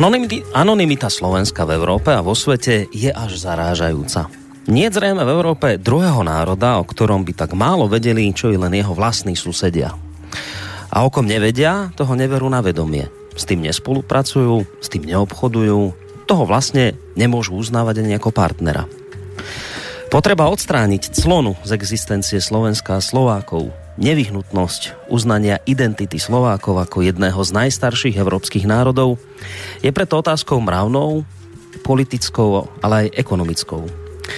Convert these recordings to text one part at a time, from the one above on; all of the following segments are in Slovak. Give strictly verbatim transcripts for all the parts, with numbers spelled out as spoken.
Anonymita Slovenska v Európe a vo svete je až zarážajúca. Nie je zrejme v Európe druhého národa, o ktorom by tak málo vedeli, čo i len jeho vlastní susedia. A o kom nevedia, toho neverú na vedomie. S tým nespolupracujú, s tým neobchodujú, toho vlastne nemôžu uznávať ani ako partnera. Potreba odstrániť clonu z existencie Slovenska a Slovákov, nevyhnutnosť uznania identity Slovákov ako jedného z najstarších európskych národov je preto otázkou mravnou, politickou, ale aj ekonomickou.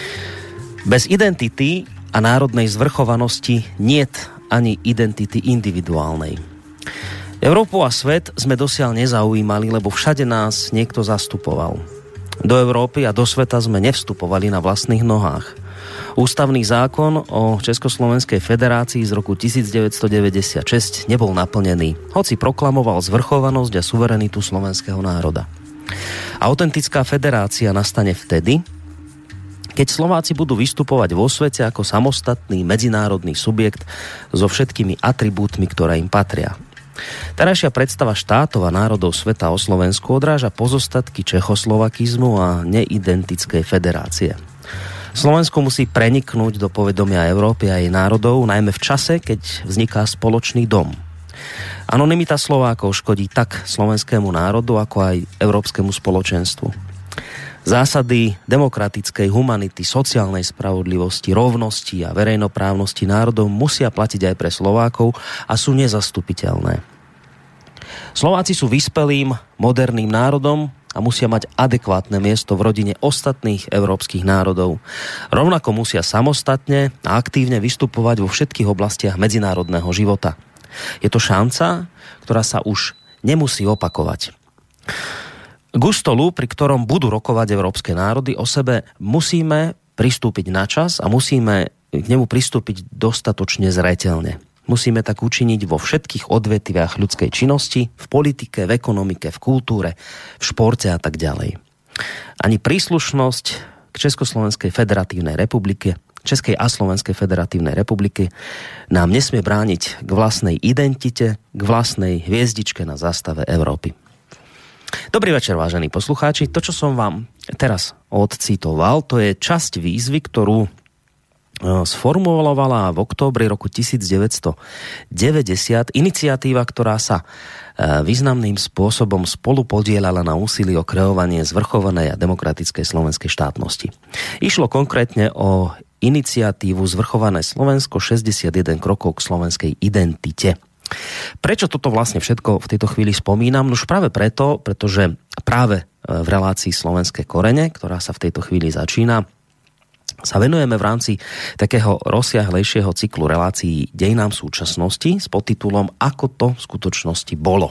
Bez identity a národnej zvrchovanosti niet ani identity individuálnej. Európu a svet sme dosiaľ nezaujímali, lebo všade nás niekto zastupoval. Do Európy a do sveta sme nevstupovali na vlastných nohách. Ústavný zákon o Československej federácii z roku devätnásťstodeväťdesiatšesť nebol naplnený, hoci proklamoval zvrchovanosť a suverenitu slovenského národa. Autentická federácia nastane vtedy, keď Slováci budú vystupovať vo svete ako samostatný medzinárodný subjekt so všetkými atribútmi, ktoré im patria. Terajšia predstava štátov a národov sveta o Slovensku odráža pozostatky čechoslovakizmu a neidentickej federácie. Slovensko musí preniknúť do povedomia Európy a jej národov, najmä v čase, keď vzniká spoločný dom. Anonymita Slovákov škodí tak slovenskému národu, ako aj európskemu spoločenstvu. Zásady demokratickej humanity, sociálnej spravodlivosti, rovnosti a verejnoprávnosti národov musia platiť aj pre Slovákov a sú nezastupiteľné. Slováci sú vyspelým, moderným národom a musia mať adekvátne miesto v rodine ostatných európskych národov. Rovnako musia samostatne a aktívne vystupovať vo všetkých oblastiach medzinárodného života. Je to šanca, ktorá sa už nemusí opakovať. K stolu, pri ktorom budú rokovať európske národy, o sebe musíme pristúpiť na čas a musíme k nemu pristúpiť dostatočne zreteľne. Musíme tak učiniť vo všetkých odvetviach ľudskej činnosti, v politike, v ekonomike, v kultúre, v športe a tak ďalej. Ani príslušnosť k Československej federatívnej republike, Českej a Slovenskej federatívnej republiky nám nesmie brániť k vlastnej identite, k vlastnej hviezdičke na zástave Európy. Dobrý večer, vážení poslucháči. To, čo som vám teraz odcitoval, to je časť výzvy, ktorú sformulovala v októbri roku devätnásťstodeväťdesiat iniciatíva, ktorá sa významným spôsobom spolupodielala na úsilí o kreovanie zvrchovanej a demokratickej slovenskej štátnosti. Išlo konkrétne o iniciatívu Zvrchované Slovensko, šesťdesiatjeden krokov k slovenskej identite. Prečo toto vlastne všetko v tejto chvíli spomínam? No už práve preto, pretože práve v relácii Slovenské korene, ktorá sa v tejto chvíli začína, sa venujeme v rámci takého rozsiahlejšieho cyklu relácií Dejinám súčasnosti s podtitulom Ako to v skutočnosti bolo.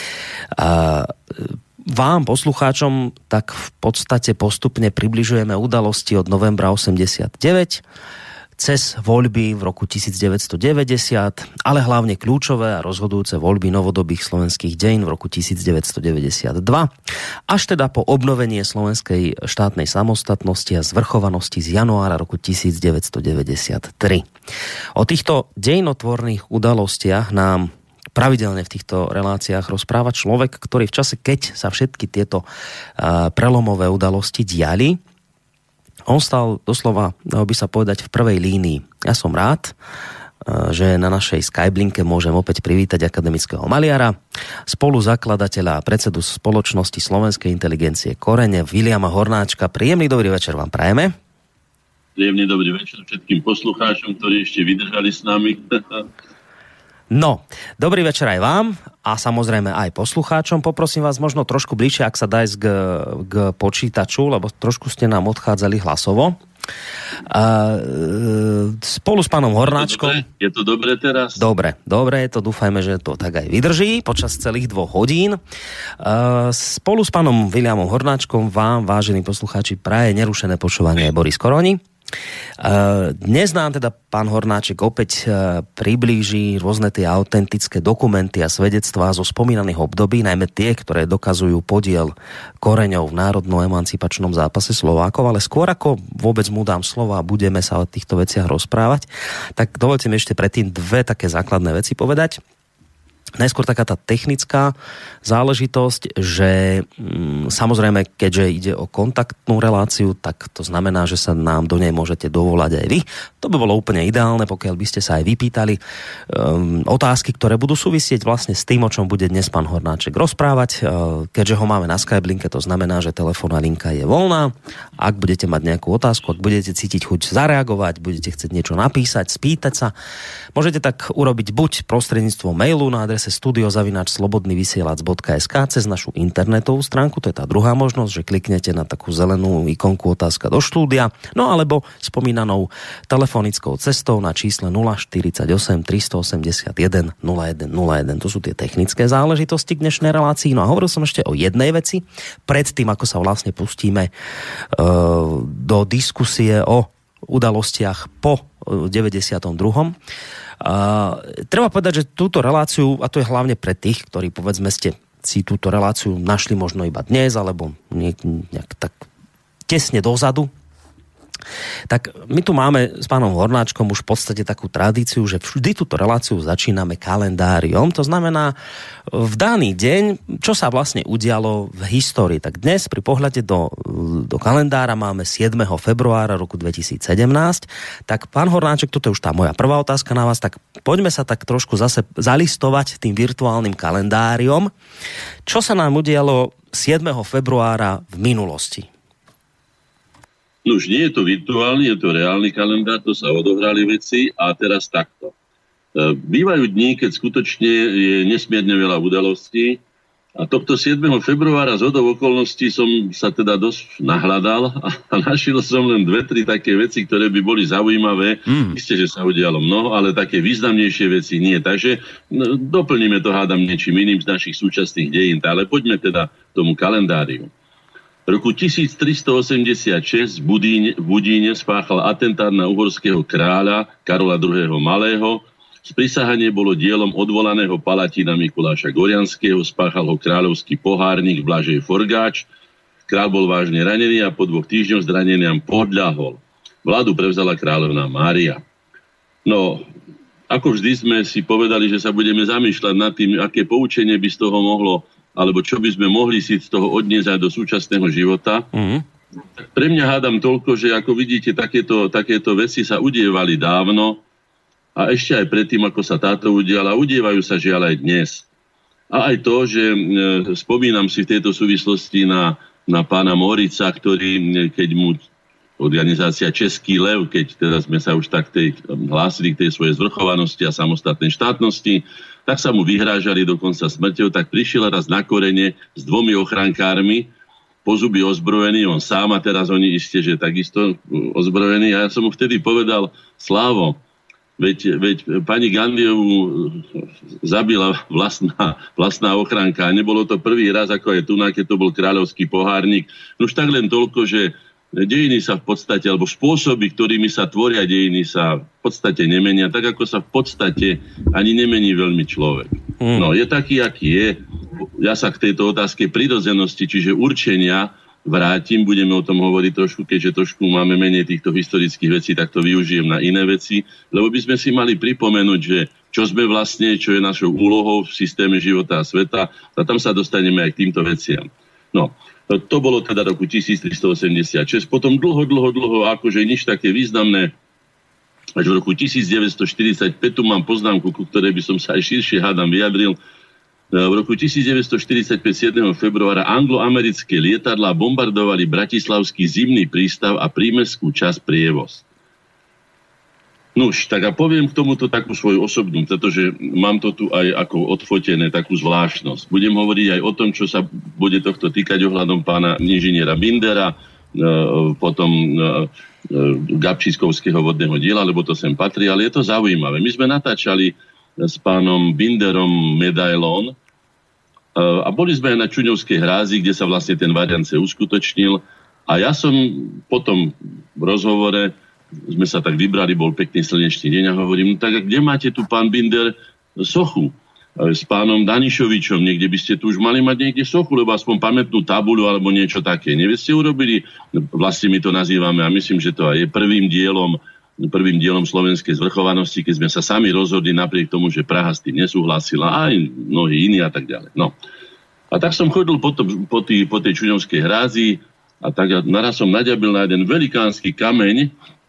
Vám, poslucháčom, tak v podstate postupne približujeme udalosti od novembra osemdesiatdeväť cez voľby v roku devätnásťstodeväťdesiat, ale hlavne kľúčové a rozhodujúce voľby novodobých slovenských dejín v roku devätnásťstodeväťdesiatdva, až teda po obnovenie slovenskej štátnej samostatnosti a zvrchovanosti z januára roku devätnásťstodeväťdesiattri. O týchto dejinotvorných udalostiach nám pravidelne v týchto reláciách rozpráva človek, ktorý v čase, keď sa všetky tieto uh, prelomové udalosti diali, on stal doslova, dalo by sa povedať, v prvej línii. Ja som rád, že na našej Skyblinke môžem opäť privítať akademického maliara, spoluzakladateľa a predsedu spoločnosti slovenskej inteligencie Korene, Viliama Hornáčka. Príjemný dobrý večer vám prajeme. Príjemný dobrý večer všetkým poslucháčom, ktorí ešte vydržali s nami. No, dobrý večer aj vám a samozrejme aj poslucháčom. Poprosím vás možno trošku bližšie, ak sa dá ísť k, k počítaču, lebo trošku ste nám odchádzali hlasovo. Uh, spolu s pánom Hornáčkom... Je to dobré teraz? Dobre, dobre, to dúfajme, že to tak aj vydrží počas celých dvoch hodín. Uh, spolu s pánom Viliamom Hornáčkom vám, vážení poslucháči, praje nerušené počúvanie Boris Koroni. Dnes nám teda pán Hornáček opäť priblíži rôzne tie autentické dokumenty a svedectvá zo spomínaných období, najmä tie, ktoré dokazujú podiel koreňov v národno-emancipačnom zápase Slovákov, ale skôr ako vôbec mu dám slovo a budeme sa o týchto veciach rozprávať, tak dovoľte mi ešte predtým dve také základné veci povedať. Najskôr taká tá technická záležitosť, že mm, samozrejme, keďže ide o kontaktnú reláciu, tak to znamená, že sa nám do nej môžete dovolať aj vy. To by bolo úplne ideálne, pokiaľ by ste sa aj vypýtali um, otázky, ktoré budú súvisieť vlastne s tým, o čom bude dnes pán Hornáček rozprávať. Uh, keďže ho máme na Skype linke, to znamená, že telefónna linka je voľná. Ak budete mať nejakú otázku, ak budete cítiť chuť zareagovať, budete chcieť niečo napísať, spýtať sa, môžete tak urobiť buď prostredníctvom mailu na adrese studio zavináč slobodný vysielač bodka es ká, cez našu internetovú stránku, to je tá druhá možnosť, že kliknete na takú zelenú ikonku otázka do štúdia, no alebo spomínanou telefonickou cestou na čísle nula štyridsaťosem tristoosemdesiatjeden nula jeden nula jeden. To sú tie technické záležitosti k dnešnej relácii. No a hovoril som ešte o jednej veci, predtým ako sa vlastne pustíme uh, do diskusie o udalostiach po deväťdesiatom druhom. Uh, treba povedať, že túto reláciu, a to je hlavne pre tých, ktorí povedzme ste si túto reláciu našli možno iba dnes, alebo nejak, nejak tak tesne dozadu, tak my tu máme s pánom Hornáčkom už v podstate takú tradíciu, že vždy túto reláciu začíname kalendáriom. To znamená v daný deň, čo sa vlastne udialo v histórii. Tak dnes pri pohľade do, do kalendára máme siedmeho februára roku dvetisícsedemnásť. Tak pán Hornáček, toto je už tá moja prvá otázka na vás, tak poďme sa tak trošku zase zalistovať tým virtuálnym kalendáriom. Čo sa nám udialo siedmeho februára v minulosti? No už nie je to virtuálny, je to reálny kalendár, to sa odohrali veci a teraz takto. Bývajú dní, keď skutočne je nesmierne veľa udalostí a tohto siedmeho februára z hodou okolností som sa teda dosť nahľadal a našiel som len dve, tri také veci, ktoré by boli zaujímavé. Mm. Isté, že sa udialo mnoho, ale také významnejšie veci nie. Takže no, doplníme to, hádam, niečím iným z našich súčasných dejín. Ale poďme teda tomu kalendáriu. V roku tisíctristoosemdesiatšesť v Budíne, v Budíne spáchal atentát na uhorského kráľa Karola druhého. Malého. Sprisahanie bolo dielom odvolaného palatína Mikuláša Gorianského, spáchal ho kráľovský pohárnik Blažej Forgáč. Kráľ bol vážne ranený a po dvoch týždňoch zraneniam podľahol. Vládu prevzala kráľovná Mária. No, ako vždy sme si povedali, že sa budeme zamýšľať nad tým, aké poučenie by z toho mohlo, alebo čo by sme mohli si z toho odniesť aj do súčasného života. Mm. Pre mňa hádam toľko, že ako vidíte, takéto, takéto veci sa udievali dávno a ešte aj predtým, ako sa táto udiala, udievajú sa žiaľ aj dnes. A aj to, že e, spomínam si v tejto súvislosti na, na pána Morica, ktorý, keď mu organizácia Český lev, keď teda sme sa už tak tej, hlásili k tej svojej zvrchovanosti a samostatnej štátnosti, tak sa mu vyhrážali dokonca smrťou, tak prišiel raz na korene s dvomi ochrankármi, po zuby ozbrojený, on sám a teraz oni isté, že takisto ozbrojení. A ja som mu vtedy povedal, Slávo, veď, veď pani Gandhiovú zabila vlastná, vlastná ochranka. Nebolo to prvý raz, ako je tu, keď to bol kráľovský pohárnik. No už tak len toľko, že dejiny sa v podstate, alebo spôsoby, ktorými sa tvoria dejiny, sa v podstate nemenia, tak ako sa v podstate ani nemení veľmi človek. Mm. No, je taký, aký je. Ja sa k tejto otázke prirodzenosti, čiže určenia, vrátim, budeme o tom hovoriť trošku, keďže trošku máme menej týchto historických vecí, tak to využijem na iné veci, lebo by sme si mali pripomenúť, že čo sme vlastne, čo je našou úlohou v systéme života a sveta, a tam sa dostaneme aj k týmto veciam. No, to bolo teda roku tisíctristoosemdesiatšesť. Potom dlho, dlho, dlho, akože nič také významné. Až v roku tisícdeväťstoštyridsaťpäť tu mám poznámku, ku ktorej by som sa aj širšie hádam vyjadril. V roku tisícdeväťstoštyridsaťpäť siedmeho februára anglo-americké lietadlá bombardovali bratislavský zimný prístav a prímestskú časť Prievoz. Nuž, tak a poviem k tomuto takú svoju osobnú, pretože mám to tu aj ako odfotené, takú zvláštnosť. Budem hovoriť aj o tom, čo sa bude tohto týkať ohľadom pána inžiniera Bindera, e, potom e, Gabčískovského vodného diela, lebo to sem patrí, ale je to zaujímavé. My sme natáčali s pánom Binderom Medailón e, a boli sme aj na Čuňovskej hrázi, kde sa vlastne ten variant uskutočnil a ja som potom v rozhovore sme sa tak vybrali, bol pekný slnečný deň a hovorím, no tak kde máte tu pán Binder sochu? S pánom Danišovičom, niekde by ste tu už mali mať niekde sochu, lebo aspoň pamätnú tabuľu alebo niečo také. Nevie ste urobili? Vlastne my to nazývame a myslím, že to aj je prvým dielom prvým dielom slovenskej zvrchovanosti, keď sme sa sami rozhodli napriek tomu, že Praha s tým nesúhlasila, aj mnohí iní a tak ďalej. No. A tak som chodil po, to, po, tý, po tej Čuňovskej hrázi a tak naraz som naďabil na jeden velikánsky kameň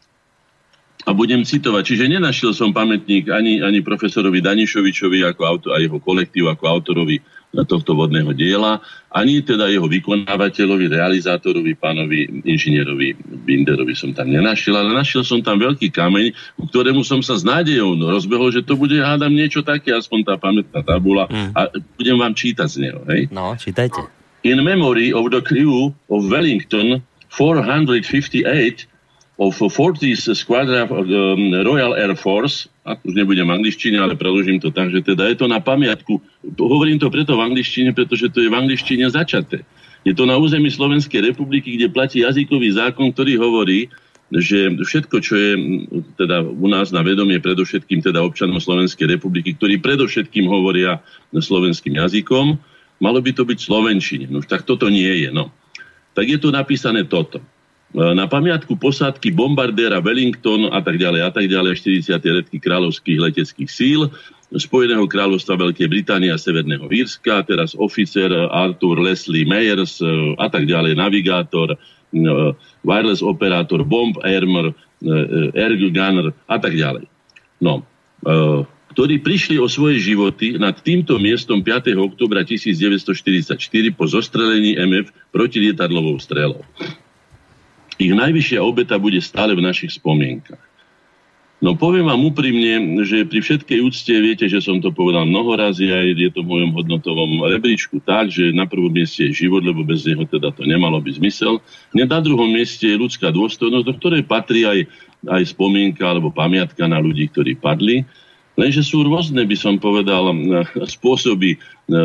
a budem citovať. Čiže nenašiel som pamätník ani, ani profesorovi Danišovičovi ako autor, a jeho kolektív ako autorovi tohto vodného diela, ani teda jeho vykonávateľovi, realizátorovi, pánovi inžinierovi Binderovi som tam nenašiel, ale našiel som tam veľký kameň, ku ktorému som sa s nádejou rozbehol, že to bude, hádam, niečo také, aspoň tá pamätná tabula mm. a budem vám čítať z neho. Hej? No, čítajte. In memory of the crew of Wellington four hundred fifty-eight of fortieth Squadron of the Royal Air Force, a už nebudem v angličtine, ale preložím to tak, že teda je to na pamiatku. Hovorím to preto v angličtine, pretože to je v angličtine začaté. Je to na území Slovenskej republiky, kde platí jazykový zákon, ktorý hovorí, že všetko, čo je teda u nás na vedomie, predovšetkým teda občanom Slovenskej republiky, ktorí predovšetkým hovoria slovenským jazykom, malo by to byť v slovenčine. No tak toto nie je. No. Tak je tu napísané toto. Na pamiatku posádky bombardéra Wellington a tak ďalej a tak ďalej štyridsiatej redky kráľovských leteckých síl Spojeného kráľovstva Veľkej Británie a Severného Írska, teraz oficer Arthur Leslie Meyers a tak ďalej, navigátor, wireless operátor, bomb armor, air gunner a tak ďalej. No, ktorí prišli o svoje životy nad týmto miestom piateho októbra tisícdeväťstoštyridsaťštyri po zostrelení em ef protilietadlovou strelou. Ich najvyššia obeta bude stále v našich spomienkach. No poviem vám úprimne, že pri všetkej úcte, viete, že som to povedal mnoho razy, aj je to v mojom hodnotovom rebríčku tak, že na prvom mieste je život, lebo bez neho teda to nemalo by zmysel. Hneď na druhom mieste je ľudská dôstojnosť, do ktorej patrí aj, aj spomienka alebo pamiatka na ľudí, ktorí padli. Lenže sú rôzne, by som povedal, spôsoby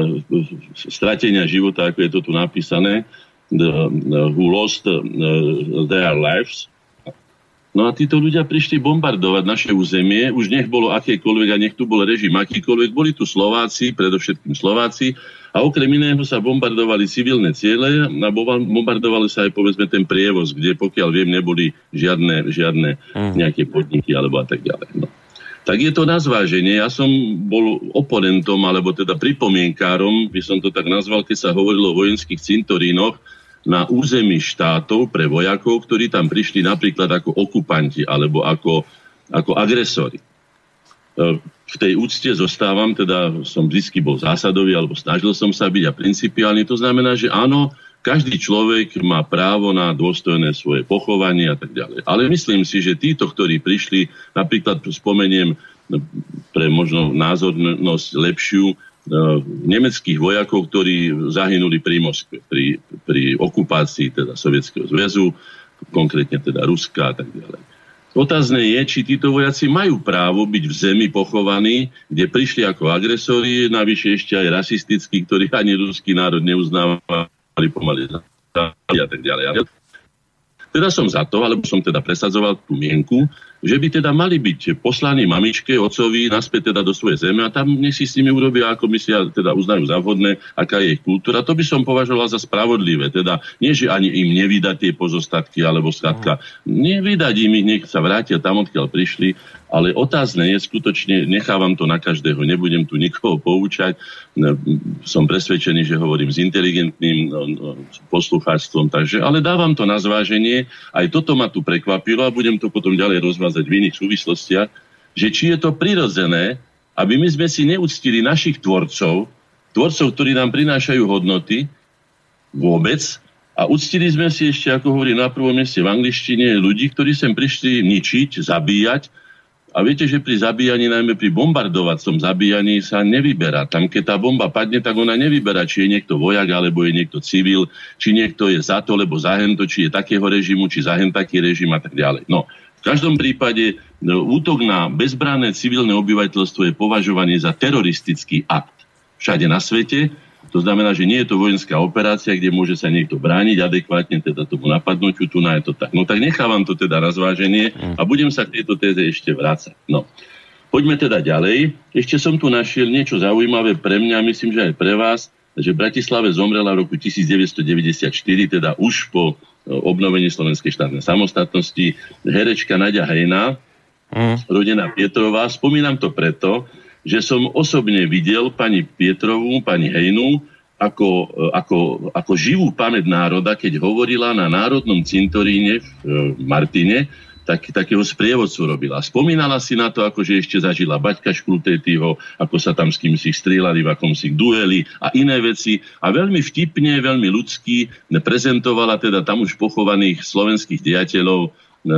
stratenia života, ako je to tu napísané. The, uh, who lost uh, their lives. No a títo ľudia prišli bombardovať naše územie, už nech bolo akékoľvek a nech tu bol režim akýkoľvek, boli tu Slováci, predovšetkým Slováci a okrem iného sa bombardovali civilné ciele a bombardovali sa aj povedzme ten prievoz, kde pokiaľ viem neboli žiadne, žiadne nejaké podniky alebo a tak ďalej. No. Tak je to na zváženie. Ja som bol oponentom, alebo teda pripomienkárom, by som to tak nazval, keď sa hovorilo o vojenských cintorínoch na území štátov pre vojakov, ktorí tam prišli napríklad ako okupanti alebo ako, ako agresori. V tej úcte zostávam, teda som vždy bol zásadový, alebo snažil som sa byť a principiálny. To znamená, že áno, každý človek má právo na dôstojné svoje pochovanie a tak ďalej. Ale myslím si, že títo, ktorí prišli, napríklad spomeniem pre možno názornosť lepšiu, nemeckých vojakov, ktorí zahynuli pri Moskve, pri, pri okupácii teda Sovietskeho zväzu, konkrétne teda Ruska a tak ďalej. Otázne je, či títo vojaci majú právo byť v zemi pochovaní, kde prišli ako agresori, navyše ešte aj rasistickí, ktorí ani ruský národ neuznávali pomaly a tak ďalej. Teda som za to, alebo som teda presadzoval tú mienku, že by teda mali byť poslaní mamičke, otcovi, naspäť teda do svojej zeme a tam nech si s nimi urobia, ako myslia, teda uznajú za vhodné, aká je ich kultúra. To by som považoval za spravodlivé. Teda nie, že ani im nevydať tie pozostatky, alebo skladka. Nevydať im, nech sa vrátia tam, odkiaľ prišli. Ale otázne je, skutočne nechávam to na každého, nebudem tu nikoho poučať. Som presvedčený, že hovorím s inteligentným poslucháčstvom, takže, ale dávam to na zváženie. Aj toto ma tu prekvapilo a budem to potom ďalej rozvázať v iných súvislostiach, že či je to prirodzené, aby my sme si neúctili našich tvorcov, tvorcov, ktorí nám prinášajú hodnoty vôbec, a uctili sme si ešte, ako hovorí na prvom mieste v angličtine, ľudí, ktorí sem prišli ničiť, zabíjať. A viete, že pri zabíjaní, najmä pri bombardovacom zabíjaní sa nevyberá. Tam, keď tá bomba padne, tak ona nevyberá, či je niekto vojak, alebo je niekto civil, či niekto je za to, lebo za hento, či je takého režimu, či za hen taký režim a tak ďalej. No, v každom prípade útok na bezbranné civilné obyvateľstvo je považovaný za teroristický akt všade na svete. To znamená, že nie je to vojenská operácia, kde môže sa niekto brániť adekvátne teda tomu napadnutiu, tu na je to tak. No tak nechávam to teda na zváženie a budem sa k tejto téze ešte vrácať. No, poďme teda ďalej. Ešte som tu našiel niečo zaujímavé pre mňa, myslím, že aj pre vás, že v Bratislave zomrela v roku devätnásťstodeväťdesiatštyri, teda už po obnovení slovenskej štátnej samostatnosti, herečka Naďa Hejná, mm. rodená Pietrová. Spomínam to preto, že som osobne videl pani Pietrovú, pani Hejnu, ako, ako, ako živú pamäť národa, keď hovorila na Národnom cintoríne v Martine, tak, takého sprievodcu robila. Spomínala si na to, ako že ešte zažila Baťka Škultétyho, ako sa tam s kým si strieľali v akomsi dueli a iné veci. A veľmi vtipne, veľmi ľudsky prezentovala teda tam už pochovaných slovenských dejateľov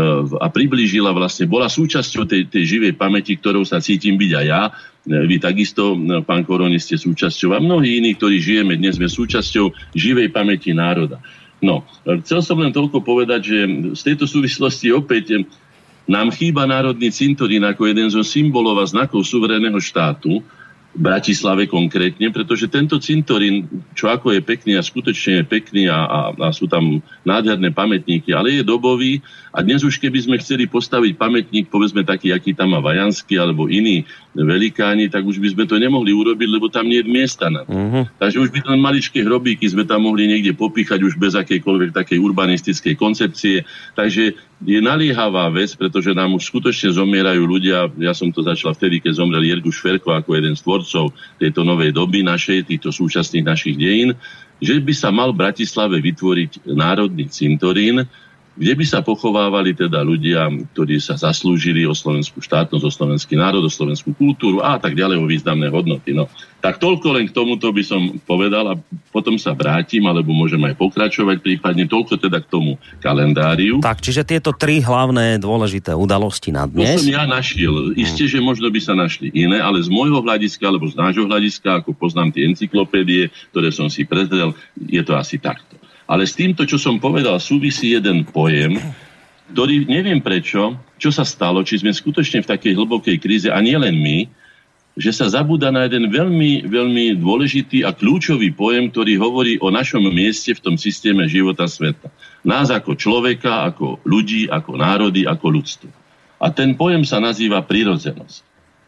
a priblížila vlastne, bola súčasťou tej, tej živej pamäti, ktorou sa cítim byť aj ja. Vy takisto, pán Koroni, ste súčasťou a mnohí iní, ktorí žijeme dnes, sme súčasťou živej pamäti národa. No, chcel som len toľko povedať, že z tejto súvislosti opäť nám chýba Národný cintorín ako jeden zo symbolov a znakov suverénneho štátu, v Bratislave konkrétne, pretože tento cintorín, čo ako je pekný a skutočne je pekný a, a, a sú tam nádherné pamätníky, ale je dobový a dnes už keby sme chceli postaviť pamätník, povedzme taký, aký tam má Vajanský alebo iní velikáni, tak už by sme to nemohli urobiť, lebo tam nie je miesta na to. Uh-huh. Takže už by len maličké hrobíky sme tam mohli niekde popíchať už bez akejkoľvek takej urbanistickej koncepcie. Takže je naliehavá vec, pretože nám už skutočne zomierajú ľudia. Ja som to začal vtedy, keď zomrel Jergu Šverko ako jeden z tvorcov tejto novej doby našej, týchto súčasných našich dejín, že by sa mal v Bratislave vytvoriť Národný cintorín, kde by sa pochovávali teda ľudia, ktorí sa zaslúžili o slovenskú štátnosť, o slovenský národ, o slovenskú kultúru a tak ďalej, o významné hodnoty. No. Tak toľko len k tomuto by som povedal a potom sa vrátim, alebo môžem aj pokračovať prípadne. Toľko teda k tomu kalendáriu. Tak, čiže tieto tri hlavné dôležité udalosti na dnes. To som ja našiel. Isté, že možno by sa našli iné, ale z môjho hľadiska, alebo z nášho hľadiska, ako poznám tie encyklopédie, ktoré som si prezrel, je to asi takto. Ale s týmto, čo som povedal, súvisí jeden pojem, ktorý neviem prečo, čo sa stalo, či sme skutočne v takej hlbokej kríze, a nie len my, že sa zabúda na jeden veľmi, veľmi dôležitý a kľúčový pojem, ktorý hovorí o našom mieste v tom systéme života sveta. Nás ako človeka, ako ľudí, ako národy, ako ľudstvo. A ten pojem sa nazýva prirodzenosť.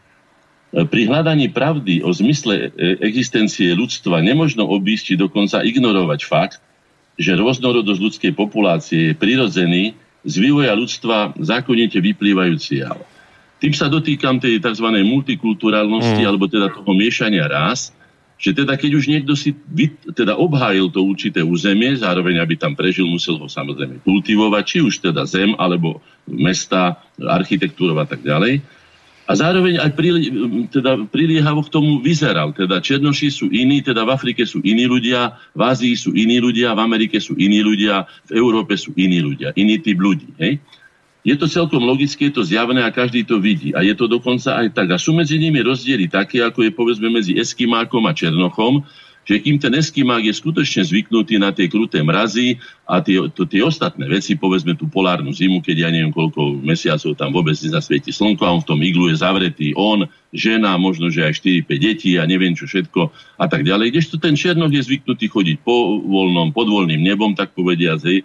Pri hľadaní pravdy o zmysle existencie ľudstva nemožno obísť či dokonca ignorovať fakt, že rôznorodosť ľudskej populácie je prirodzený z vývoja ľudstva zákonite vyplývajúci jav. Tým sa dotýkam tej tzv. Multikulturálnosti, mm. alebo teda toho miešania rás, že teda keď už niekto si teda obhájil to určité územie, zároveň aby tam prežil, musel ho samozrejme kultivovať, či už teda zem, alebo mesta, architektúrov a tak ďalej. A zároveň aj pri, teda priliehavo k tomu vyzeral. Teda Černoši sú iní, teda v Afrike sú iní ľudia, v Ázii sú iní ľudia, v Amerike sú iní ľudia, v Európe sú iní ľudia, iný typ ľudí. Hej? Je to celkom logické, je to zjavné a každý to vidí. A je to dokonca aj tak. A sú medzi nimi rozdiely také, ako je povedzme medzi Eskimákom a Černochom, že kým ten Eskimák je skutočne zvyknutý na tie kruté mrazy a tie, to, tie ostatné veci, povedzme tú polárnu zimu, keď ja neviem koľko mesiacov tam vôbec nezasvieti slnko a on v tom iglu je zavretý, on, žena, možno že aj štyri päť detí a neviem čo všetko a tak ďalej. Kdežto ten Černoch je zvyknutý chodiť po voľnom, pod voľným nebom, tak povediac, hej,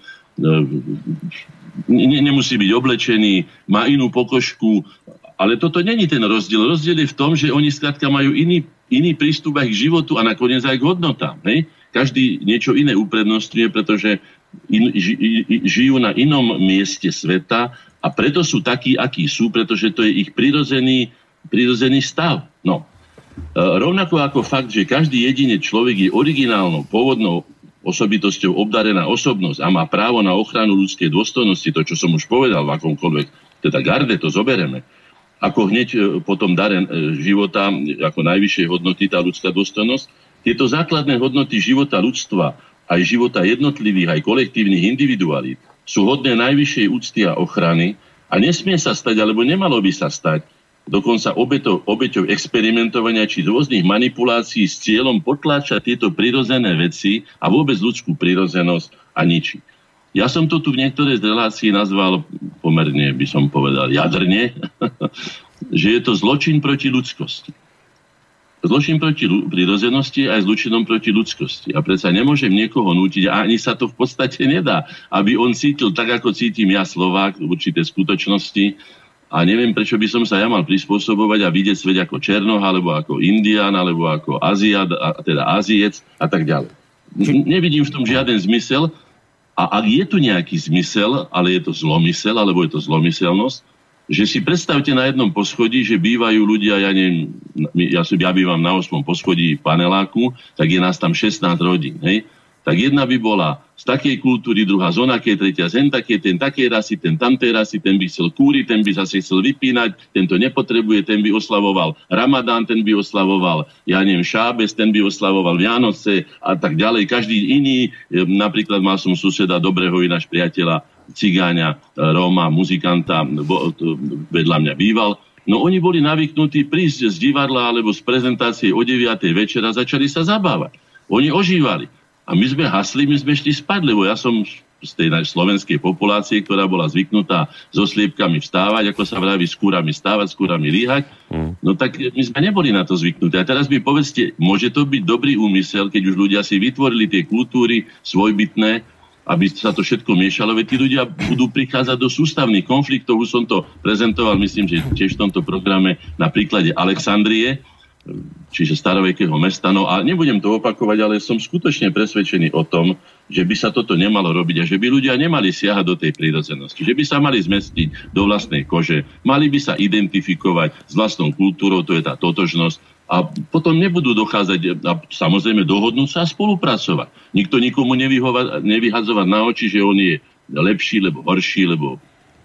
ne, nemusí byť oblečený, má inú pokožku, ale toto není ten rozdiel. Rozdiel je v tom, že oni skrátka majú iný iný prístup aj k životu a nakoniec aj k hodnotám. Hej? Každý niečo iné uprednostňuje, pretože in, ži, žijú na inom mieste sveta a preto sú takí, akí sú, pretože to je ich prirodzený, prirodzený stav. No. E, rovnako ako fakt, že každý jedinec človek je originálnou, pôvodnou osobitosťou obdarená osobnosť a má právo na ochranu ľudskej dôstojnosti, to, čo som už povedal, v akomkoľvek, teda garde, to zobereme, ako hneď po tom dare života, ako najvyššej hodnoty tá ľudská dôstojnosť. Tieto základné hodnoty života ľudstva, aj života jednotlivých, aj kolektívnych individualít, sú hodné najvyššej úcty a ochrany a nesmie sa stať, alebo nemalo by sa stať, dokonca obeťou, obeťou experimentovania či rôznych manipulácií s cieľom potláčať tieto prirodzené veci a vôbec ľudskú prirodzenosť a ničiť. Ja som to tu v niektorej z relácií nazval pomerne, by som povedal, jadrne, že je to zločin proti ľudskosti. Zločin proti prirodzenosti aj zločinom proti ľudskosti. A predsa nemôžem niekoho nútiť, a ani sa to v podstate nedá, aby on cítil tak, ako cítim ja, Slovák, v určité skutočnosti. A neviem, prečo by som sa ja mal prispôsobovať a vidieť svet ako Černoch, alebo ako Indián, alebo ako Aziat, teda Aziec a tak ďalej. Nevidím v tom žiaden zmysel. A ak je tu nejaký zmysel, ale je to zlomysel, alebo je to zlomyselnosť, že si predstavte na jednom poschodí, že bývajú ľudia, ja neviem, ja, ja bývam na ôsmom poschodí v paneláku, tak je nás tam šestnásť rodín, hej? Tak jedna by bola z takej kultúry, druhá z onakej, tretia z hen také, ten takej rasy, ten tamtej rasy, ten by chcel kúriť, ten by zase chcel vypínať, ten to nepotrebuje, ten by oslavoval Ramadán, ten by oslavoval, ja neviem, Šábes, ten by oslavoval Vianoce a tak ďalej. Každý iný, napríklad mal som suseda, dobrého ináš priateľa, cigáňa, Róma, muzikanta, vedľa mňa býval. No oni boli navyknutí prísť z divadla alebo z prezentácie o deviatej večera, začali sa zabávať. Oni ožívali. A my sme hasli, my sme šli spať, lebo ja som z tej slovenskej populácie, ktorá bola zvyknutá so sliepkami vstávať, ako sa vraví, s kúrami stávať, s kúrami líhať. Mm. No tak my sme neboli na to zvyknutí. A teraz mi povedzte, môže to byť dobrý úmysel, keď už ľudia si vytvorili tie kultúry svojbytné, aby sa to všetko miešalo, veď tí ľudia budú prichádzať do sústavných konfliktov. Už som to prezentoval, myslím, že tiež v tomto programe na príklade Alexandrie, čiže starovekého mesta. No a nebudem to opakovať, ale som skutočne presvedčený o tom, že by sa toto nemalo robiť a že by ľudia nemali siahať do tej prírodzenosti, že by sa mali zmestiť do vlastnej kože, mali by sa identifikovať s vlastnou kultúrou, to je tá totožnosť, a potom nebudú dochádzať a samozrejme dohodnúť sa a spolupracovať. Nikto nikomu nevyhadzovať na oči, že on je lepší, lebo horší, lebo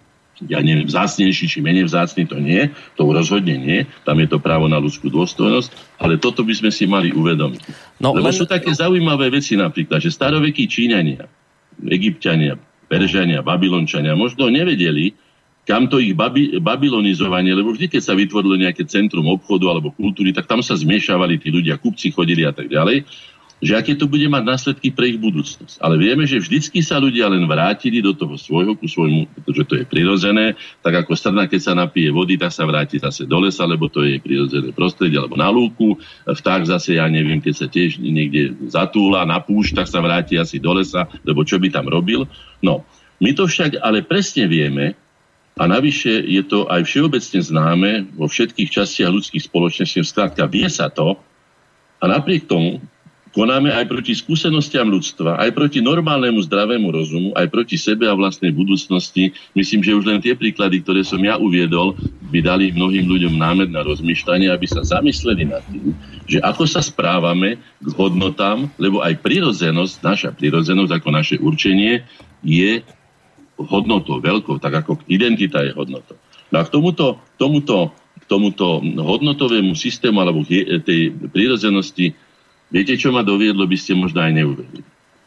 ja neviem, vzácnejší, či menej vzácný, to nie. To rozhodne nie. Tam je to právo na ľudskú dôstojnosť. Ale toto by sme si mali uvedomiť. No, Lebo len... sú také zaujímavé veci napríklad, že starovekí Číňania, Egypťania, Peržania, Babylončania možno nevedeli, kam to ich babi- babylonizovanie, lebo vždy, keď sa vytvorilo nejaké centrum obchodu alebo kultúry, tak tam sa zmiešavali tí ľudia, kupci chodili a tak ďalej, že aké to bude mať následky pre ich budúcnosť. Ale vieme, že vždycky sa ľudia len vrátili do toho svojho, ku svojmu, pretože to je prirodzené, tak ako strna, keď sa napije vody, tak sa vráti zase do lesa, lebo to je prirodzené prostredie, alebo na lúku. Vták zase, ja neviem, keď sa tiež niekde zatúla na púšť, tak sa vráti asi do lesa, lebo čo by tam robil. No, my to však ale presne vieme, a navyše je to aj všeobecne známe vo všetkých častiach ľudských spoločností, skrátka vie sa to, a napriek tomu konáme aj proti skúsenostiam ľudstva, aj proti normálnemu zdravému rozumu, aj proti sebe a vlastnej budúcnosti. Myslím, že už len tie príklady, ktoré som ja uviedol, by dali mnohým ľuďom námed na rozmýšľanie, aby sa zamysleli nad tým, že ako sa správame k hodnotám, lebo aj prirodzenosť, naša prirodzenosť ako naše určenie je hodnotou veľkou, tak ako identita je hodnotou. No a k tomuto, tomuto, tomuto hodnotovému systému alebo tej prirodzenosti, viete, čo ma doviedlo, by ste možno aj neuverili.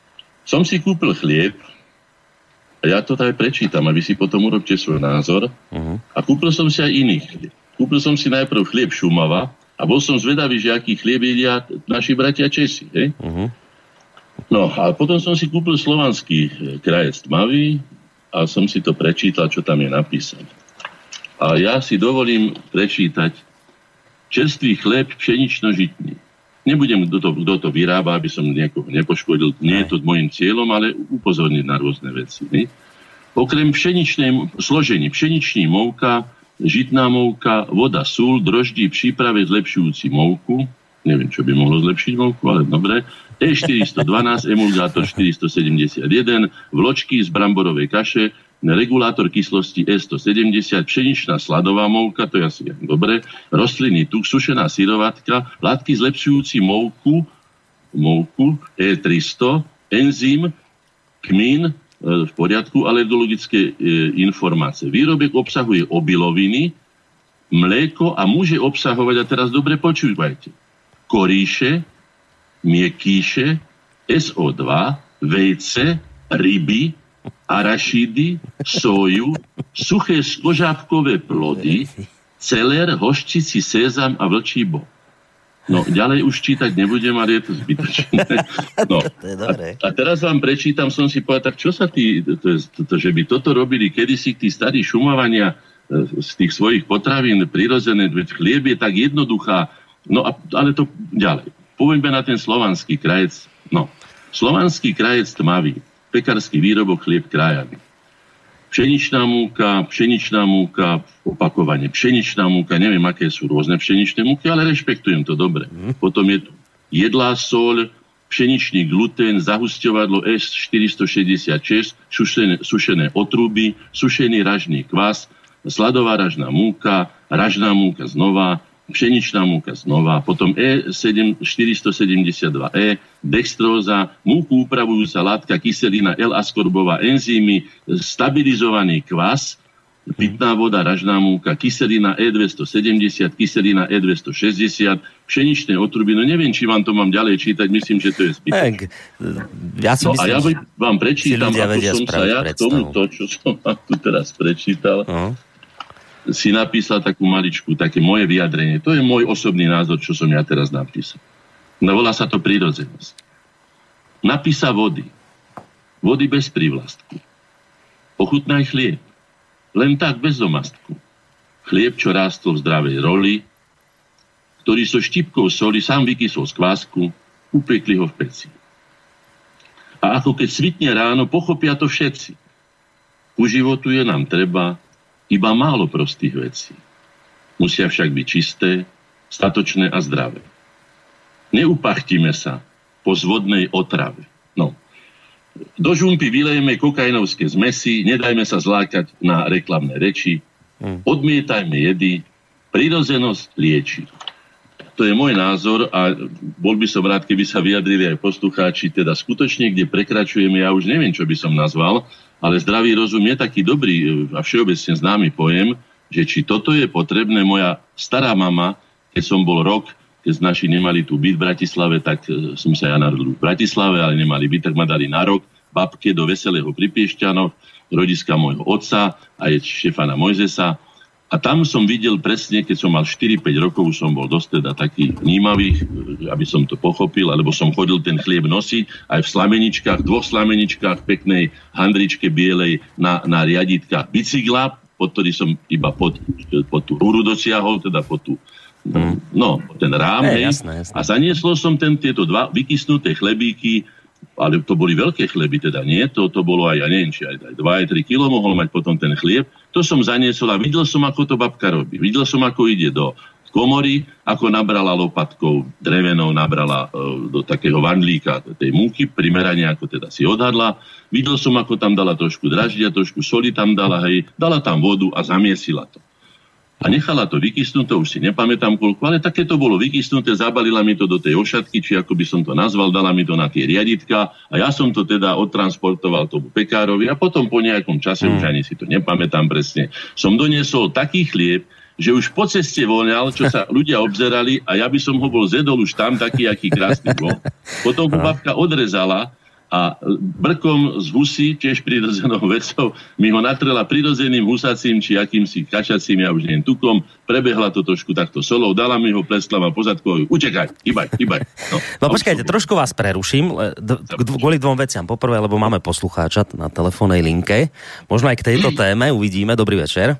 Som si kúpil chlieb, a ja to aj prečítam, aby si potom urobte svoj názor, uh-huh. a kúpil som si aj iný chlieb. Kúpil som si najprv chlieb Šumava a bol som zvedavý, že aký chlieb jedia naši bratia Česi. Hej? Uh-huh. No a potom som si kúpil slovanský krajec tmavý a som si to prečítal, čo tam je napísané. A ja si dovolím prečítať čerstvý chlieb pšenično-žitný. Nebudem, kto to, kto to vyrába, aby som niekoho nepoškodil. Nie je to môjim cieľom, ale upozorniť na rôzne veci. Ne? Okrem pšeničnej složení, pšeničný mouka, žitná mouka, voda, sůl, droždí, príprave zlepšujúci mouku, neviem, čo by mohlo zlepšiť mouku, ale dobre, E štyristo dvanásť, emulgátor štyristosedemdesiatjeden, vločky z bramborovej kaše, regulátor kyslosti E stosedemdesiat, pšeničná sladová mouka, to je asi dobre, rostlinný tuk, sušená syrovatka, látky zlepšujúci mouku, mouku E tristo, enzym, kmín, v poriadku, alergologické e, informácie. Výrobek obsahuje obiloviny, mlieko a môže obsahovať, a teraz dobre počúvajte, koríše, miekíše, es ó dva, vejce, ryby, arašidy, soju, suché skožápkové plody, celer, hoščici, sezam a vlčí bok. No, ďalej už čítať nebudem, ale je to zbytočné. No, a, a teraz vám prečítam, som si povedal, tak čo sa tí, to je, to, že by toto robili kedysi tí starí Šumavania z tých svojich potravín prirodzené, veď chlieb je tak jednoduchá, no a, ale to ďalej. Poďme na ten slovanský krajec. No, slovanský krajec tmavý, pekársky výrobok chlieb krájaný. Pšeničná múka, pšeničná múka, opakovane, pšeničná múka, neviem, aké sú rôzne pšeničné múky, ale rešpektujem to dobre. Potom je tu jedlá soľ, pšeničný glutén, zahusťovadlo es štyristošesťdesiatšesť, sušené, sušené otruby, sušený ražný kvas, sladová ražná múka, ražná múka znova, pšeničná múka znova, potom E štyristosedemdesiatdva E, dextróza, múku upravujúca látka, kyselina, L-askorbová, enzymy, stabilizovaný kvas, pitná voda, ražná múka, kyselina E dvestosedemdesiat, kyselina E dvestošesťdesiat, pšeničné otruby. No neviem, či vám to mám ďalej čítať, myslím, že to je zbytočné. Ja si no myslím, a ja vám prečítam, ako som sa ja k tomuto, čo som vám tu teraz prečítal, uh-huh. si napísal takú maličku, také moje vyjadrenie. To je môj osobný názor, čo som ja teraz napísal. No volá sa to prírodzenosť. Napísa vody. Vody bez prívlastku. Ochutnaj chlieb. Len tak, bez domastku. Chlieb, čo rástol v zdravej roli, ktorý so štipkou soli sám vykysol z kvásku, upekli ho v peci. A ako keď svitne ráno, pochopia to všetci. Ku životu je nám treba iba málo prostých vecí. Musia však byť čisté, statočné a zdravé. Neupachtime sa po zvodnej otrave. No. Do žumpy vylejeme kokainovské zmesy, nedajme sa zlákať na reklamné reči, odmietajme jedy, prirodzenosť lieči. To je môj názor a bol by som rád, keby sa vyjadrili aj poslucháči, teda skutočne, kde prekračujeme, ja už neviem, čo by som nazval, ale zdravý rozum je taký dobrý a všeobecne známy pojem, že či toto je potrebné, moja stará mama, keď som bol rok, keď naši nemali tu byť v Bratislave, tak som sa ja narodil v Bratislave, ale nemali byť, tak ma dali na rok babke do Veselého pri Piešťanoch, rodiska môjho otca a je Štefana Mojzesa. A tam som videl presne, keď som mal štyri päť rokov, som bol dosť teda taký vnímavý, aby som to pochopil, alebo som chodil ten chlieb nosiť aj v slameničkách, dvoch slameničkách, peknej handričke bielej na, na riaditkách bicykla, pod ktorý som iba pod, pod tú rúru dosiahol, teda pod tú Mm. no, ten rám, hey, jasné, jasné. A zanieslo som ten, tieto dva vykysnuté chlebíky, ale to boli veľké chleby, teda nie, to, to bolo aj, ja neviem, či aj, aj dva až tri kilo mohol mať potom ten chlieb, to som zaniesol a videl som, ako to babka robí. Videl som, ako ide do komory, ako nabrala lopatkou drevenou, nabrala e, do takého vandlíka tej múky, primerane, ako teda si odhadla. Videl som, ako tam dala trošku draždia, trošku soli tam dala, hej, dala tam vodu a zamiesila to. A nechala to vykysnuté, už si nepamätám koľko, ale také to bolo vykysnuté, zabalila mi to do tej ošatky, či ako by som to nazval, dala mi to na tie riaditka a ja som to teda odtransportoval tomu pekárovi a potom po nejakom čase, mm. už ani si to nepamätám presne, som doniesol taký chlieb, že už po ceste voňal, čo sa ľudia obzerali a ja by som ho bol zedol už tam, taký, aký krásny bol. Potom ho babka odrezala a brkom z husy, tiež prirodzenou vecou, mi ho natrela prirodzeným husacím, či akýmsi kačacím, ja už neviem, tukom, prebehla to trošku takto solou, dala mi ho, pleskla ma pozadkovi, utekaj, hýbaj, hýbaj. No, no počkajte, trošku vás preruším, kvôli dvom veciam. Poprvé, lebo máme poslucháča na telefónnej linke, možno aj k tejto téme uvidíme. Dobrý večer.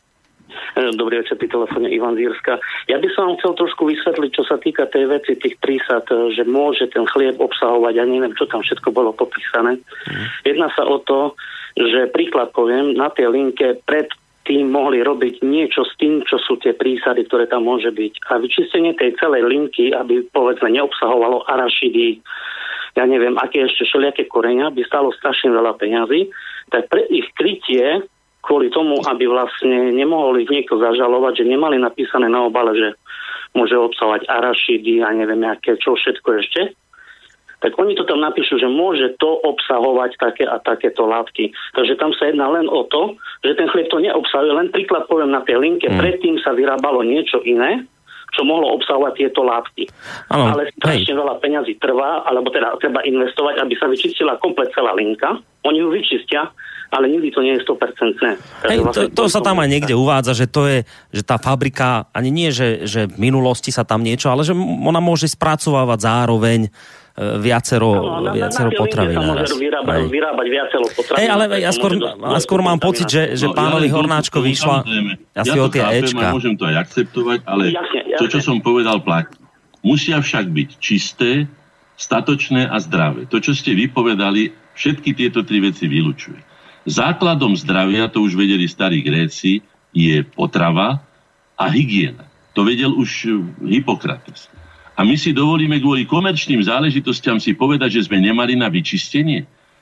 Dobrý večer, pri telefóne Ivan Zírska. Ja by som vám chcel trošku vysvetliť, čo sa týka tej veci, tých prísad, že môže ten chlieb obsahovať, ja neviem, čo tam všetko bolo popísané. Mm. Jedná sa o to, že príklad poviem, na tej linke pred tým mohli robiť niečo s tým, čo sú tie prísady, ktoré tam môže byť. A vyčistenie tej celej linky, aby povedzme neobsahovalo arašidy, ja neviem, aké ešte všelijaké korenia, by stalo strašne veľa peňazí, tak pre ich krytie kvôli tomu, aby vlastne nemohol ich niekto zažalovať, že nemali napísané na obale, že môže obsahovať arašidy a neviem, aké, čo všetko ešte, tak oni to tam napíšu, že môže to obsahovať také a takéto látky. Takže tam sa jedná len o to, že ten chlieb to neobsahuje. Len príklad poviem na tej linke, mm. predtým sa vyrábalo niečo iné, čo mohlo obsahovať tieto látky. Ano, ale strašne veľa peňazí trvá, alebo teda treba investovať, aby sa vyčistila komplet celá linka. Oni ju vyčistia, ale nikdy to nie je sto percent. Hej, vlastne to, to sa tam aj niekde uvádza, že to je, že tá fabrika, ani nie, že, že v minulosti sa tam niečo, ale že ona môže spracovávať zároveň viacero, no, viacero potravín. Sa môže vyrábať, vyrábať viacero potravín. Hej, ale ja skôr, ja skôr mám pocit, že, že no, pánovi ja Hornáčkovi išla asi ja o tie Ečka. Môžem to aj akceptovať, ale jasne, jasne. To, čo som povedal, platí. Musia však byť čisté, statočné a zdravé. To, čo ste vypovedali, všetky tieto tri veci vylučuje. Základom zdravia, to už vedeli starí Gréci, je potrava a hygiena. To vedel už Hippokrates. A my si dovolíme kvôli komerčným záležitostiam si povedať, že sme nemali na vyčistenie.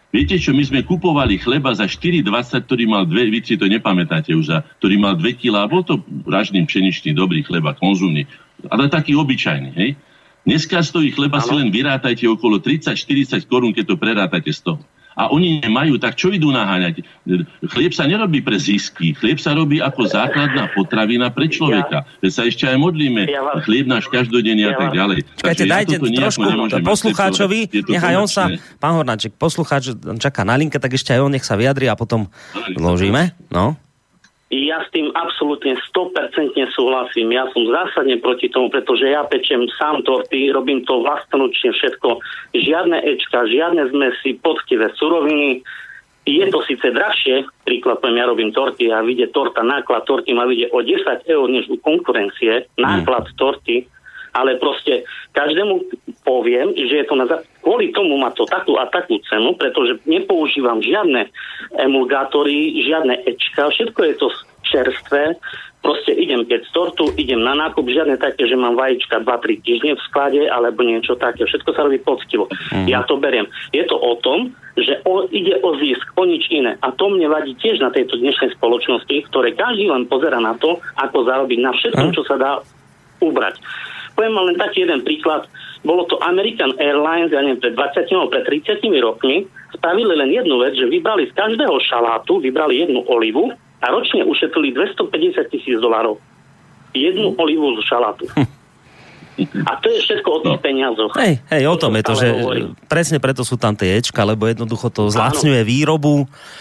Viete čo, my sme kupovali chleba za štyri dvadsať, ktorý mal dve, vy si to nepamätáte už, za, ktorý mal dve kilá, bol to ražný pšeničný, dobrý chleba, konzumný, ale taký obyčajný, hej. Dneska stojí chleba, ano. Si len vyrátajte okolo tridsať štyridsať korún, keď to prerátate z toho. A oni nemajú, tak čo idú naháňať? Chlieb sa nerobí pre zisky. Chlieb sa robí ako základná potravina pre človeka. Veď ja, sa ešte aj modlíme. Ja vás, chlieb náš každodenný ja a tak ďalej. Čakajte, ja dajte trošku poslucháčovi, nechaj on sa, pán Hornáček, poslucháč čaká na linke, tak ešte aj on nech sa vyjadri a potom vložíme. No. Ja s tým absolútne sto percent súhlasím. Ja som zásadne proti tomu, pretože ja pečiem sám torty, robím to vlastnoručne všetko. Žiadne ečka, žiadne zmesy, poctivé suroviny. Je to síce drahšie, príklad poviem, ja robím torty a vyjde torta, náklad torty má vyjde o desať eur než u konkurencie, náklad torty, ale proste každému poviem, že je to na za... kvôli tomu má to takú a takú cenu, pretože nepoužívam žiadne emulgátory, žiadne ečka, všetko je to čerstvé, proste idem pec tortu, idem na nákup, žiadne také, že mám vajíčka dva tri týždne v sklade, alebo niečo také, všetko sa robí poctivo. Mm. Ja to beriem. Je to o tom, že o, ide o zisk, o nič iné. A to mne vadí tiež na tejto dnešnej spoločnosti, ktoré každý len pozerá na to, ako zarobiť na všetkom, čo sa dá ubrať. Poviem len taký jeden príklad. Bolo to American Airlines, ja neviem, pred dvadsiatimi alebo pred tridsiatimi rokmi, spravili len jednu vec, že vybrali z každého šalátu, vybrali jednu olivu a ročne ušetrili dvestopäťdesiat tisíc dolárov. Jednu olivu z šalátu. A to je všetko o tých no. peniazoch. Hej, hej, o tom je to, že hovorí. Presne preto sú tam tie ečka, lebo jednoducho to zlacňuje výrobu,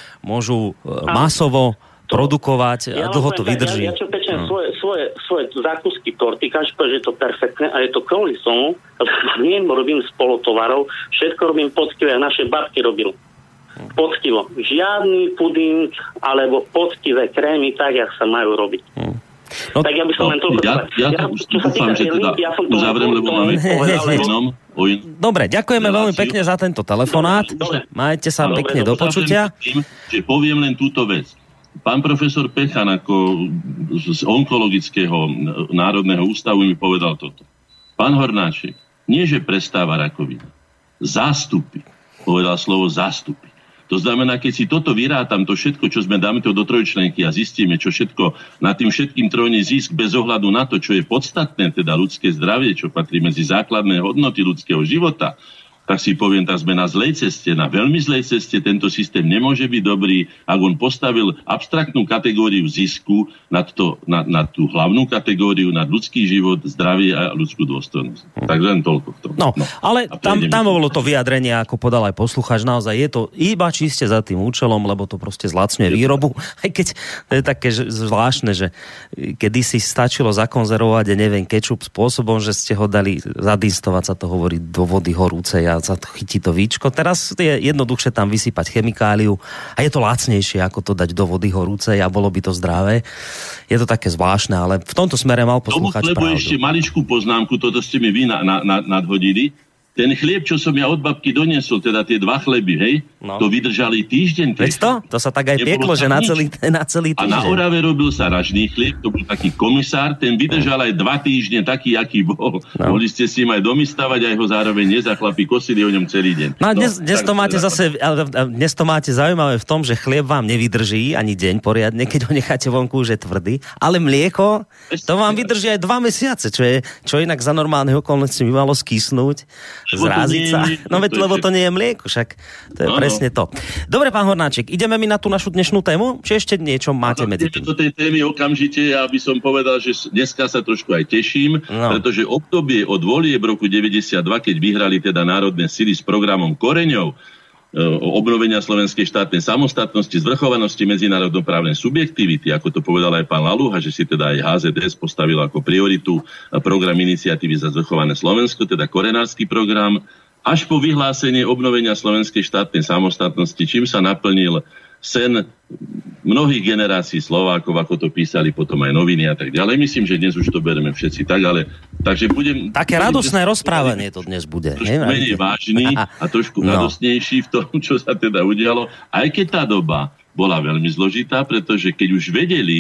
môžu Áno. masovo produkovať a ja dlho to vydrží. Ja, ja čo pečem no. svoje, svoje, svoje zákusky torty, každý povie, že je to perfektné a je to kvôli tomu, nie robím z polotovarov, všetko robím poctivo, a naše babky robili. Poctivo. Žiadny puding alebo poctivé krémy, tak, jak sa majú robiť. Hmm. No, tak ja by som no, len toľko... Ja, ja, ja už dúfam, že teda ja uzavriem, lebo máme inom. Dobre, ďakujeme veľmi pekne za tento telefonát. Dobre. Majte sa dobre, pekne do počutia. Tým, že poviem len túto vec. Pán profesor Pechan ako z onkologického národného ústavu mi povedal toto. Pán Hornáček, nie že prestáva rakovina. Zástupy. Povedal slovo zástupy. To znamená, keď si toto vyrátam, to všetko, čo sme dáme to do trojčlenky a zistíme, čo všetko na tým všetkým trojný zisk bez ohľadu na to, čo je podstatné, teda ľudské zdravie, čo patrí medzi základné hodnoty ľudského života, tak si poviem, tak sme na zlej ceste, na veľmi zlej ceste. Tento systém nemôže byť dobrý, ak on postavil abstraktnú kategóriu zisku nad, to, nad, nad tú hlavnú kategóriu, nad ľudský život, zdravie a ľudskú dôstojnosť. Hmm. Tak len toľko k tomu. No, no. Ale tam, tam bolo to vyjadrenie, ako podal aj poslucháč, naozaj je to iba čiste za tým účelom, lebo to proste zlacňuje výrobu. Aj keď to je také zvláštne, že kedysi stačilo zakonzervovať, neviem, kečup spôsobom, že ste ho dali zadistovať, sa to hovorí, do vody horúcej a sa to chytí to víčko. Teraz je jednoduchšie tam vysypať chemikáliu a je to lacnejšie, ako to dať do vody horúcej a bolo by to zdravé. Je to také zvláštne, ale v tomto smere mal poslúchať pravdu. Tomu chlebu ešte maličkú poznámku, toto ste mi vy na, na, na, nadhodili. Ten chlieb, čo som ja od babky doniesol, teda tie dva chleby, hej, no. To vydržali týždeň. Veď to? To sa tak aj pieklo, že na celý, na celý týždeň. A na Orave robil sa ražný chlieb, to bol taký komisár, ten vydržal aj dva týždne taký, aký bol. No. Mohli ste si im aj domystavať, aj ho zároveň nezachlapi, kosili o ňom celý deň. No a dnes, no, dnes to máte zase, dnes to máte zaujímavé v tom, že chlieb vám nevydrží ani deň poriadne, keď ho necháte vonku, že je tvrdý, ale mlieko, to vám vydrží aj dva mesiace, čo je, čo inak za normálne okolnosti by malo skysnúť. Zráziť sa. No veď, lebo to nie je mlieko, však to je no, presne to. Dobre, pán Hornáček, ideme mi na tú našu dnešnú tému? Či ešte niečo máte medzi tým? Do tej témy okamžite, ja by som povedal, že dneska sa trošku aj teším, no. Pretože obdobie od volieb roku deväťdesiatdva, keď vyhrali teda národné sily s programom Koreňov, obnovenia slovenskej štátnej samostatnosti, zvrchovanosti medzinárodnoprávnej subjektivity, ako to povedal aj pán Laluha, že si teda aj há zet es postavil ako prioritu program iniciatívy za zvrchované Slovensko, teda korenársky program, až po vyhlásenie obnovenia slovenskej štátnej samostatnosti, čím sa naplnil sen mnohých generácií Slovákov, ako to písali potom aj noviny a tak ďalej. Myslím, že dnes už to bereme všetci tak, ale takže budem... Také radosné rozprávanie to dnes bude. Trošku menej vážny a trošku no. radosnejší v tom, čo sa teda udialo. Aj keď tá doba bola veľmi zložitá, pretože keď už vedeli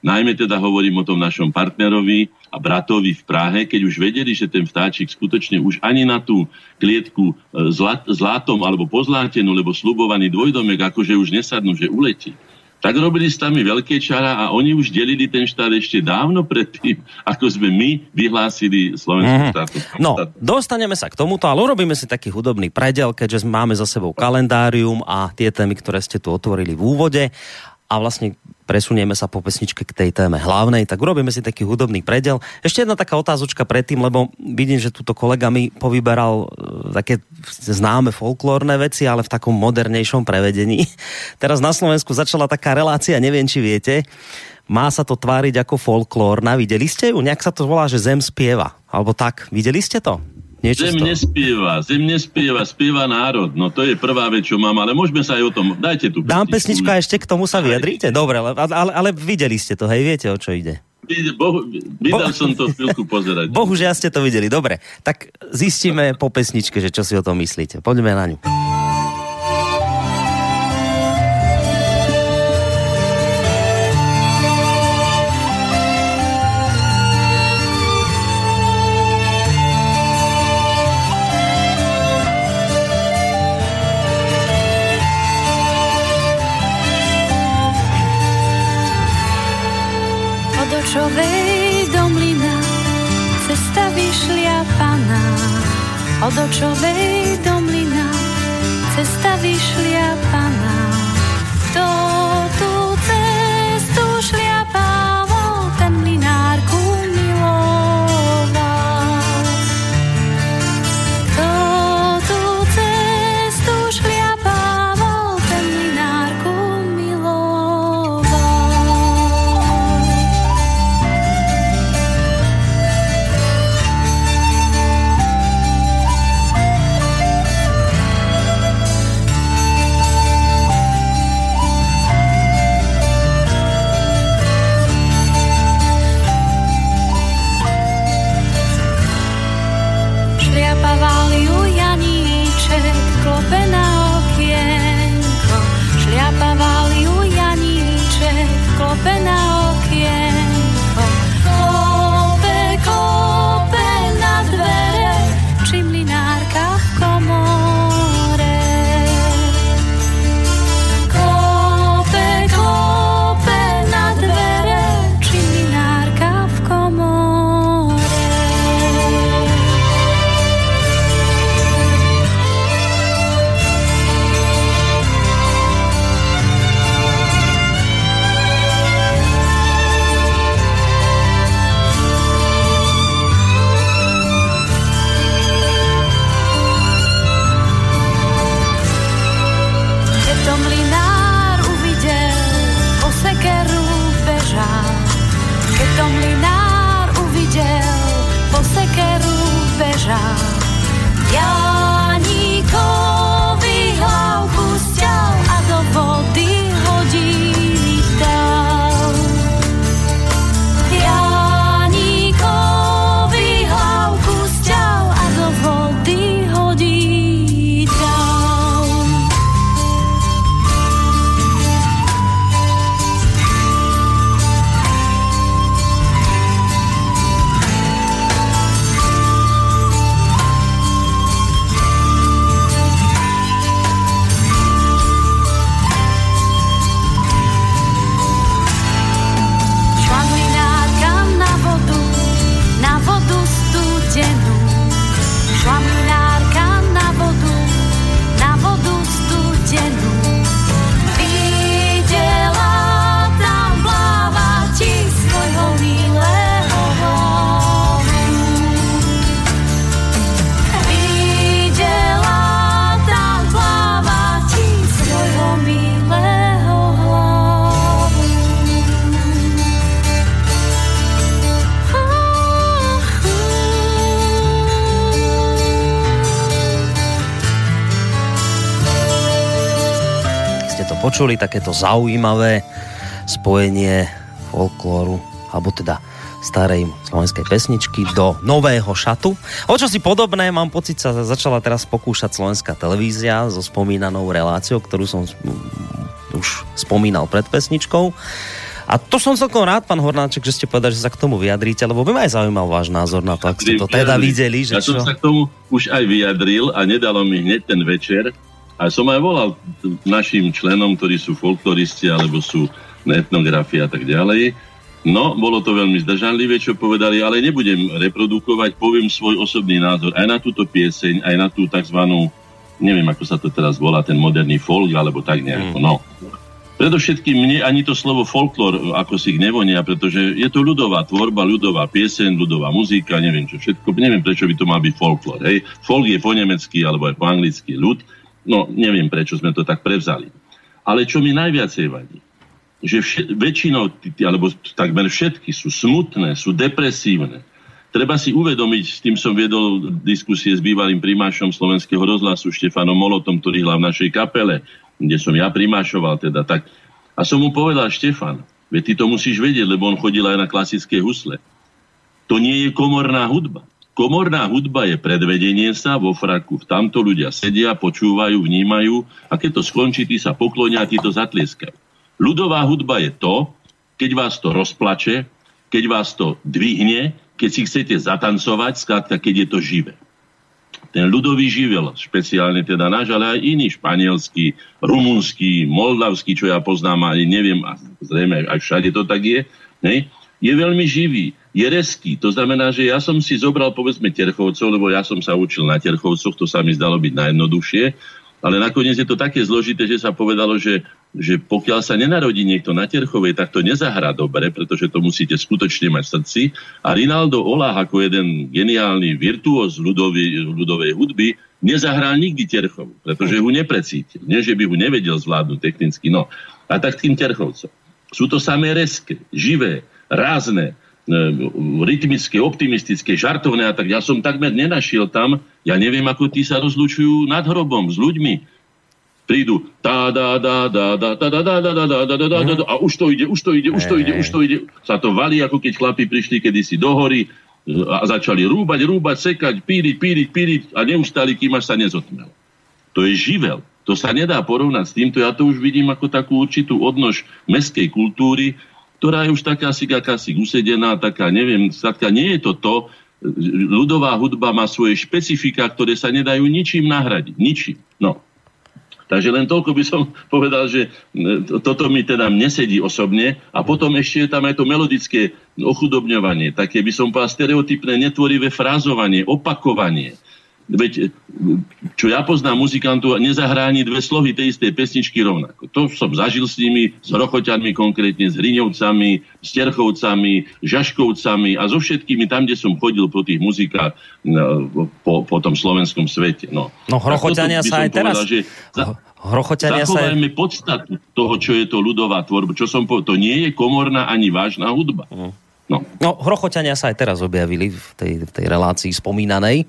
Najmä teda hovorím o tom našom partnerovi a bratovi v Prahe, keď už vedeli, že ten vtáčik skutočne už ani na tú klietku zlat, zlatom alebo pozlátenú, lebo slubovaný dvojdomek akože už nesadnú, že uletí. Tak robili s nami veľké čara a oni už delili ten štát ešte dávno predtým, ako sme my vyhlásili Slovenskú mm. štátu. No, dostaneme sa k tomuto, ale urobíme si taký hudobný predel, keďže máme za sebou kalendárium a tie témy, ktoré ste tu otvorili v úvode a vlastne presunieme sa po pesničke k tej téme hlavnej, tak urobíme si taký hudobný predel. Ešte jedna taká otázočka predtým, lebo vidím, že túto kolega mi povyberal také známe folklórne veci, ale v takom modernejšom prevedení. Teraz na Slovensku začala taká relácia, neviem, či viete, má sa to tváriť ako folklórna. Videli ste ju? Nejak sa to volá, že Zem spieva. Alebo tak. Videli ste to? Niečo zem nespieva, zem nespieva, spieva národ. No to je prvá vec, čo mám, ale môžeme sa aj o tom... Dajte tu pesničku. Dám pesničku a ešte k tomu sa vyjadríte? Dobre, ale, ale, ale videli ste to, hej, viete, o čo ide? Bohu, vydal Bo... som to chvíľku pozerať. Bohužiaľ ste to videli, dobre. Tak zistíme po pesničke, že čo si o tom myslíte. Poďme na ňu. Odočovej do mlyna cesta vyšliapaná. Od očovej do mlyna cesta vyšliapaná. Kto tú cestu šliapával, ten mlynárku miloval. Kto tú cestu šliapával, ten mlynárku miloval. Šliapaval ju Janíček, klope na okienko. Šliapaval ju Janíček, klope na okienko. Klope, klope na dvere, či mlynárka v komore. Klope, klope na dvere, či mlynárka v komore. Keď to mlynár uvidel, po sekeru bežal. Keď to mlynár uvidel, po sekeru bežal. Janíkovi hlavku sťal a do vody hodík dal. Janíkovi hlavku sťal a do vody hodík dal. Šla mlynárka na vodu, na vodu studenú. Šla mlynárka na vodu, na vodu studenú. Videla tam plávať svojho milého hlavu. Videla tam plávať svojho milého hlavu. Ste to počuli, takéto zaujímavé spojenie folklóru, alebo teda starej slovenskej pesničky do nového šatu. O čo si podobné, mám pocit, sa začala teraz pokúšať slovenská televízia so spomínanou reláciou, ktorú som mm, už spomínal pred pesničkou. A to som celkom rád, pán Hornáček, že ste povedali, že sa k tomu vyjadríte, lebo by ma aj zaujímal váš názor na to, ak ste to teda videli. Že ja čo? som sa k tomu už aj vyjadril a nedalo mi hneď ten večer. A som aj volal našim členom, ktorí sú folkloristi alebo sú na etnografii a tak ďalej. No, bolo to veľmi zdržanlivé, čo povedali, ale nebudem reprodukovať, poviem svoj osobný názor aj na túto pieseň, aj na tú takzvanú, neviem, ako sa to teraz volá, ten moderný folk, alebo tak nejako, no. Predovšetkým mne ani to slovo folklór ako si ich nevonia, pretože je to ľudová tvorba, ľudová pieseň, ľudová muzika, neviem čo všetko, neviem prečo by to mal byť folklór, hej. Folk je po nemecky alebo aj po anglicky ľud, no neviem prečo sme to tak prevzali. Ale čo mi najviacej vadí, že vš- väčšinou, alebo takmer všetky sú smutné, sú depresívne. Treba si uvedomiť, s tým som viedol diskusie s bývalým primášom Slovenského rozhlasu Štefanom Molotom, ktorý hral v našej kapele, kde som ja primášoval teda tak. A som mu povedal, Štefan, veď ty to musíš vedieť, lebo on chodil aj na klasické husle. To nie je komorná hudba. Komorná hudba je predvedenie sa vo fraku. Tamto ľudia sedia, počúvajú, vnímajú a keď to skončí, tí sa poklonia a tí to zatlieskajú. Ľudová hudba je to, keď vás to rozplače, keď vás to dvihne, keď si chcete zatancovať, skrátka, keď je to živé. Ten ľudový živel, špeciálne teda náš, ale aj iný, španielský, rumunský, moldavský, čo ja poznám, ale neviem, a zrejme aj všade to tak je, ne? Je veľmi živý, je rezký. To znamená, že ja som si zobral, povedzme, Terchovcov, lebo ja som sa učil na Terchovcoch, to sa mi zdalo byť najjednoduchšie, ale nakoniec je to také zložité, že sa povedalo, že, že pokiaľ sa nenarodí niekto na Terchovej, tak to nezahrá dobre, pretože to musíte skutočne mať v srdci. A Rinaldo Olah ako jeden geniálny virtuóz ľudovej, ľudovej hudby nezahral nikdy Terchovu, pretože ho neprecítil. Nie, že by ho nevedel zvládnuť technicky. No. A tak tým Terchovcom. Sú to samé rezké, živé, rázne, rytmické, optimistické, žartovné a tak. Ja som takmer nenašiel tam, ja neviem, ako tí sa rozlučujú nad hrobom s ľuďmi. Prídu tá, dá, dá, dá, dá, dá, dá, dá, dá, dá, dá, dá, dá, a už to ide, už to ide, už to ide, už to ide. Sa to valí, ako keď chlapi prišli kedysi do hory a začali rúbať, rúbať, sekať, píriť, píriť, píriť a neustali, kým až sa nezotmel. To je živel. To sa nedá porovnať s týmto. Ja to už vidím ako takú určitú odnož mestskej kultúry, ktorá je už taká si akási usedená, taká, neviem, skladka, nie je to to. Ľudová hudba má svoje špecifika, ktoré sa nedajú ničím nahradiť. Ničím. No. Takže len toľko by som povedal, že toto mi teda nesedí osobne. A potom ešte je tam aj to melodické ochudobňovanie. Také by som povedal stereotypné, netvorivé frázovanie, opakovanie. Veď, čo ja poznám muzikantov, nezahrá ani dve slohy tej istej pesničky rovnako. To som zažil s nimi, s Rochoťanmi konkrétne, s Hriňovcami, s Terchovcami, Žaškovcami a so všetkými tam, kde som chodil po tých muzikách no, po, po tom slovenskom svete. No, no Hrochoťania sa aj teraz... Povedal, že za, Hrochoťania zachovajme sa... podstatu toho, čo je to ľudová tvorba. Čo som povedal, to nie je komorná ani vážna hudba. Mm. No. no, Hrochoťania sa aj teraz objavili v tej, v tej relácii spomínanej.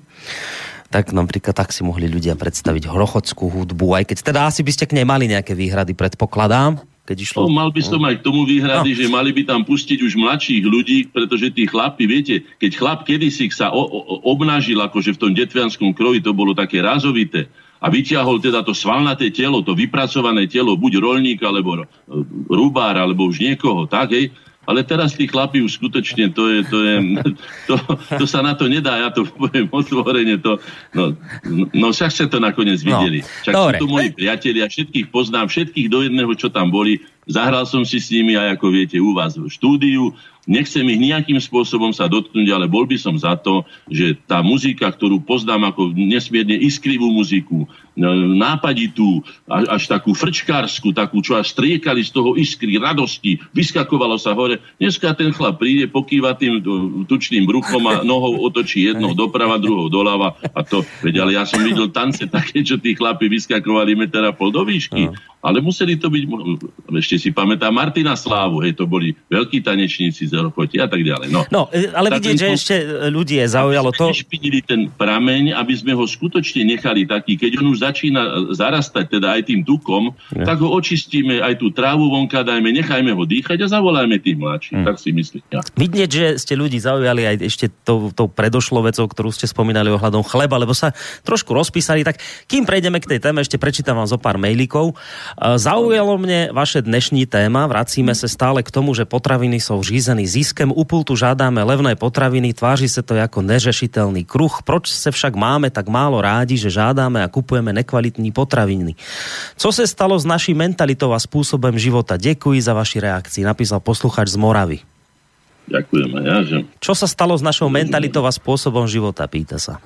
Tak napríklad tak si mohli ľudia predstaviť hrochockú hudbu, aj keď teda asi by ste k nej mali nejaké výhrady, predpokladám. Keď išlo... No, mal by som aj k tomu výhrady, no. Že mali by tam pustiť už mladších ľudí, pretože tí chlapi, viete, keď chlap kedysi sa o, o, obnažil, akože v tom detvianskom kroji to bolo také rázovité, a vyťahol teda to svalnaté telo, to vypracované telo, buď roľník, alebo rubár, alebo už niekoho, tak, hej. Ale teraz tí chlapi už skutočne, to je, to je, to, to sa na to nedá, ja to poviem otvorene, to, no, no však ste to nakoniec videli. Však no, sú to moji priatelia, všetkých poznám, všetkých do jedného, čo tam boli, zahral som si s nimi aj, ako viete, u vás v štúdiu, nechcem ich nejakým spôsobom sa dotknúť, ale bol by som za to, že tá muzika, ktorú poznám ako nesmierne iskrivú muziku, nápaditú, až takú frčkárskú, takú, čo až striekali z toho iskry, radosti, vyskakovalo sa hore. Dneska ten chlap príde, pokýva tým tučným bruchom a nohou otočí jednou doprava, druhou doľava a to, veď, ale ja som videl tance také, čo tí chlapi vyskakovali meter a pol do výšky. Ale museli to byť, ešte si pamätám, Martina Slávu, hej, to boli veľkí tanečníci z Rochoty a tak ďalej. No, no ale tak vidieť, že ešte ľudí zaujalo to... Aby sme nešpinili ten prameň, aby sme ho skutočne nechali taký, keď on už začína zarastať, teda aj tým tukom, ja. Tak ho očistíme, aj tú trávu vonka dajme, nechajme ho dýchať a zavolajme tých mladších, hmm. tak si myslím. Ja. Vidieť, že ste ľudí zaujali aj ešte tou, tou predošlou vecou, ktorú ste spomínali ohľadom chleba, lebo sa trošku rozpísali, tak kým prejdeme k tej téme, ešte prečítam vám zo pár mailíkov. Zaujalo mne vaše dnešné dnešní téma. Vracíme sa stále k tomu, že potraviny sú řízený ziskem. U pultu žádáme levné potraviny, tváži sa to ako neřešiteľný kruh. Proč sa však máme tak málo rádi, že žádáme a kupujeme nekvalitní potraviny? Co sa stalo s naší mentalitou a spôsobom života? Ďakujem za vaši reakcii, napísal posluchač z Moravy. Ďakujem. Ja, že... Čo sa stalo s našou mentalitou a spôsobom života, pýta sa.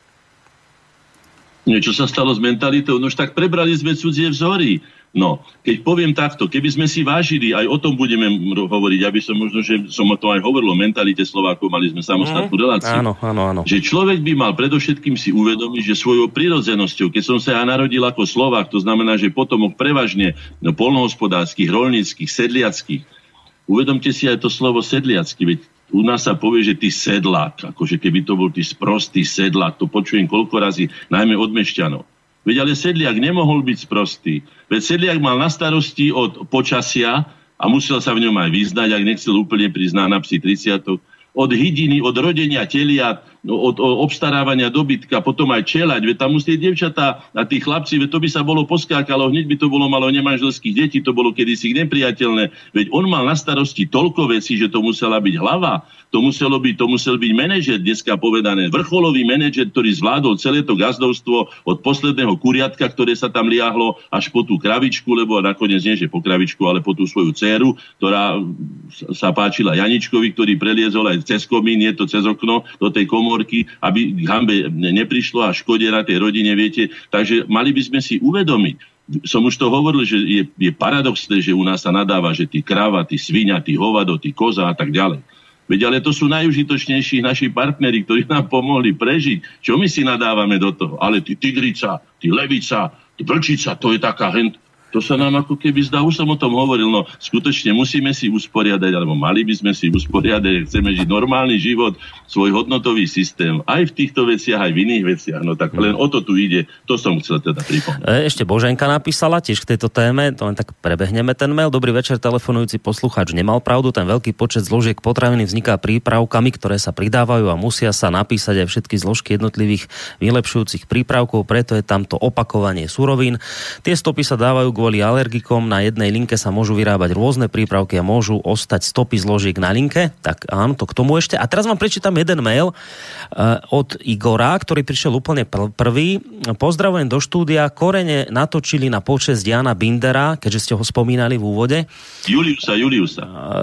Nie, čo sa stalo s mentalitou? No už tak prebrali sme cudzie vzory. No, keď poviem takto, keby sme si vážili, aj o tom budeme hovoriť, aby som možno, že som o tom aj hovoril, o mentalite Slovákov, mali sme samostatnú reláciu. Áno, áno, áno. Že človek by mal predovšetkým si uvedomiť, že svojou prirodzenosťou, keď som sa ja narodil ako Slovák, to znamená, že potomok prevažne no, poľnohospodárskych, roľníckych, sedliackých, uvedomte si aj to slovo sedliacky, veď u nás sa povie, že ty sedlák, akože keby to bol ty sprostý sedlák, to počujem koľko razy, najmä od mešťanov. Veď ale sedliak nemohol byť sprostý. Veď sedliak mal na starosti od počasia a musel sa v ňom aj vyznať, ak nechcel úplne priznať na psi tridsiatok, od hydiny, od rodenia teliat, od, od obstarávania dobytka, potom aj čeľať, veď tam musí dievčatá a tí chlapci, veď to by sa bolo poskákalo, hneď by to bolo malo nemanželských detí, to bolo kedysi nepriateľné, veď on mal na starosti toľko vecí, že to musela byť hlava, to muselo byť, to musel byť manažer, dneska povedané, vrcholový manažer, ktorý zvládol celé to gazdovstvo od posledného kuriatka, ktoré sa tam liahlo, až po tú kravičku, lebo nakoniec nie, že po kravičku, ale po tú svoju dcéru, ktorá sa páčila Janičkovi, ktorý preliezol aj cez komín, nie to cez okno, do tej komórky, aby k hanbe neprišlo a škode na tej rodine, viete. Takže mali by sme si uvedomiť, som už to hovoril, že je, je paradoxné, že u nás sa nadáva, že tí kráva, tí svinia, tí hovado, tí koza a tak ďalej. Veď ale to sú najužitočnejší naši partneri, ktorí nám pomohli prežiť. Čo my si nadávame do toho? Ale ty tigrica, ty levica, ty vlčica, to je taká hent... To sa nám ako keby zdá, už som o tom hovoril, no skutočne musíme si usporiadať, alebo mali by sme si usporiadať, chceme žiť normálny život, svoj hodnotový systém, aj v týchto veciach, aj v iných veciach, no tak len o to tu ide, to som chcel teda pripomínať. Ešte Boženka napísala tiež k tejto téme, to len tak prebehneme ten mail. Dobrý večer, telefonujúci poslucháč nemal pravdu, ten veľký počet zložiek potraviny vzniká prípravkami, ktoré sa pridávajú a musia sa napísať aj všetky zložky jednotlivých vylepšujúcich prípravkov, preto je tamto opakovanie surovín. Tie stopy sa dávajú kvôli alergikom, na jednej linke sa môžu vyrábať rôzne prípravky a môžu ostať stopy zložiek na linke. Tak áno, to k tomu ešte. A teraz vám prečítam jeden mail uh, od Igora, ktorý prišiel úplne pr- prvý. Pozdravujem do štúdia. Korene natočili na počesť Jana Bindera, keďže ste ho spomínali v úvode. Juliusa, Juliusa.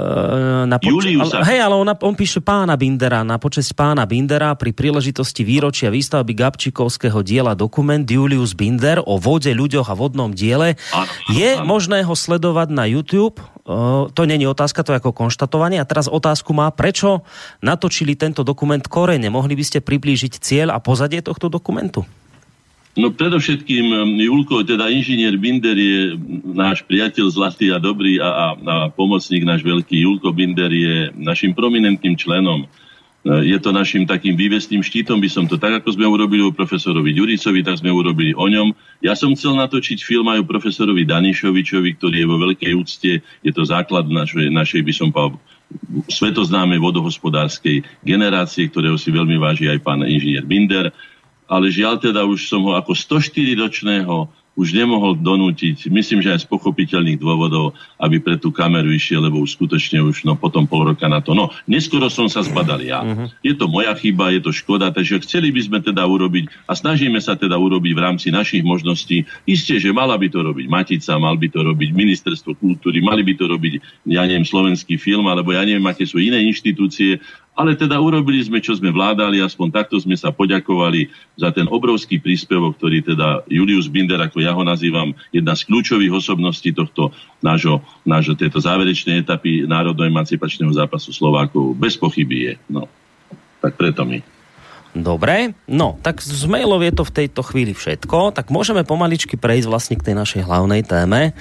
Uh, na poč- Juliusa. Ale, hej, ale on, on píše pána Bindera, na počesť pána Bindera pri príležitosti výročia výstavby Gabčíkovského diela dokument Julius Binder o vode, ľuďoch a vodnom diele. Je možné ho sledovať na YouTube? Uh, to nie je otázka, to je ako konštatovanie. A teraz otázku má, prečo natočili tento dokument Korene? Mohli by ste priblížiť cieľ a pozadie tohto dokumentu? No predovšetkým Julko, teda inžinier Binder je náš priateľ zlatý a dobrý a, a, a pomocník náš veľký. Julko Binder je našim prominentným členom. Je to našim takým vývesným štítom, by som to tak, ako sme urobili o profesorovi Ďuricovi, tak sme urobili o ňom. Ja som chcel natočiť film aj o profesorovi Danišovičovi, ktorý je vo veľkej úcte, je to základ našej, našej by som povedal, svetoznámej vodohospodárskej generácie, ktorého si veľmi váži aj pán inžinier Binder. Ale žiaľ teda už som ho ako stoštyriročného už nemohol donútiť, myslím, že aj z pochopiteľných dôvodov, aby pre tú kameru išiel, lebo už skutočne už no, potom pol roka na to. No, neskoro som sa zbadal ja. Uh-huh. Je to moja chyba, je to škoda, takže chceli by sme teda urobiť a snažíme sa teda urobiť v rámci našich možností. Isté, že mala by to robiť Matica, mal by to robiť Ministerstvo kultúry, mali by to robiť, ja neviem, Slovenský film, alebo ja neviem, aké sú iné inštitúcie, ale teda urobili sme, čo sme vládali, aspoň takto sme sa poďakovali za ten obrovský príspevok, ktorý teda Julius Binder, ako ja ho nazývam, jedna z kľúčových osobností tohto nášho, nášho tejto záverečnej etapy národno-emancipačného zápasu Slovákov bez pochyby je. No, tak preto my. Dobre, no, tak z mailov je to v tejto chvíli všetko, tak môžeme pomaličky prejsť vlastne k tej našej hlavnej téme.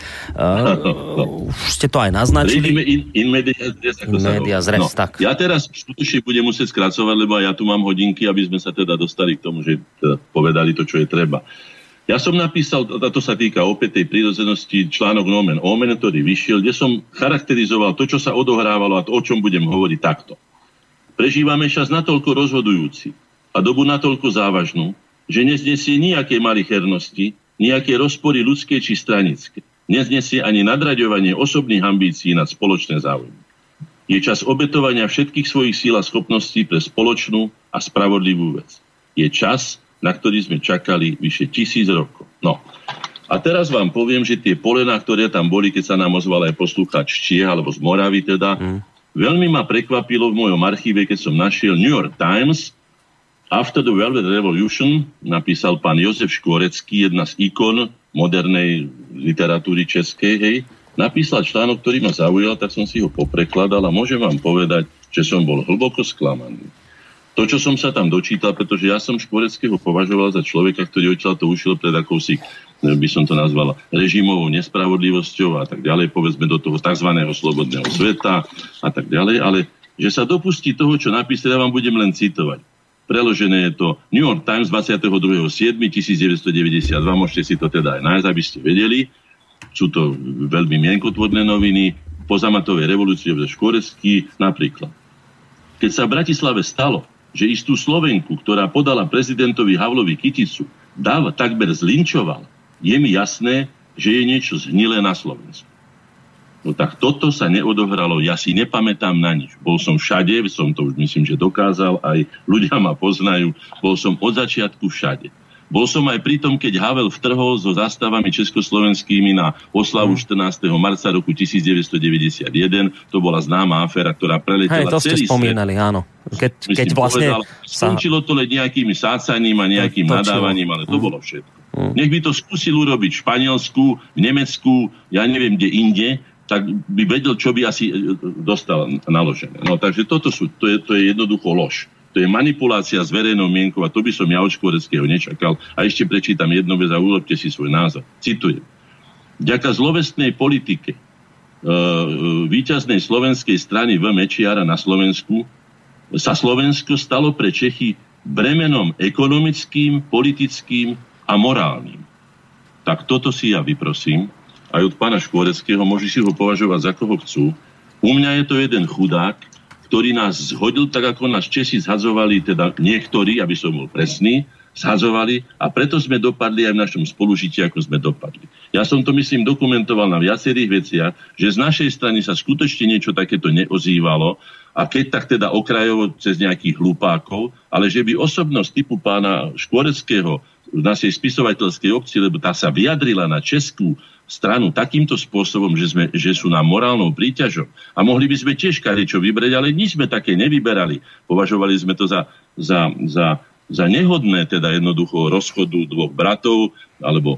Uh, už ste to aj naznačili. Prejdeme in, in media res, ako in media res, no, tak. Ja teraz skutočne budem musieť skracovať, lebo ja tu mám hodinky, aby sme sa teda dostali k tomu, že teda povedali to, čo je treba. Ja som napísal, a to sa týka opäť tej prírodzenosti, článok Nomen Omen, ktorý vyšiel, kde som charakterizoval to, čo sa odohrávalo a to, o čom budem hovoriť takto. Prežívame čas natoľko rozhodujúci a dobu natoľko závažnú, že neznesie nijaké malichernosti, nijaké rozpory ľudské či stranické. neznesie ani nadraďovanie osobných ambícií nad spoločné záujmy. Je čas obetovania všetkých svojich síl a schopností pre spoločnú a spravodlivú vec. Je čas, na ktorý sme čakali vyše tisíc rokov. No. A teraz vám poviem, že tie polená, ktoré tam boli, keď sa nám ozval aj poslucháč Čiech, alebo z Moravy teda, mm. veľmi ma prekvapilo v mojom archíve, keď som našiel New York Times. After the Velvet Revolution napísal pán Jozef Škvorecký, jedna z ikon modernej literatúry českej, hej, napísal článok, ktorý ma zaujal, tak som si ho poprekladal a môžem vám povedať, že som bol hlboko sklamaný. To, čo som sa tam dočítal, pretože ja som Škvoreckého považoval za človeka, ktorý odtiaľ to ušiel pred akousi, by som to nazval, režimovou nespravodlivosťou a tak ďalej, povedzme do toho tzv. Slobodného sveta a tak ďalej, ale že sa dopustí toho, čo napísal, ja vám budem len citovať. Preložené je to New York Times dvadsiateho druhého júla devätnásťstodeväťdesiatdva, môžete si to teda aj nájsť, aby ste vedeli. Sú to veľmi mienkotvorné noviny. Po zamatovej revolúcii Škvorecký napríklad. Keď sa v Bratislave stalo, že istú Slovenku, ktorá podala prezidentovi Havlovi kyticu, Dav takmer zlinčoval, je mi jasné, že je niečo zhnilé na Slovensku. No tak toto sa neodohralo, ja si nepamätám na nič. Bol som všade, som to už myslím, že dokázal, aj ľudia ma poznajú, bol som od začiatku všade. Bol som aj pri tom, keď Havel vtrhol so zástavami československými na oslavu štrnásteho marca roku devätnásťstodeväťdesiatjeden. To bola známa aféra, ktorá preletela celý svet. Hej, to ste spomínali, áno. Keď, myslím, keď vlastne... Povedal, sa... Skončilo to len nejakými sácaním a nejakým to, nadávaním, ale to mm. bolo všetko. Mm. Nech by to skúsil urobiť v Španielsku, v Nemecku, ja neviem kde inde, tak by vedel, čo by asi dostal naložené. No takže toto sú, to je, to je jednoducho lož. To je manipulácia s verejnou mienkou a to by som ja od Škvoreckého nečakal. A ešte prečítam jednu vec a urobte si svoj názor. Citujem. Vďaka zlovestnej politike e, víťaznej slovenskej strany V. Mečiara na Slovensku sa Slovensko stalo pre Čechy bremenom ekonomickým, politickým a morálnym. Tak toto si ja vyprosím aj od pána Škvoreckého, môžu si ho považovať za koho chcú. U mňa je to jeden chudák, ktorý nás zhodil, tak ako nás Česi zhadzovali, teda niektorí, aby som bol presný, zhadzovali a preto sme dopadli aj v našom spolužití, ako sme dopadli. Ja som to, myslím, dokumentoval na viacerých veciach, že z našej strany sa skutočne niečo takéto neozývalo a keď tak teda okrajovo cez nejakých hlupákov, ale že by osobnosť typu pána Škvoreckého v našej spisovateľskej obci, lebo tá sa vyjadrila na českú stranu takýmto spôsobom, že, sme, že sú nám morálnou príťažou. A mohli by sme tiež kadečo vybrať, ale nič sme také nevyberali. Považovali sme to za, za, za, za nehodné, teda jednoducho rozchodu dvoch bratov, alebo,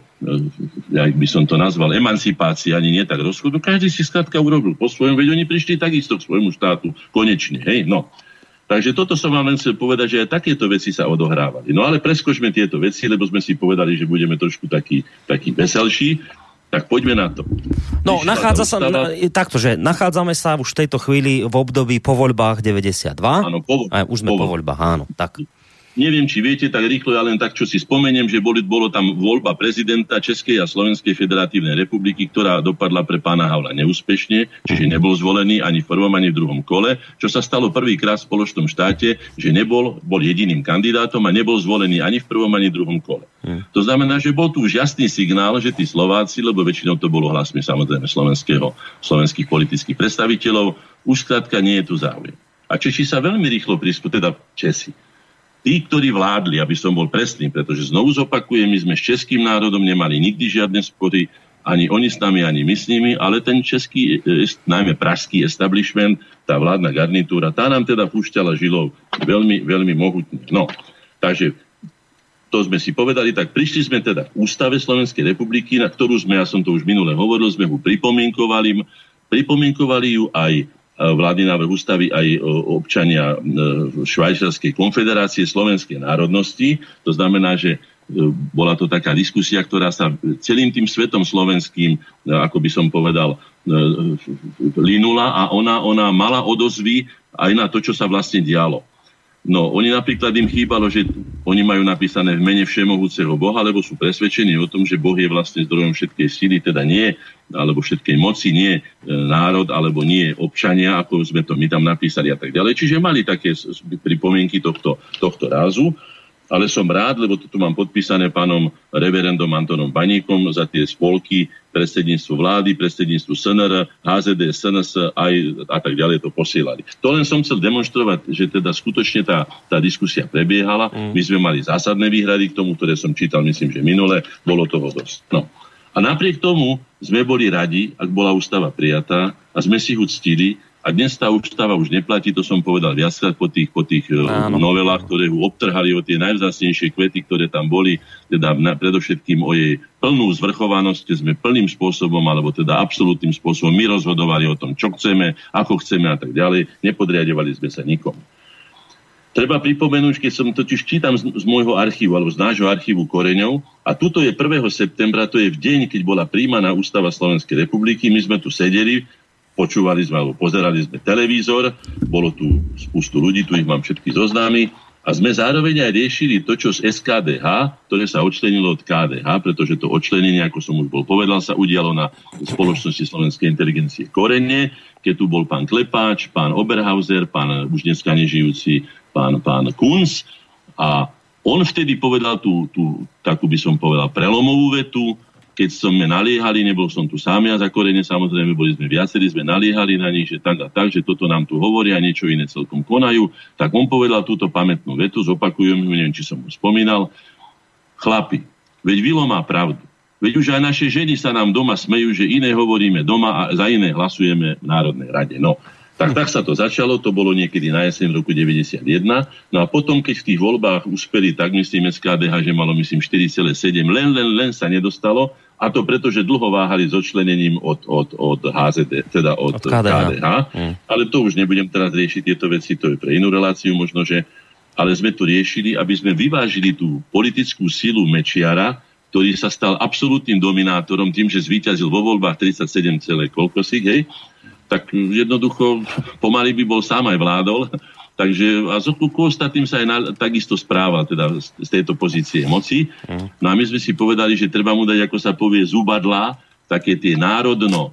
ja by som to nazval, emancipácii, ani nie tak rozchodu. Každý si skrátka urobil po svojom, veď oni prišli takisto k svojmu štátu, konečne, hej, no. Takže toto som vám len chcel povedať, že aj takéto veci sa odohrávali. No ale preskočme tieto veci, lebo sme si povedali, že budeme trošku taký, taký veselší. Tak poďme na to. No, nachádza sa, na, takto, že nachádzame sa už v tejto chvíli v období po voľbách deväťdesiatdva. Áno, po, Aj, už sme po, po voľbách, áno. Tak. Neviem, či viete, tak rýchlo, ja len tak, čo si spomeniem, že boli, bolo tam voľba prezidenta Českej a Slovenskej federatívnej republiky, ktorá dopadla pre pána Havla neúspešne, čiže nebol zvolený ani v prvom, ani v druhom kole, čo sa stalo prvýkrát v spoločnom štáte, že nebol, bol jediným kandidátom a nebol zvolený ani v prvom, ani v druhom kole. Hmm. To znamená, že bol tu už jasný signál, že tí Slováci, lebo väčšinou to bolo hlasmi samozrejme slovenského, slovenských politických predstaviteľov, už skrátka nie je tu záujem. A Češi sa veľmi rýchlo prispú, teda Česi. Tí, ktorí vládli, aby som bol presný, pretože znovu zopakujem, my sme s českým národom nemali nikdy žiadne spory, ani oni s nami, ani my s nimi, ale ten český, najmä pražský establishment, tá vládna garnitúra, tá nám teda púšťala žilou veľmi, veľmi mohutne. No, takže to sme si povedali, tak prišli sme teda k Ústave Slovenskej republiky, na ktorú sme, ja som to už minule hovoril, sme ho pripomienkovali, pripomienkovali ju aj vládny návrh ústavy aj občania Švajčiarskej konfederácie slovenskej národnosti. To znamená, že bola to taká diskusia, ktorá sa celým tým svetom slovenským, ako by som povedal, linula a ona, ona mala odozvy aj na to, čo sa vlastne dialo. No, oni napríklad im chýbalo, že oni majú napísané v mene všemohúceho Boha, lebo sú presvedčení o tom, že Boh je vlastne zdrojom všetkej sily, teda nie, alebo všetkej moci, nie národ, alebo nie občania, ako sme to my tam napísali a tak ďalej. Čiže mali také pripomienky tohto, tohto rázu. ale som rád, lebo to tu mám podpísané pánom reverendom Antonom Baníkom za tie spolky, predsedníctvo vlády, predsedníctvo es en er, há zet dé, es en es aj a tak ďalej to posielali. To len som chcel demonstrovať, že teda skutočne tá, tá diskusia prebiehala. Mm. My sme mali zásadné výhrady k tomu, ktoré som čítal, myslím, že minule, bolo toho dosť. No. A napriek tomu sme boli radi, ak bola ústava prijatá a sme si ju ctili. A dnes tá ústava už neplatí, to som povedal viackrát po tých, po tých novelách, ktoré ho obtrhali o tie najvzácnejšie kvety, ktoré tam boli, teda na, predovšetkým o jej plnú zvrchovanosť, sme plným spôsobom, alebo teda absolútnym spôsobom my rozhodovali o tom, čo chceme, ako chceme a tak ďalej. Nepodriadovali sme sa nikomu. Treba pripomenúť, keď som totiž čítam z, z môjho archívu, alebo z nášho archívu Koreňov, a tuto je prvého septembra, to je v deň, keď bola príjmaná ústava Slovenskej republiky, my sme tu sedeli, počúvali sme alebo pozerali sme televízor, bolo tu spustu ľudí, tu ich mám všetky zoznámy a sme zároveň aj riešili to, čo z es ká dé há, ktoré sa odčlenilo od ká dé há, pretože to odčlenenie, ako som už bol povedal, sa udialo na spoločnosti Slovenskej inteligencie Korene, keď tu bol pán Klepáč, pán Oberhauser, pán už dneska nežijúci pán, pán Kunz a on vtedy povedal tú, tú, takú by som povedal, prelomovú vetu. Keď sme naliehali, nebol som tu sám ja za Korene, samozrejme, boli sme viacerí, sme naliehali na nich, že tak a tak, že toto nám tu hovoria, niečo iné celkom konajú, tak on povedal túto pamätnú vetu, zopakujem ju, neviem, či som ho spomínal. Chlapi, veď Vilo má pravdu. Veď už aj naše ženy sa nám doma smejú, že iné hovoríme doma a za iné hlasujeme v Národnej rade. No, tak, tak sa to začalo, to bolo niekedy na jeseň v roku deväťdesiatjeden. No a potom, keď v tých voľbách uspeli, tak myslím es ká dé há, že malo myslím štyri celé sedem, len, len, len sa nedostalo. A to preto, že dlho váhali s odčlenením od, od, od há zet dé, teda od, od ká dé há. ká dé há. Mm. Ale to už nebudem teraz riešiť tieto veci, to je pre inú reláciu možno, že... Ale sme to riešili, aby sme vyvážili tú politickú silu Mečiara, ktorý sa stal absolútnym dominátorom tým, že zvíťazil vo voľbách tridsaťsedem celé koľko si, hej? Tak jednoducho pomaly by bol sám aj vládol. Takže a z ku ostatným sa aj na, takisto správal teda z, z tejto pozície moci. No a my sme si povedali, že treba mu dať, ako sa povie, zubadlá, také tie národno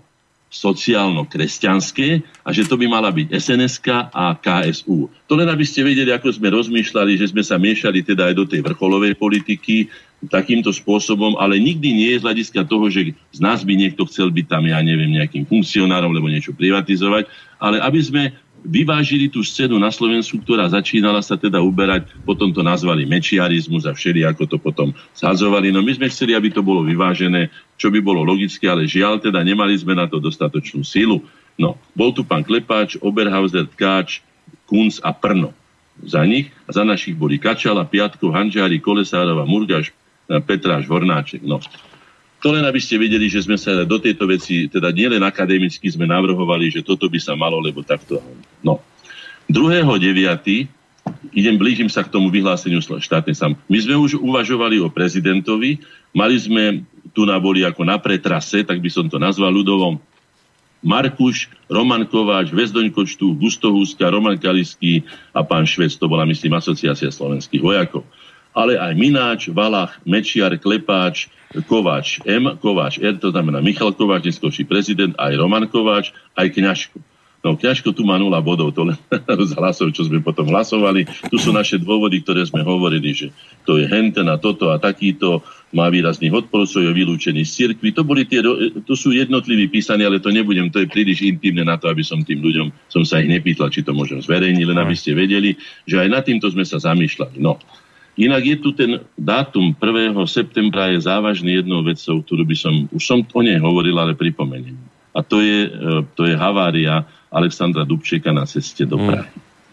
sociálno-kresťanské a že to by mala byť es en es ká a ká es ú. To len aby ste vedeli, ako sme rozmýšľali, že sme sa miešali teda aj do tej vrcholovej politiky takýmto spôsobom, ale nikdy nie je z hľadiska toho, že z nás by niekto chcel byť tam, ja neviem, nejakým funkcionárom, lebo niečo privatizovať, ale aby sme vyvážili tú scénu na Slovensku, ktorá začínala sa teda uberať, potom to nazvali mečiarizmus a všeli, ako to potom zhadzovali. No my sme chceli, aby to bolo vyvážené, čo by bolo logické, ale žiaľ, teda nemali sme na to dostatočnú sílu. No, bol tu pán Klepáč, Oberhauser, Tkáč, Kunz a Prno. Za nich a za našich boli Kačala, Piatkov, Hanžári, Kolesárova, Murgáš, Petráš, Hornáček. No. To len, aby ste videli, že sme sa do tejto veci, teda nielen akademicky sme navrhovali, že toto by sa malo, lebo takto. No. druhého deviateho idem, blížim sa k tomu vyhláseniu štátnej sam. My sme už uvažovali o prezidentovi, mali sme tu na boli ako na pretrase, tak by som to nazval ľudovom, Markuš, Roman Kováč, Vezdoň Kočtu, Gusto Húska, Roman Kaliský a pán Švec, to bola, myslím, Asociácia slovenských vojakov. Ale aj Mináč, Valach, Mečiar, Klepáč, Kováč M, Kováč R, to znamená Michal Kováč, dneskoší prezident, aj Roman Kováč, aj Kňažko. No, Kňažko tu má nula bodov, to len z hlasov, čo sme potom hlasovali. Tu sú naše dôvody, ktoré sme hovorili, že to je henten a toto a takýto, má výrazný odporcov, je vylúčený z cirkvi. To, boli tie, to sú jednotliví písaní, ale to nebudem, to je príliš intimné na to, aby som tým ľuďom, som sa ich nepýtal, či to môžem zverejniť, len aby ste vedeli, že aj nad týmto sme sa zamýšľali. No. Inak je tu ten dátum prvého septembra je závažný jednou vecou, ktorú by som, už som o nej hovoril, ale pripomeniem. A to je, to je havária Alexandra Dubčeka na ceste do Prahy.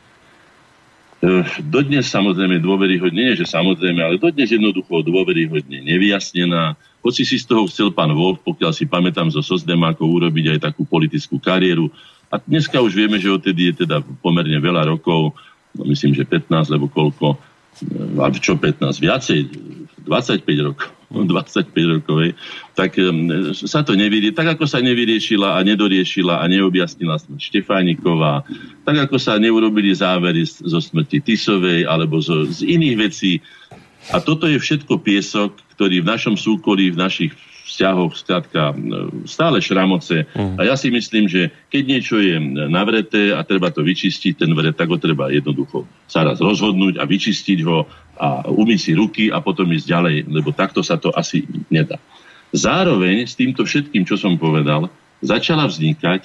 Mm. Dodnes samozrejme dôveryhodne, nie že samozrejme, ale dodnes jednoducho dôveryhodne nevyjasnená. Hoci si z toho chcel pán Wolf, pokiaľ si pamätám zo Sosdemákov, urobiť aj takú politickú kariéru. A dneska už vieme, že odtedy je teda pomerne veľa rokov, no myslím, že pätnásť, lebo koľko, a čo pätnásť, viacej, dvadsaťpäť rokov, dvadsaťpäť rokov, hej, tak um, sa to nevyriešila, tak ako sa nevyriešila a nedoriešila a neobjasnila smrť Štefániková, tak ako sa neurobili závery zo smrti Tisovej alebo zo, z iných vecí. A toto je všetko piesok, ktorý v našom súkolí, v našich vzťahoch, skrátka stále šramoce. Uh-huh. A ja si myslím, že keď niečo je navreté a treba to vyčistiť, ten vret, tak ho treba jednoducho sa raz rozhodnúť a vyčistiť ho a umyť si ruky a potom ísť ďalej, lebo takto sa to asi nedá. Zároveň s týmto všetkým, čo som povedal, začala vznikať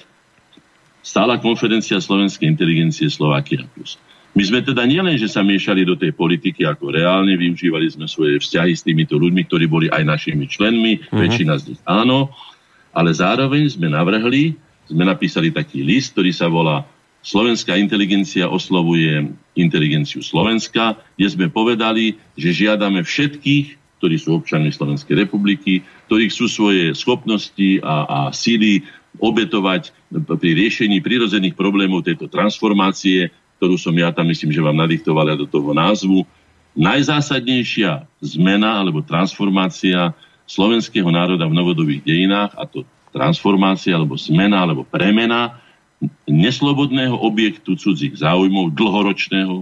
stála konferencia slovenskej inteligencie Slovakia plus. My sme teda nielen, že sa miešali do tej politiky ako reálne, využívali sme svoje vzťahy s týmito ľuďmi, ktorí boli aj našimi členmi, uh-huh. väčšina z nich áno, ale zároveň sme navrhli, sme napísali taký list, ktorý sa volá Slovenská inteligencia oslovuje inteligenciu Slovenska, kde sme povedali, že žiadame všetkých, ktorí sú občanmi Slovenskej republiky, ktorí chcú svoje schopnosti a, a síly obetovať pri riešení prirodzených problémov tejto transformácie, ktorú som ja tam myslím, že vám nadiktoval do toho názvu. Najzásadnejšia zmena alebo transformácia slovenského národa v novodobých dejinách, a to transformácia alebo zmena alebo premena neslobodného objektu cudzích záujmov dlhoročného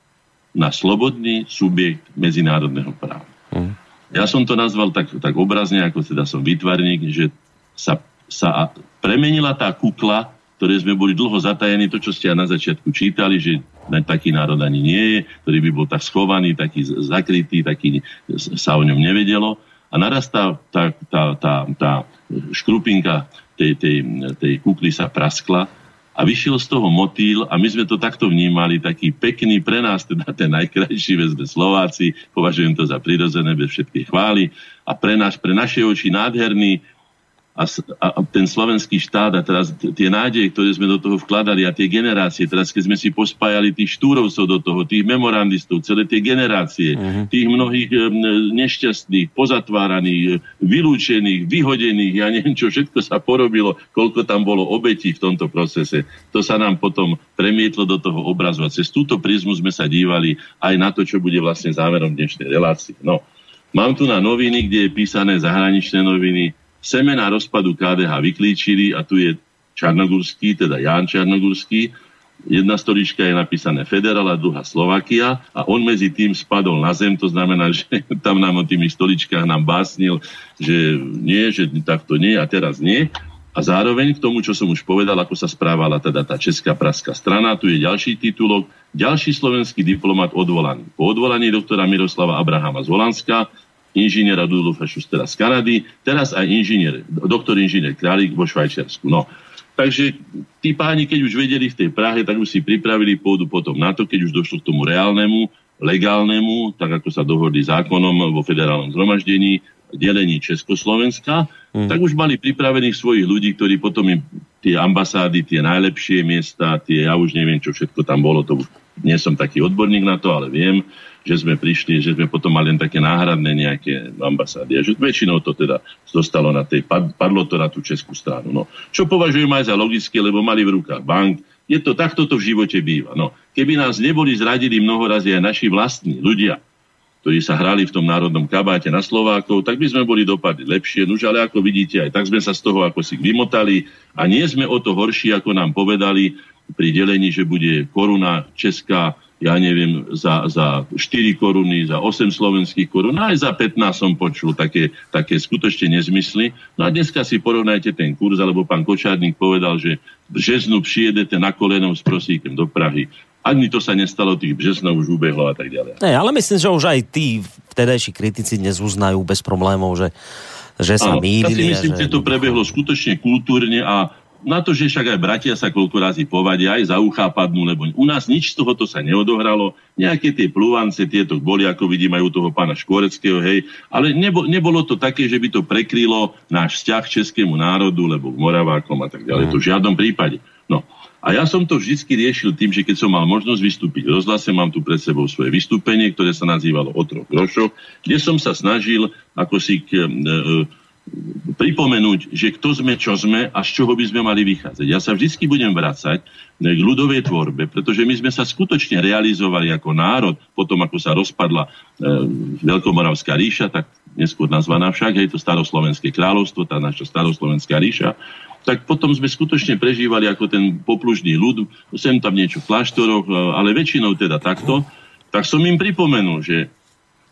na slobodný subjekt medzinárodného práva. Mm. Ja som to nazval tak, tak obrazne, ako teda som výtvarník, že sa, sa premenila tá kukla, ktoré sme boli dlho zatajení, to, čo ste aj na začiatku čítali, že taký národ ani nie je, ktorý by bol tak schovaný, taký zakrytý, taký sa o ňom nevedelo. A naraz tá, tá, tá, tá, tá škrupinka tej, tej, tej kukly sa praskla a vyšiel z toho motýl a my sme to takto vnímali, taký pekný pre nás, teda ten najkrajší, veď sme Slováci, považujem to za prirodzené, bez všetkej chvály a pre, náš, pre naše oči nádherný a, a ten slovenský štát a teraz tie nádeje, ktoré sme do toho vkladali a tie generácie, teraz keď sme si pospájali tých štúrovcov do toho, tých memorandistov, celé tie generácie, uh-huh. tých mnohých e, nešťastných, pozatváraných, vylúčených, vyhodených, ja neviem čo, všetko sa porobilo, koľko tam bolo obetí v tomto procese. To sa nám potom premietlo do toho obrazu a cez túto prizmu sme sa dívali aj na to, čo bude vlastne záverom dnešnej relácie. No, mám tu na noviny, kde je písané zahraničné noviny, semená rozpadu ká dé há vyklíčili a tu je Čarnogurský, teda Ján Čarnogurský. Jedna stolička je napísané Federal a druhá Slovakia a on medzi tým spadol na zem, to znamená, že tam nám o tými stoličkách nám básnil, že nie, že takto nie a teraz nie. A zároveň k tomu, čo som už povedal, ako sa správala teda tá Česká pražská strana, tu je ďalší titulok, ďalší slovenský diplomat odvolaný. Po odvolaní doktora Miroslava Abrahama z Holandska, inžiniera Rudolfa Schustera z Kanady, teraz aj inžinier, doktor inžinier Králik vo Švajčiarsku. No, takže tí páni, keď už vedeli v tej Prahe, tak už si pripravili pôdu potom na to, keď už došlo k tomu reálnemu, legálnemu, tak ako sa dohodli zákonom vo federálnom zhromaždení, delení Československa, mm. tak už mali pripravených svojich ľudí, ktorí potom im tie ambasády, tie najlepšie miesta, tie, ja už neviem, čo všetko tam bolo, to už nie som taký odborník na to, ale viem, že sme prišli, že sme potom mali len také náhradné nejaké ambasády. A že väčšinou to teda dostalo na tej, padlo to na tú českú stranu. No. Čo považujem aj za logické, lebo mali v rukách bank. Je to, takto to v živote býva. No. Keby nás neboli zradili mnohorazí aj naši vlastní ľudia, ktorí sa hrali v tom národnom kabáte na Slovákov, tak by sme boli dopadli lepšie. Nuž, ale ako vidíte, aj tak sme sa z toho ako si vymotali a nie sme o to horší, ako nám povedali pri delení, že bude koruna česká, ja neviem, za, za štyri koruny, za osem slovenských korún, aj za pätnásť som počul také, také skutočne nezmysly. No a dneska si porovnajte ten kurz, alebo pán Kočárnik povedal, že v březnu přijedete na kolenou s prosíkem do Prahy. Ani to sa nestalo, tých březnov už ubehlo a tak ďalej. Ne, ale myslím, že už aj tí vtedajší kritici dnes uznajú bez problémov, že, že sa mýlili. Ja si myslím, že... že to prebehlo skutočne kultúrne a na to, že však aj bratia sa koľko razy povadia, aj za uchá padnú, lebo u nás nič z tohoto sa neodohralo. Nejaké tie plúvance, tieto boli, ako vidím, aj u toho pána Škvoreckého, hej. Ale nebo, nebolo to také, že by to prekrylo náš vzťah českému národu, lebo k Moravákom a tak ďalej. Mm. To v žiadnom prípade. No. A ja som to vždy riešil tým, že keď som mal možnosť vystúpiť v rozhlase, mám tu pred sebou svoje vystúpenie, ktoré sa nazývalo O troch grošoch, kde som sa snažil ako si k... E, pripomenúť, že kto sme, čo sme a z čoho by sme mali vychádzať. Ja sa vždy budem vracať k ľudovej tvorbe, pretože my sme sa skutočne realizovali ako národ, potom ako sa rozpadla e, Veľkomoravská ríša, tak neskôr nazvaná však, je to staroslovenské kráľovstvo, tá naša staroslovenská ríša, tak potom sme skutočne prežívali ako ten poplužný ľud, sem tam niečo v kláštoroch, ale väčšinou teda takto, tak som im pripomenul, že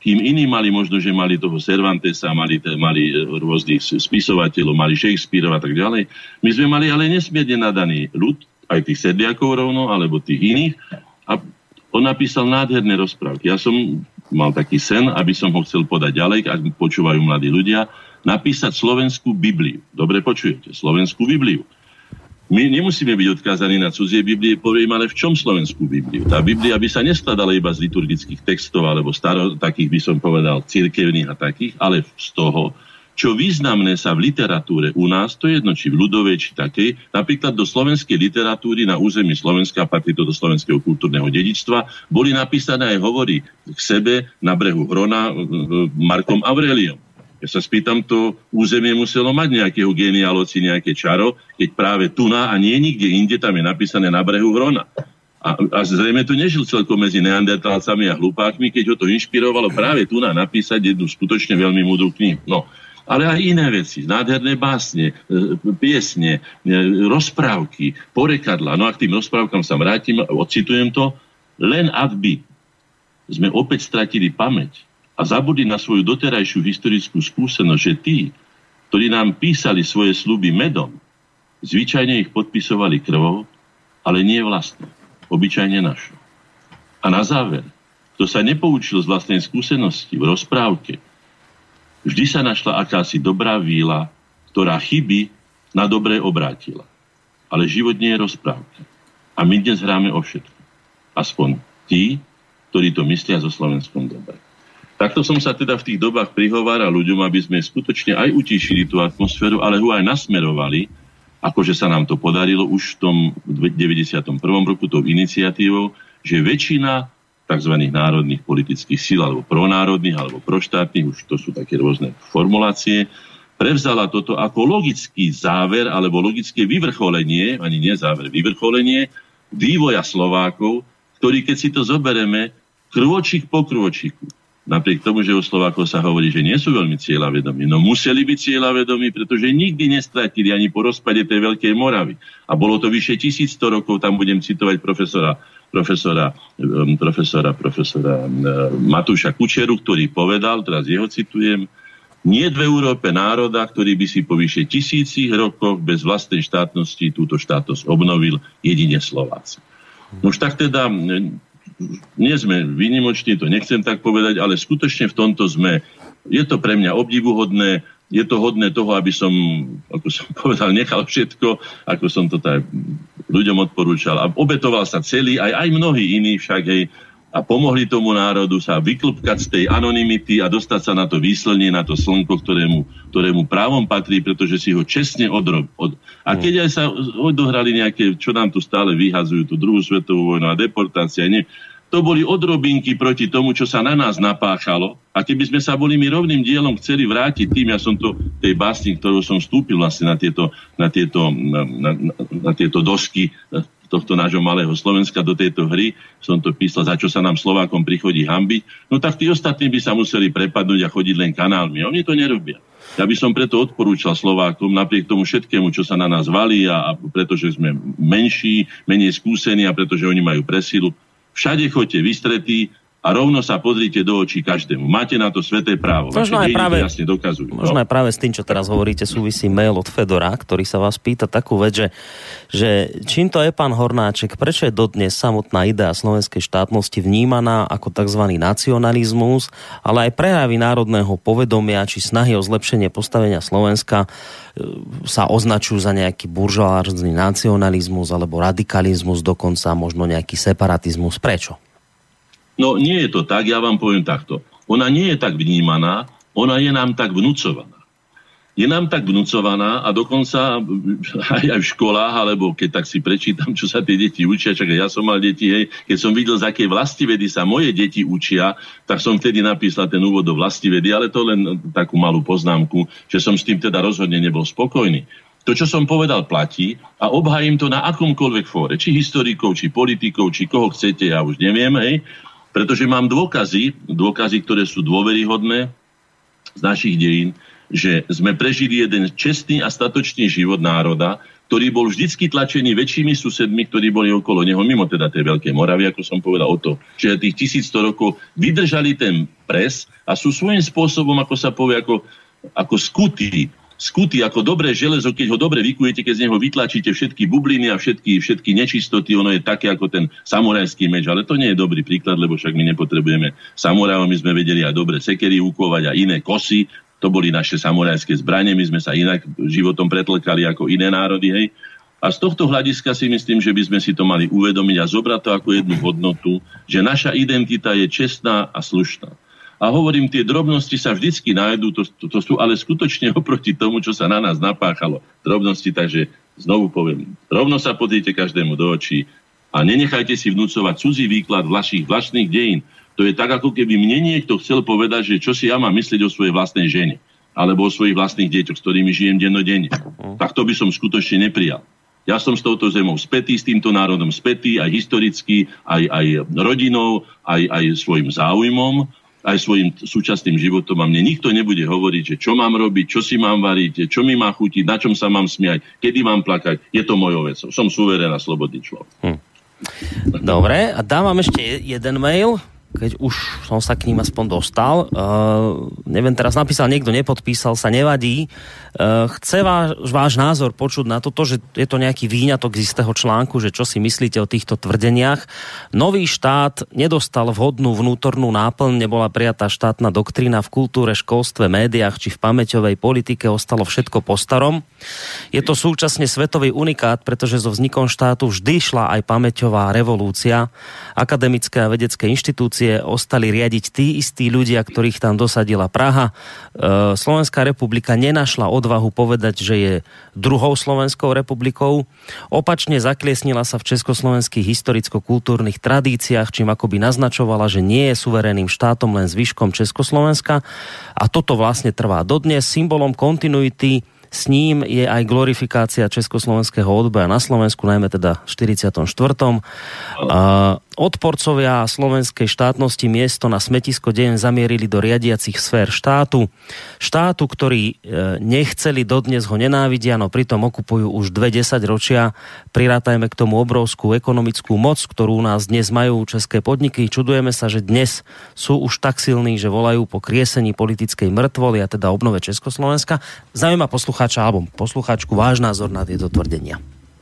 kým iní mali možno, že mali toho Cervantesa, mali, mali rôznych spisovateľov, mali Shakespearea a tak ďalej. My sme mali ale nesmierne nadaný ľud, aj tých sedliakov rovno, alebo tých iných. A on napísal nádherné rozprávky. Ja som mal taký sen, aby som ho chcel podať ďalej, ak počúvajú mladí ľudia, napísať slovenskú Bibliu. Dobre počujete, slovenskú Bibliu. My nemusíme byť odkázaní na cudzie Biblie, poviem, ale v čom slovenskú Bibliu? Tá Biblia by sa neskladala iba z liturgických textov, alebo staro, takých by som povedal, cirkevných a takých, ale z toho, čo významné sa v literatúre u nás, to je jedno, či v ľudovej, či takej, napríklad do slovenskej literatúry na území Slovenska, patrí to do slovenského kultúrneho dedičstva, boli napísané aj hovory k sebe na brehu Hrona Markom Aureliom. Ja sa spýtam, to územie muselo mať nejakého geniáloci, nejaké čaro, keď práve tu na a nie nikde inde tam je napísané na brehu Hrona. A, a zrejme to nežil celkom medzi neandertálcami a hlupákmi, keď ho to inšpirovalo práve tu na napísať jednu skutočne veľmi múdru knihu. No, ale aj iné veci, nádherné básne, piesne, rozprávky, porekadla. No a k tým rozprávkam sa vrátim, ocitujem to, len ak by sme opäť stratili pamäť a zabudli na svoju doterajšiu historickú skúsenosť, že tí, ktorí nám písali svoje sľuby medom, zvyčajne ich podpisovali krvou, ale nie vlastne, obyčajne našou. A na záver, kto sa nepoučil z vlastnej skúsenosti v rozprávke, vždy sa našla akási dobrá víla, ktorá chyby na dobré obrátila. Ale život nie je rozprávka. A my dnes hráme o všetko. Aspoň tí, ktorí to myslia so Slovenskom dobre. Takto som sa teda v tých dobách prihováral ľuďom, aby sme skutočne aj utíšili tú atmosféru, ale ho aj nasmerovali, akože sa nám to podarilo už v tom deväťdesiatom prvom roku tou iniciatívou, že väčšina tzv. Národných politických síl, alebo pronárodných, alebo proštátnych, už to sú také rôzne formulácie, prevzala toto ako logický záver, alebo logické vyvrcholenie, ani nie záver, vyvrcholenie vývoja Slovákov, ktorý, keď si to zobereme, krôčik po krôčiku, napriek tomu, že o Slovákov sa hovorí, že nie sú veľmi cieľavedomí, no museli byť cieľavedomí, pretože nikdy nestratili ani po rozpade tej Veľkej Moravy. A bolo to vyše tisícsto rokov, tam budem citovať profesora profesora, profesora, profesora Matúša Kučeru, ktorý povedal, teraz jeho citujem, nie v Európe národa, ktorý by si po vyše tisícich rokoch bez vlastnej štátnosti túto štátnosť obnovil, jedine Slováci. Už tak teda nie sme výnimoční, to nechcem tak povedať, ale skutočne v tomto sme, je to pre mňa obdivuhodné, je to hodné toho, aby som, ako som povedal, nechal všetko, ako som to tak ľuďom odporúčal. A obetoval sa celý, aj, aj mnohí iní však, hej, a pomohli tomu národu sa vyklpkať z tej anonymity a dostať sa na to výslnie, na to slnko, ktorému, ktorému právom patrí, pretože si ho čestne odrob. Od... A keď aj sa odohrali nejaké, čo nám tu stále vyhazujú, tú druhú svetovú vojnu a deportácia, nie, to boli odrobinky proti tomu, čo sa na nás napáchalo. A keby sme sa boli my rovným dielom chceli vrátiť tým, ja som to tej básni, ktorou som vstúpil vlastne na tieto, na tieto, na, na, na tieto dosky tohto nášho malého Slovenska do tejto hry, som to písal, za čo sa nám Slovákom prichodí hanbiť, no tak tí ostatní by sa museli prepadnúť a chodiť len kanálmi. A oni to nerobia. Ja by som preto odporúčal Slovákom, napriek tomu všetkému, čo sa na nás valí, a, a pretože sme menší, menej skúsení a pretože oni majú presilu, všade choďte vystretí a rovno sa pozrite do očí každému. Máte na to sveté právo. Možno aj práve, jasne dokazujú. Možno aj práve s tým, čo teraz hovoríte, súvisí mail od Fedora, ktorý sa vás pýta takú vec, že, že čím to je, pán Hornáček, prečo je dodnes samotná idea slovenskej štátnosti vnímaná ako tzv. Nacionalizmus, ale aj prejavy národného povedomia či snahy o zlepšenie postavenia Slovenska sa označujú za nejaký buržoázny nacionalizmus alebo radikalizmus, dokonca možno nejaký separatizmus. Prečo? No nie je to tak, ja vám poviem takto. Ona nie je tak vnímaná, ona je nám tak vnúcovaná. Je nám tak vnúcovaná a dokonca aj, aj v školách, alebo keď tak si prečítam, čo sa tie deti učia, čakaj, ja som mal deti, hej, keď som videl, z akej vlastivedy sa moje deti učia, tak som vtedy napísal ten úvod do vlastivedy, ale to len takú malú poznámku, že som s tým teda rozhodne nebol spokojný. To, čo som povedal, platí a obhajím to na akomkoľvek fóre, či historikov, či politikov, či koho chcete, ja už neviem, hej, pretože mám dôkazy, dôkazy, ktoré sú dôveryhodné z našich dejín, že sme prežili jeden čestný a statočný život národa, ktorý bol vždycky tlačený väčšími susedmi, ktorí boli okolo neho, mimo teda tej Veľkej Moravy, ako som povedal o to, že tých tisícsto rokov vydržali ten pres a sú svojím spôsobom, ako sa povie, ako, ako skutí, skutý ako dobré železo, keď ho dobre vykujete, keď z neho vytlačíte všetky bubliny a všetky, všetky nečistoty, ono je také ako ten samurajský meč, ale to nie je dobrý príklad, lebo však my nepotrebujeme samurajov, my sme vedeli aj dobre sekery ukovať a iné kosy, to boli naše samurajské zbranie, my sme sa inak životom pretlkali ako iné národy, hej. A z tohto hľadiska si myslím, že by sme si to mali uvedomiť a zobrať to ako jednu hodnotu, že naša identita je čestná a slušná. A hovorím, tie drobnosti sa vždycky nájdú, to, to, to sú ale skutočne oproti tomu, čo sa na nás napáchalo. Drobnosti, takže znovu poviem, rovno sa pozrite každému do očí a nenechajte si vnúcovať cudzí výklad vašich vlastných dejín. To je tak, ako keby mne niekto chcel povedať, že čo si ja mám myslieť o svojej vlastnej žene alebo o svojich vlastných deťoch, s ktorými žijem dennodenne. Tak to by som skutočne neprijal. Ja som s touto zemou spätý, s týmto národom spätý, aj historicky, aj, aj rodinou, aj, aj svojim záujmom, aj svojim súčasným životom a mne nikto nebude hovoriť, že čo mám robiť, čo si mám variť, čo mi má chutiť, na čom sa mám smiať, kedy mám plakať. Je to mojou vecou. Som suverén a slobodný človek. Hm. Dobre, a dávam ešte jeden mail, keď už som sa k ním aspoň dostal. Uh, neviem, teraz napísal niekto, nepodpísal sa, nevadí. Uh, chce váš, váš názor počuť na toto, že je to nejaký výňatok z istého článku, že čo si myslíte o týchto tvrdeniach. Nový štát nedostal vhodnú vnútornú náplň, nebola prijatá štátna doktrína v kultúre, školstve, médiách či v pamäťovej politike, ostalo všetko po starom. Je to súčasne svetový unikát, pretože so vznikom štátu vždy šla aj pamäťová revolúcia. Akademické a vedecké inštitúcie ostali riadiť tí istí ľudia, ktorých tam dosadila Praha. Slovenská republika nenašla odvahu povedať, že je druhou Slovenskou republikou. Opačne zakliesnila sa v československých historicko-kultúrnych tradíciách, čím akoby naznačovala, že nie je suverénnym štátom len zvyškom Československa. A toto vlastne trvá dodnes. Symbolom kontinuity s ním je aj glorifikácia československého odboja na Slovensku, najmä teda v štyridsiatom štvrtom Uh, odporcovia slovenskej štátnosti miesto na smetisko dejín zamierili do riadiacich sfér štátu. Štátu, ktorý e, nechceli, dodnes ho nenávidia, no pritom okupujú už dve desaťročia. Prirátajme k tomu obrovskú ekonomickú moc, ktorú u nás dnes majú české podniky. Čudujeme sa, že dnes sú už tak silní, že volajú po kriesení politickej mŕtvoly a teda obnove Československa. Zaujíma poslucháča alebo poslucháčku váš názor na tieto tvrdenia.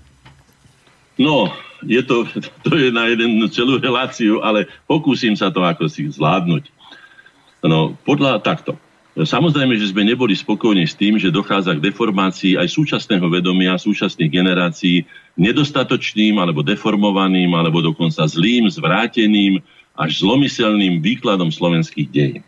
No, je to, to je na jeden celú reláciu, ale pokúsim sa to ako si zvládnuť. No, podľa takto. Samozrejme, že sme neboli spokojní s tým, že dochádza k deformácii aj súčasného vedomia, súčasných generácií, nedostatočným alebo deformovaným, alebo dokonca zlým, zvráteným až zlomyselným výkladom slovenských dejín.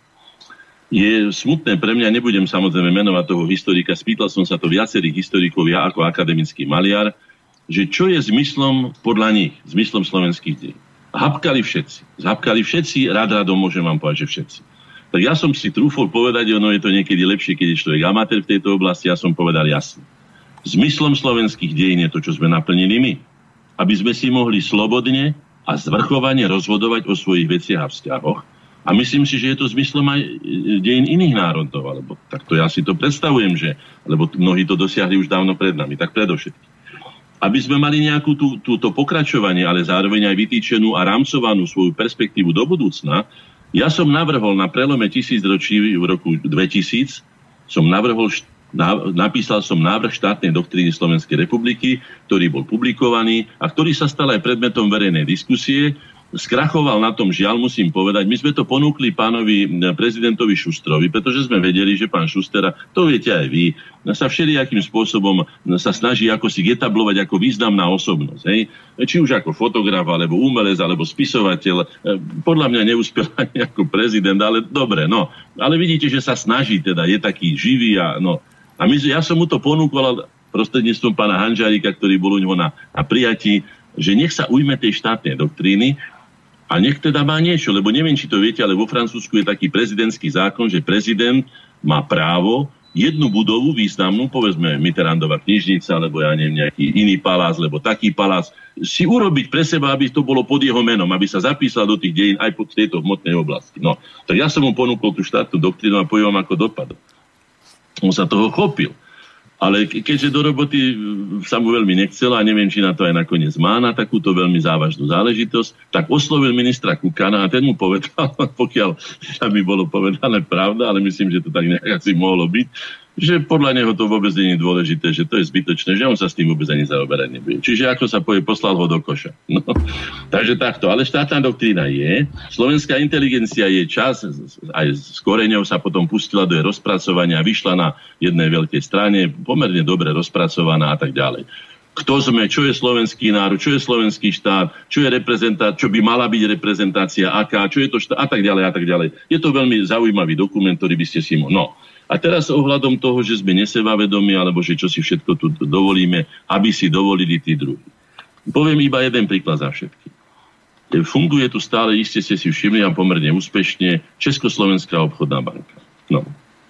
Je smutné pre mňa, nebudem samozrejme menovať toho historika, spýtal som sa to viacerých historikov, ja ako akademický maliar, že čo je zmyslom podľa nich, zmyslom slovenských dejín. Hapkali všetci. Zhapkali všetci, rád radom môžem vám povedať, že všetci. Tak ja som si trúfol povedať, ono je to niekedy lepšie, keď je človek amatér v tejto oblasti, ja som povedal jasne. Zmyslom slovenských dejín je to, čo sme naplnili my. Aby sme si mohli slobodne a zvrchovane rozhodovať o svojich veciach a vzťahoch. A myslím si, že je to zmyslom aj dejín iných národov, alebo takto ja si to predstavujem, že, lebo mnohí to dosiahli už dávno pred nami, tak predovšetkým. Aby sme mali nejakú tú, túto pokračovanie, ale zároveň aj vytýčenú a rámcovanú svoju perspektívu do budúcna, ja som navrhol na prelome tisícročí v roku dvetisíc, som navrhol, napísal som návrh štátnej doktríny Slovenskej republiky, ktorý bol publikovaný a ktorý sa stal aj predmetom verejnej diskusie. Skrachoval na tom, žiaľ, musím povedať. My sme to ponúkli pánovi prezidentovi Šustrovi, pretože sme vedeli, že pán Šustera, to viete aj vy, sa všelijakým spôsobom sa snaží ako si etablovať ako významná osobnosť. Hej? Či už ako fotograf, alebo umelec, alebo spisovateľ. Podľa mňa neúspel ani ako prezident, ale dobre, no. Ale vidíte, že sa snaží, teda je taký živý a no. A my, ja som mu to ponúkol prostredníctvom pána Hanžarika, ktorý bol u ňoho na, na prijatí, že nech sa ujme tej štátnej doktríny. A nech teda má niečo, lebo neviem, či to viete, ale vo Francúzsku je taký prezidentský zákon, že prezident má právo jednu budovu významnú, povedzme Mitterrandova knižnica, alebo ja neviem, nejaký iný palác, alebo taký palác, si urobiť pre seba, aby to bolo pod jeho menom, aby sa zapísal do tých dejín aj pod tejto hmotnej oblasti. No, tak ja som mu ponúkol tú štátnu doktrínu a poviem, ako dopadol. On sa toho chopil. Ale keďže do roboty sa mu veľmi nechcelo a neviem, či na to aj nakoniec má na takúto veľmi závažnú záležitosť, tak oslovil ministra Kukana a ten mu povedal, pokiaľ by bolo povedané pravda, ale myslím, že to tak nejak asi mohlo byť, že podľa neho to vôbec nie je dôležité, že to je zbytočné, že on sa s tým vôbec ani zaoberať nebude. Čiže ako sa povie, poslal ho do koša. No, takže takto. Ale štátna doktrína je, slovenská inteligencia je čas, aj s Koreňou sa potom pustila do jej rozpracovania, vyšla na jednej veľkej strane, pomerne dobre rozpracovaná a tak ďalej. Kto sme, čo je slovenský národ, čo je slovenský štát, čo je reprezentá, čo by mala byť reprezentácia, aká, čo je to štát a tak ďalej a tak ďalej. Je to veľmi zaujímavý dokument, ktorý by ste si mo... No. A teraz ohľadom toho, že sme nesebavedomí, alebo že čo si všetko tu dovolíme, aby si dovolili tí druhí. Poviem iba jeden príklad za všetky. Funguje tu stále, iste ste si všimli a pomerne úspešne, Československá obchodná banka. No.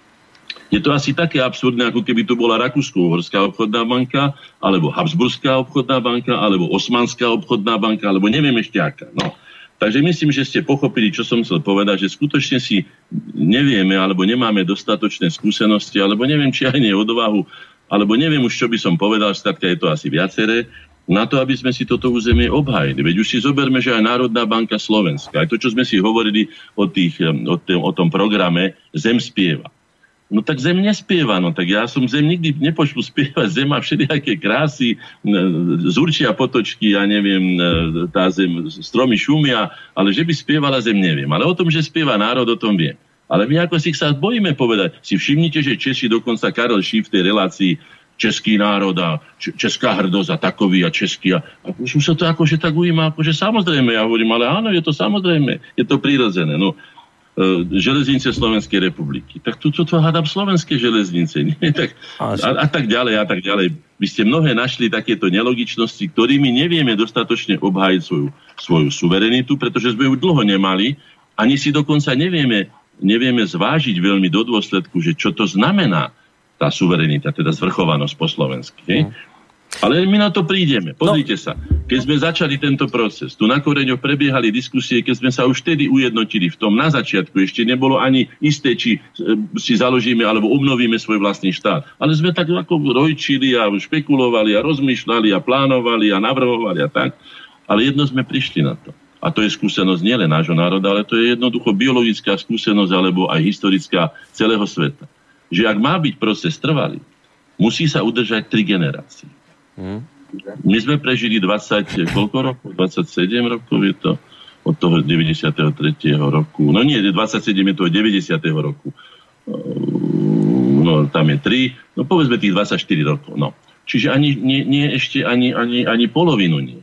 Je to asi také absurdné, ako keby tu bola Rakúsko-Uhorská obchodná banka, alebo Habsburská obchodná banka, alebo Osmanská obchodná banka, alebo neviem ešte aká. No. Takže myslím, že ste pochopili, čo som chcel povedať, že skutočne si nevieme, alebo nemáme dostatočné skúsenosti, alebo neviem, či aj nie odvahu, alebo neviem už, čo by som povedal, skrátka je to asi viaceré, na to, aby sme si toto územie obhájili. Veď už si zoberme, že aj Národná banka Slovenska, aj to, čo sme si hovorili o, tých, o, tém, o tom programe Zem spieva. No tak zem nespieva, no tak ja som zem nikdy nepočul spievať, zem má všelijaké krásy, zurčia potočky, ja neviem, tá zem, stromy šumia, ale že by spievala zem, neviem. Ale o tom, že spieva národ, o tom viem. Ale my ako si sa bojíme povedať. Si všimnite, že Češi, dokonca Karel Šíp v tej relácii český národ a česká hrdosť a takový a český a, a už sa to akože tak ujíma, akože samozrejme, ja hovorím, ale áno, je to samozrejme, je to prirodzené, no. Železnice Slovenskej republiky. Tak tu to hádam slovenské železnice. Nie? Tak, a, a tak ďalej, a tak ďalej. Vy ste mnohé našli takéto nelogičnosti, ktorými nevieme dostatočne obhájiť svoju, svoju suverenitu, pretože sme ju dlho nemali, ani si dokonca nevieme, nevieme zvážiť veľmi do dôsledku, že čo to znamená tá suverenita, teda zvrchovanosť po slovensky. Mm. Ale my na to prídeme. Pozrite no. sa. Keď sme začali tento proces, tu na Koreňoch prebiehali diskusie, keď sme sa už vtedy ujednotili v tom, na začiatku ešte nebolo ani isté, či si založíme alebo obnovíme svoj vlastný štát. Ale sme tak ako rojčili a špekulovali a rozmýšľali a plánovali a navrhovali a tak. Ale jedno sme prišli na to. A to je skúsenosť nielen nášho národa, ale to je jednoducho biologická skúsenosť alebo aj historická celého sveta. Že ak má byť proces trvalý, musí sa udržať tri generácie. Hmm. My sme prežili dvadsať, koľko rokov? dvadsaťsedem rokov je to od toho deväťdesiattri roku. No nie, dvadsaťsedem je to od deväťdesiateho roku. No tam je tri, no povedzme tých dvadsaťštyri rokov. No. Čiže ani, nie, nie ešte ani, ani, ani polovinu nie.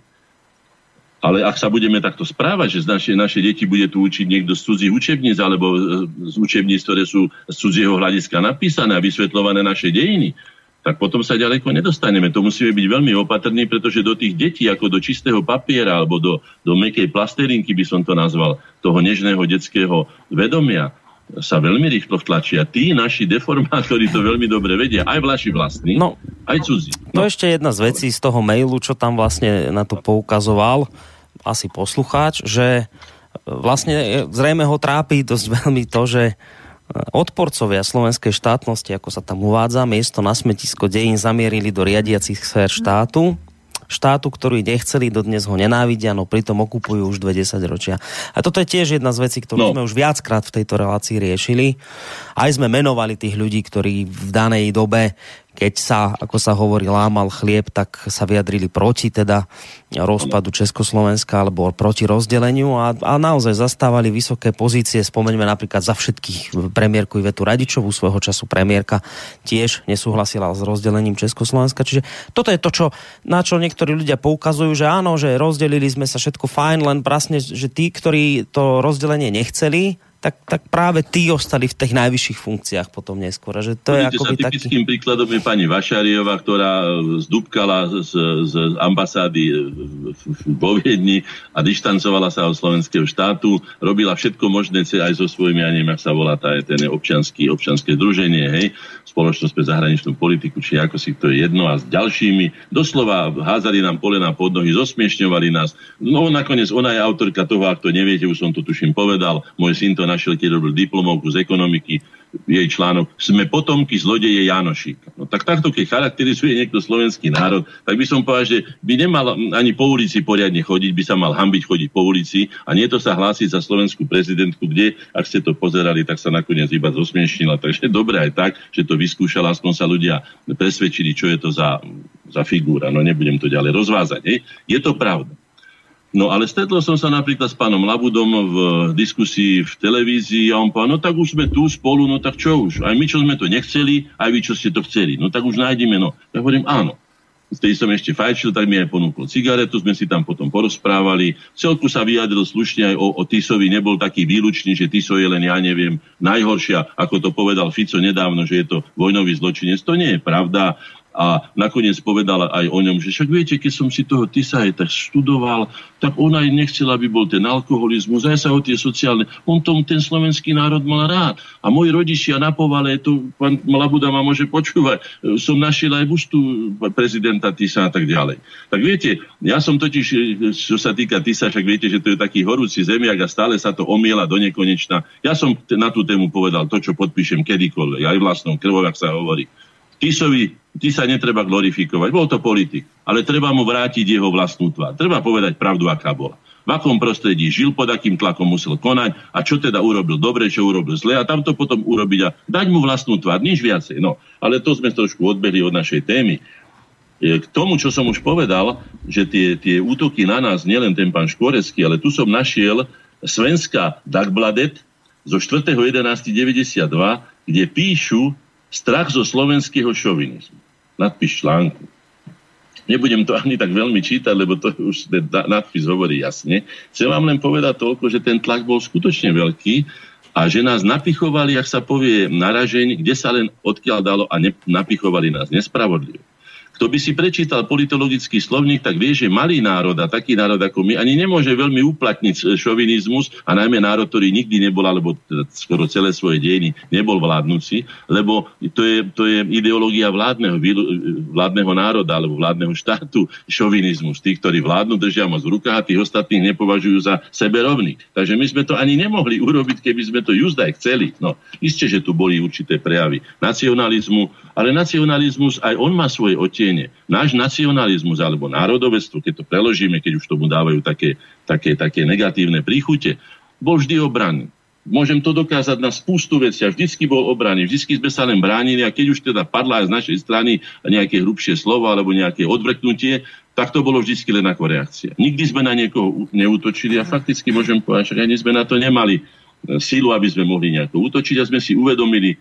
Ale ak sa budeme takto správať, že naše, naše deti bude tu učiť niekto z cudzích učebníc alebo z učebníc, ktoré sú z cudzieho hľadiska napísané a vysvetľované naše dejiny, tak potom sa ďaleko nedostaneme. To musíme byť veľmi opatrní, pretože do tých detí, ako do čistého papiera alebo do, do mäkkej plasterinky, by som to nazval, toho nežného detského vedomia, sa veľmi rýchlo vtlačia. Tí naši deformátori to veľmi dobre vedia. Aj vaši vlastní, no, aj cudzí. No. To ešte jedna z vecí z toho mailu, čo tam vlastne na to poukazoval asi poslucháč, že vlastne zrejme ho trápi dosť veľmi to, že odporcovia slovenskej štátnosti, ako sa tam uvádza, miesto na smetisko dejín zamierili do riadiacich sfér štátu, štátu, ktorý nechceli, dodnes ho nenávidia, no pritom okupujú už dve desaťročia. A toto je tiež jedna z vecí, ktorú no. sme už viackrát v tejto relácii riešili. Aj sme menovali tých ľudí, ktorí v danej dobe, keď sa, ako sa hovorí, lámal chlieb, tak sa vyjadrili proti teda rozpadu Československa alebo proti rozdeleniu a, a naozaj zastávali vysoké pozície. Spomeňme napríklad za všetkých premiérku Ivetu Radičovú, svojho času premiérka, tiež nesúhlasila s rozdelením Československa. Čiže toto je to, čo, na čo niektorí ľudia poukazujú, že áno, že rozdelili sme sa všetko fajn, len prasne, že tí, ktorí to rozdelenie nechceli, Tak, tak práve tí ostali v tých najvyšších funkciách potom neskôr. Že to je akoby sa, typickým taký... príkladom je pani Vašariová, ktorá zdúbkala z, z ambasády vo Viedni a dištancovala sa od slovenského štátu, robila všetko možné aj so svojimi, ja neviem, ak sa volá tá, ten občiansky, občianske združenie, hej, Spoločnosť pre zahraničnú politiku, či ako si to je jedno a s ďalšími. Doslova házali nám polena pod nohy, zosmiešňovali nás. No nakoniec ona je autorka toho, ak to neviete, už som to tuším povedal, môj syn to našiel, keď robil diplomovku z ekonomiky, jej článok, sme potomky zlodeje Jánošíka. No tak takto, keď charakterizuje niekto slovenský národ, tak by som povedal, že by nemal ani po ulici poriadne chodiť, by sa mal hanbiť chodiť po ulici a nie to sa hlásiť za slovenskú prezidentku, kde, ak ste to pozerali, tak sa nakoniec iba zosmiešnila. Takže dobre aj tak, že to vyskúšala, aspoň sa ľudia presvedčili, čo je to za, za figúra. No nebudem to ďalej rozvázať. Hej. Je to pravda. No ale stretol som sa napríklad s pánom Labudom v diskusii v televízii a on povedal, no tak už sme tu spolu, no tak čo už? Aj my, čo sme to nechceli, aj vy, čo ste to chceli. No tak už nájdeme, no. Ja hovorím, áno. Vtedy som ešte fajčil, tak mi aj ponúkol cigaretu, sme si tam potom porozprávali. Celku sa vyjadril slušne aj o, o Tisovi, nebol taký výlučný, že Tiso je len, ja neviem, najhoršia, ako to povedal Fico nedávno, že je to vojnový zločinec. To nie je pravda. A nakoniec povedala aj o ňom, že však viete, keď som si toho Tisa aj tak študoval, tak ona aj nechcela, aby bol ten alkoholizmus, aj sa o tie sociálne. On tom ten slovenský národ mal rád. A moji rodičia na povale, to pán Labuda ma môže počúvať, som našiel aj bustu prezidenta Tisa a tak ďalej. Tak viete, ja som totiž, čo sa týka Tisa, však viete, že to je taký horúci zemiak a stále sa to omiela do nekonečna. Ja som na tú tému povedal to, čo podpíšem kedykoľvek, aj vlastnou krvou, ak sa hovorí. Tisovi, Tisa netreba glorifikovať, bol to politik, ale treba mu vrátiť jeho vlastnú tvár. Treba povedať pravdu, aká bola. V akom prostredí žil, pod akým tlakom musel konať a čo teda urobil dobre, čo urobil zle a tam to potom urobiť a dať mu vlastnú tvár, nič viacej. No, ale to sme trošku odbehli od našej témy. K tomu, čo som už povedal, že tie, tie útoky na nás, nielen ten pán Škvorecký, ale tu som našiel Svenska Dagbladet zo štvrtého jedenásteho deväťdesiatdva, kde píšu strach zo slovenského šovinizmu. Nadpis článku. Nebudem to ani tak veľmi čítať, lebo to už ten nadpis hovorí jasne. Chcem vám len povedať toľko, že ten tlak bol skutočne veľký a že nás napichovali, ak sa povie, naražeň, kde sa len odkiaľ dalo a ne, napichovali nás nespravodlivo. Kto by si prečítal politologický slovník, tak vie, že malý národ a taký národ ako my ani nemôže veľmi uplatniť šovinizmus a najmä národ, ktorý nikdy nebol, alebo teda skoro celé svoje dejiny nebol vládnuci, lebo to je, to je ideológia vládneho, vládneho národa alebo vládneho štátu, šovinizmus. Tí, ktorí vládnu, držia moc v rukách a tých ostatných nepovažujú za seberovných. Takže my sme to ani nemohli urobiť, keby sme to juzdaj chceli. No, isté, že tu boli určité prejavy nacionalizmu, ale nacionalizmus aj on má svoje odtiene. Náš nacionalizmus alebo národovectvo, keď to preložíme, keď už tomu dávajú také, také, také negatívne príchute, bol vždy obranný. Môžem to dokázať na spústu vecí a vždycky bol obranný. Vždycky sme sa len bránili a keď už teda padla aj z našej strany nejaké hrubšie slovo alebo nejaké odvrknutie, tak to bolo vždycky len ako reakcia. Nikdy sme na niekoho neútočili a fakticky môžem povedať, že ani sme na to nemali sílu, aby sme mohli nejako útočiť a sme si uvedomili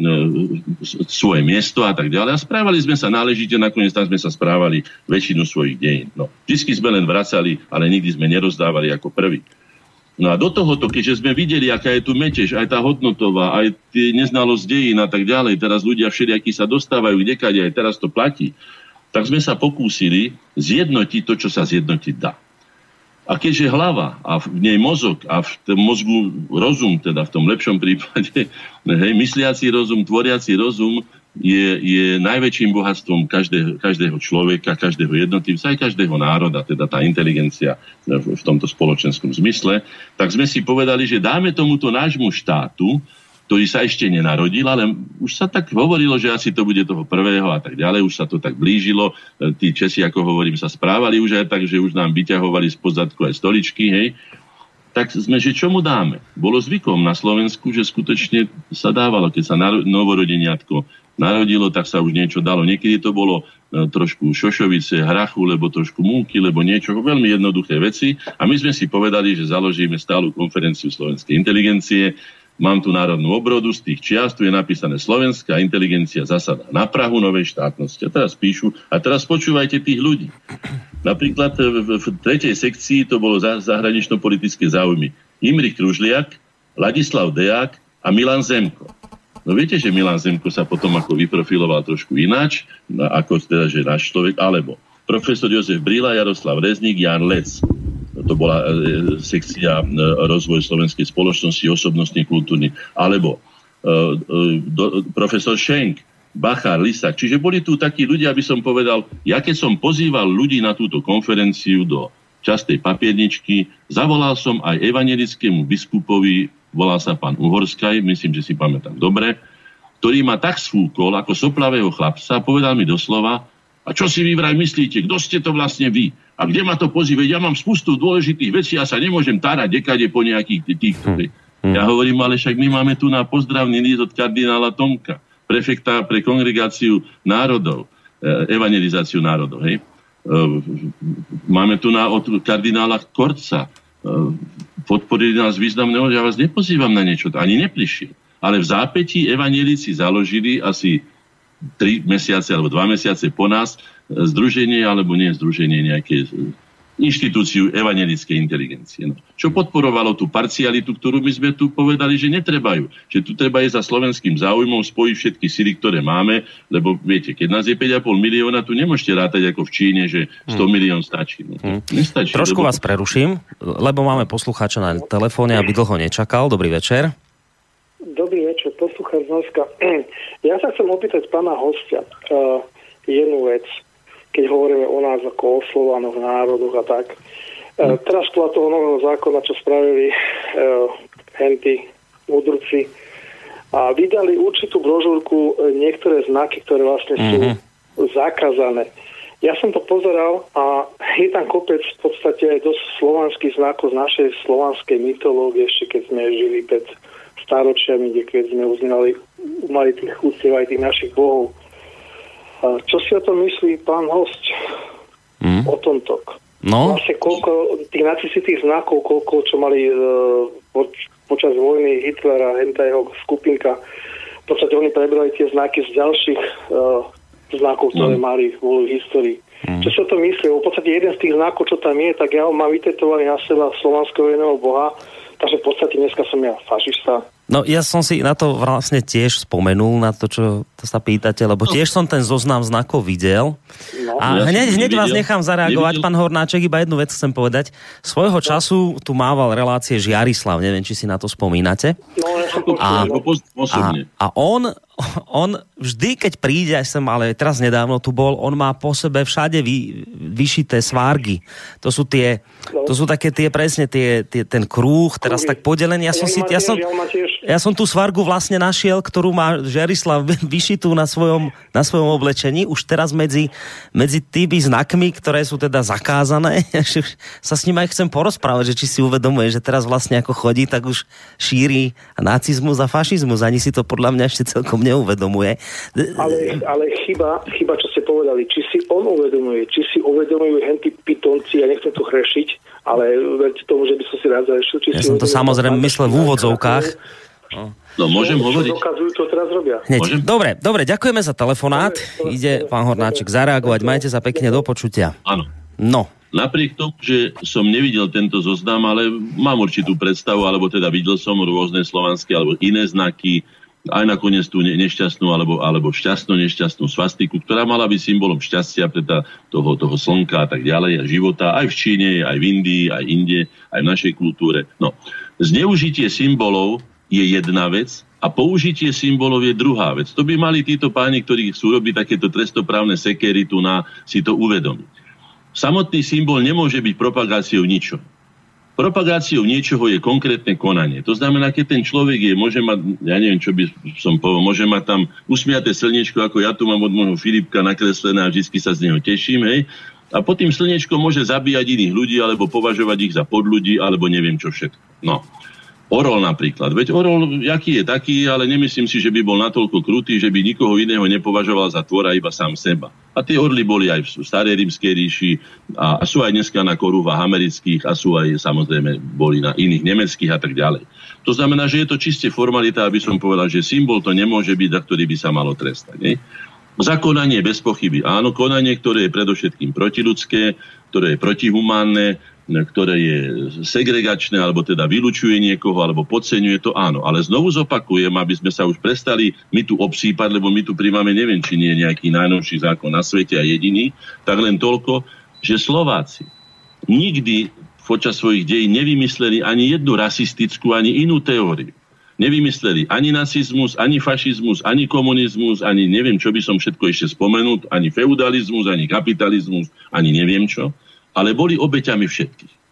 svoje miesto a tak ďalej. A správali sme sa náležite, nakoniec tam sme sa správali väčšinu svojich dejín. No, vždy sme len vracali, ale nikdy sme nerozdávali ako prvý. No a do tohoto, keďže sme videli, aká je tu metež, aj tá hodnotová, aj tie neznalosť dejín a tak ďalej, teraz ľudia všelijakí sa dostávajú kdekade, aj teraz to platí, tak sme sa pokúsili zjednotiť to, čo sa zjednotiť dá. A keďže hlava a v nej mozog a v tom mozgu rozum, teda v tom lepšom prípade, hej, mysliaci rozum, tvoriaci rozum je, je najväčším bohatstvom každého, každého človeka, každého jednotlivca, aj každého národa, teda tá inteligencia v, v tomto spoločenskom zmysle, tak sme si povedali, že dáme tomuto nášmu štátu, ktorý sa ešte nenarodil, ale už sa tak hovorilo, že asi to bude toho prvého a tak ďalej, už sa to tak blížilo. Tí Česi, ako hovorím, sa správali už aj tak, že už nám vyťahovali spod zadku aj stoličky, hej. Tak sme, že čo mu dáme? Bolo zvykom na Slovensku, že skutočne sa dávalo, keď sa novorodeniatko narodilo, tak sa už niečo dalo. Niekedy to bolo trošku šošovice, hrachu, lebo trošku múky, lebo niečo, veľmi jednoduché veci. A my sme si povedali, že založíme stálu konferenciu slovenskej inteligencie. Mám tu národnú obrodu z tých čiast, tu je napísané Slovenská inteligencia zasada na prahu novej štátnosti. A teraz píšu, a teraz počúvajte tých ľudí. Napríklad v, v tretej sekcii to bolo zahranično-politické záujmy. Imrich Kružliak, Ladislav Deák a Milan Zemko. No viete, že Milan Zemko sa potom ako vyprofiloval trošku ináč, ako teda, že náš človek, alebo profesor Jozef Brila, Jaroslav Rezník, Jan Lec. To bola e, sekcia e, rozvoj slovenskej spoločnosti, osobnostný, kultúrny. Alebo e, do, profesor Schenk, Bachar, Lisak. Čiže boli tu takí ľudia, aby som povedal, ja keď som pozýval ľudí na túto konferenciu do častej papierničky, zavolal som aj evanjelickému biskupovi volal sa pán Uhorskaj, myslím, že si pamätám dobre, ktorý ma tak sfúkol ako soplavého chlapca, povedal mi doslova, a čo si vy vraj myslíte, kto ste to vlastne vy? A kde ma to pozýve? Ja mám spustu dôležitých vecí, ja sa nemôžem tárať dekade po nejakých týchto. Hm. Ja hovorím, ale však my máme tu na pozdravný list od kardinála Tomka, prefekta pre kongregáciu národov, evangelizáciu národov. Hej? Máme tu na od kardinála Korca, podporili nás významného, ja vás nepozývam na niečo, ani neprišiel. Ale v zápätí evanjelici založili asi tri mesiace alebo dva mesiace po nás združenie, alebo nie združenie, nejaké inštitúciu evanjelickej inteligencie. No. Čo podporovalo tú parcialitu, ktorú my sme tu povedali, že netrebajú. Že tu treba je za slovenským záujmom spojiť všetky sily, ktoré máme, lebo viete, keď nás je päť a pol milióna, tu nemôžete rátať ako v Číne, že sto milión stačí. No. Hmm. Nestačí. Trošku lebo... vás preruším, lebo máme poslucháča na telefóne, aby dlho nečakal. Dobrý večer. Dobrý večer, poslucháč z Norska. Ja sa chcem opýtať pána hostia uh, jednu vec, keď hovoríme o nás ako o Slovanoch, národoch a tak. Uh, teraz podľa toho nového zákona, čo spravili uh, henty, mudrci, a vydali určitú brožúrku, niektoré znaky, ktoré vlastne sú mm-hmm. zakázané. Ja som to pozeral a je tam kopec v podstate dosť slovanských znakov z našej slovanskej mytológie, ešte keď sme žili pred stáročiami, kde keď sme uznali, mali tých úctiev aj tých našich bohov. A čo si o tom myslí pán host? Mm. O tomto? No. Vlastne koľko tých nacistických znakov, koľko, čo mali uh, poč, počas vojny Hitlera, henta jeho skupinka, v podstate oni prebrali tie znaky z ďalších uh, znakov, ktoré mm. mali v histórii. Mm. Čo si o tom myslí? V podstate jeden z tých znakov, čo tam je, tak ja ho mám vytetovaný na seba slovanského jedného boha. Takže v podstate dneska som ja fašista. No ja som si na to vlastne tiež spomenul, na to, čo to sa pýtate, lebo tiež som ten zoznam znakov videl. No. A ja hneď, hneď vás nechám zareagovať, nevidel. Pán Hornáček, iba jednu vec chcem povedať. Svojho času tu mával relácie Žiarislav, neviem, či si na to spomínate. No, ja som a, a, a on, on vždy, keď príde, aj som, ale teraz nedávno tu bol, on má po sebe všade vy, vyšité svárgy. To sú tie, no. to sú také tie presne, tie, tie, ten krúh, teraz tak podelený. Ja som si, ja som, ja som tú svárgu vlastne našiel, ktorú má Žiarislav vyšitú na svojom, na svojom oblečení. Už teraz medzi, medzi tými znakmi, ktoré sú teda zakázané, sa s ním aj chcem porozprávať, že či si uvedomuje, že teraz vlastne ako chodí, tak už šíri nacizmus a fašizmus. Ani si to podľa mňa ešte celkom neuvedomuje. Ale, ale chyba, chyba, čo ste povedali, či si on uvedomuje, či si uvedomujú henty pitonci, ja nechcem to chrešiť, ale verte tomu, že by som si rád zarešil. Ja som to samozrejme myslel v úvodzovkách. No, no môžem no, hovoriť. Dokazujú, to teraz robia. Dobre, dobre, ďakujeme za telefonát. Dobre, Ide dobre, pán Hornáček zareagovať. Majte sa pekne, do počutia. Áno. No. Napriek tomu, že som nevidel tento zoznam, ale mám určitú predstavu, alebo teda videl som rôzne slovanské alebo iné znaky, aj nakoniec tú nešťastnú alebo, alebo šťastnú, nešťastnú svastiku, ktorá mala byť symbolom šťastia pre toho, toho slnka a tak ďalej, a života aj v Číne, aj v Indii, aj inde, aj v našej kultúre. No, zneužitie symbolov je jedna vec a použitie symbolov je druhá vec. To by mali títo páni, ktorí chcú robiť takéto trestoprávne sekery tu na, si to uvedomiť. Samotný symbol nemôže byť propagáciou ničoho. Propagáciou niečoho je konkrétne konanie. To znamená, keď ten človek je, môže mať, ja neviem, čo by som povedal, môže mať tam usmiaté slniečko, ako ja tu mám od môjho Filipka nakreslené a vždy sa z neho teším, hej. A pod tým slniečkom môže zabíjať iných ľudí, alebo považovať ich za podľudí, alebo neviem čo všetko. No. Orol napríklad. Veď Orol, aký je taký, ale nemyslím si, že by bol natoľko krutý, že by nikoho iného nepovažoval za tvora, iba sám seba. A tie orly boli aj v starej rímskej ríši a, a sú aj dneska na korúvach amerických a sú aj samozrejme boli na iných nemeckých a tak ďalej. To znamená, že je to čiste formalita, aby som povedal, že symbol to nemôže byť, za ktorý by sa malo trestať. Ne? Za konanie bez pochyby. Áno, konanie, ktoré je predovšetkým protiľudské, ktoré je protihumánne, ktoré je segregačné, alebo teda vylučuje niekoho, alebo podceňuje to, áno. Ale znovu zopakujem, aby sme sa už prestali my tu obsýpať, lebo my tu primáme, neviem, či nie je nejaký najnovší zákon na svete a jediný, tak len toľko, že Slováci nikdy počas svojich dejín nevymysleli ani jednu rasistickú, ani inú teóriu. Nevymysleli ani nacizmus, ani fašizmus, ani komunizmus, ani neviem, čo by som všetko ešte spomenul, ani feudalizmus, ani kapitalizmus, ani neviem čo. Ale boli obeťami všetkých.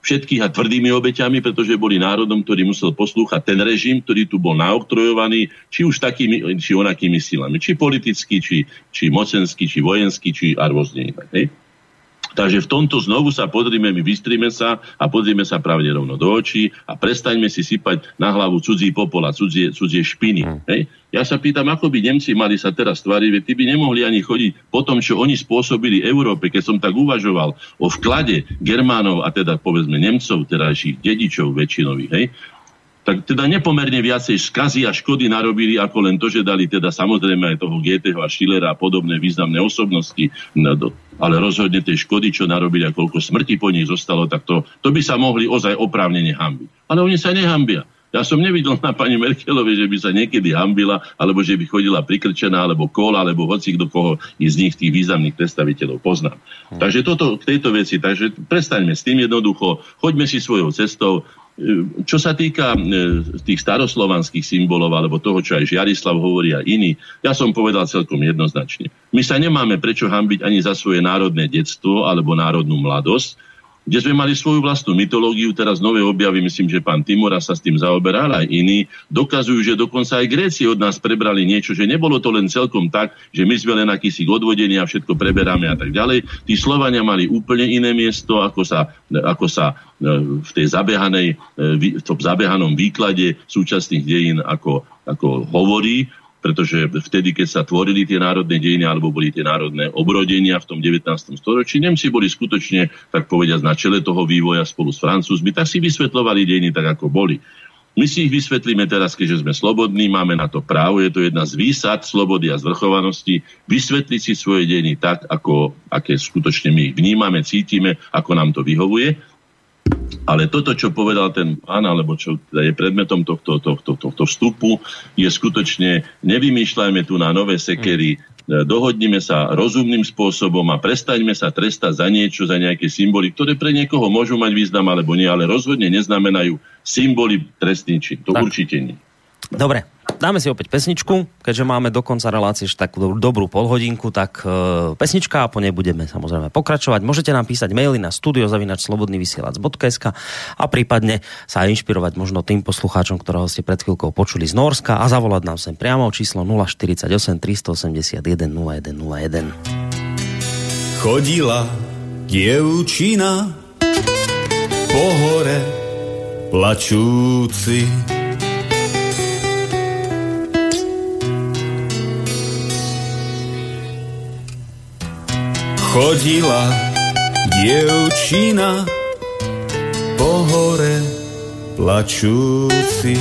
všetkých a tvrdými obeťami, pretože boli národom, ktorý musel poslúchať ten režim, ktorý tu bol naoktrojovaný, či už takými, či onakými silami, či politicky, či, či mocenský, či vojenský, či a rôzne inak. Hej? Takže v tomto znovu sa podrime, my vystrime sa a podrime sa pravde rovno do očí a prestaňme si sypať na hlavu cudzí popol a cudzie, cudzie špiny. Mm. Hej? Ja sa pýtam, ako by Nemci mali sa teraz tváriť, veď tí by nemohli ani chodiť po tom, čo oni spôsobili Európe, keď som tak uvažoval o vklade Germánov a teda povedzme Nemcov, terajších dedičov väčšinových, hej? Tak teda nepomerne viacej skazy a škody narobili, ako len to, že dali teda samozrejme aj toho Goetheho a Schillera a podobné významné osobnosti, ale rozhodne tej škody, čo narobili a koľko smrti po nich zostalo, tak to, to by sa mohli ozaj oprávnene hanbiť. Ale oni sa nehambia. Ja som nevidel na pani Merkelovej, že by sa niekedy hambila, alebo že by chodila prikrčená, alebo Kohl, alebo hoci kto koho z nich tých významných predstaviteľov poznám. Hmm. Takže toto k tejto veci, takže prestaňme s tým jednoducho, choďme si svojou cestou. Čo sa týka tých staroslovanských symbolov, alebo toho, čo aj Žiarislav hovorí a iní, ja som povedal celkom jednoznačne. My sa nemáme prečo hanbiť ani za svoje národné detstvo alebo národnú mladosť, kde sme mali svoju vlastnú mytológiu, teraz nové objavy, myslím, že pán Timura sa s tým zaoberal, aj iní, dokazujú, že dokonca aj Gréci od nás prebrali niečo, že nebolo to len celkom tak, že my sme len akýsi odvodení a všetko preberáme a tak ďalej. Tí Slovania mali úplne iné miesto, ako sa, ako sa v tej zabehanej, v tom zabehanom výklade súčasných dejín ako, ako hovorí, pretože vtedy, keď sa tvorili tie národné dejiny alebo boli tie národné obrodenia v tom devätnástom storočí, Nemci boli skutočne, tak povediať, na čele toho vývoja spolu s Francúzmi, tak si vysvetľovali dejiny tak, ako boli. My si ich vysvetlíme teraz, keďže sme slobodní, máme na to právo, je to jedna z výsad slobody a zvrchovanosti, vysvetliť si svoje dejiny tak, ako, aké skutočne my ich vnímame, cítime, ako nám to vyhovuje. Ale toto, čo povedal ten pán, alebo čo je predmetom tohto, tohto, tohto vstupu, je skutočne, nevymýšľajme tu na nové sekery, dohodnime sa rozumným spôsobom a prestaňme sa trestať za niečo, za nejaké symboly, ktoré pre niekoho môžu mať význam alebo nie, ale rozhodne neznamenajú symboly trestný čin. To tak určite nie. Dobre, dáme si opäť pesničku, keďže máme do konca relácie takú dobrú polhodinku, tak e, pesnička a po nej budeme samozrejme pokračovať. Môžete nám písať maily na studio zavináč slobodný vysielač bodka es ká a prípadne sa inšpirovať možno tým poslucháčom, ktorého ste pred chvíľkou počuli z Nórska a zavolať nám sem priamo číslo nula štyridsaťosem tristoosemdesiatjeden nula jeden nula jeden. Chodila dievčina po hore plačúci, chodila dievčina po hore plačúci.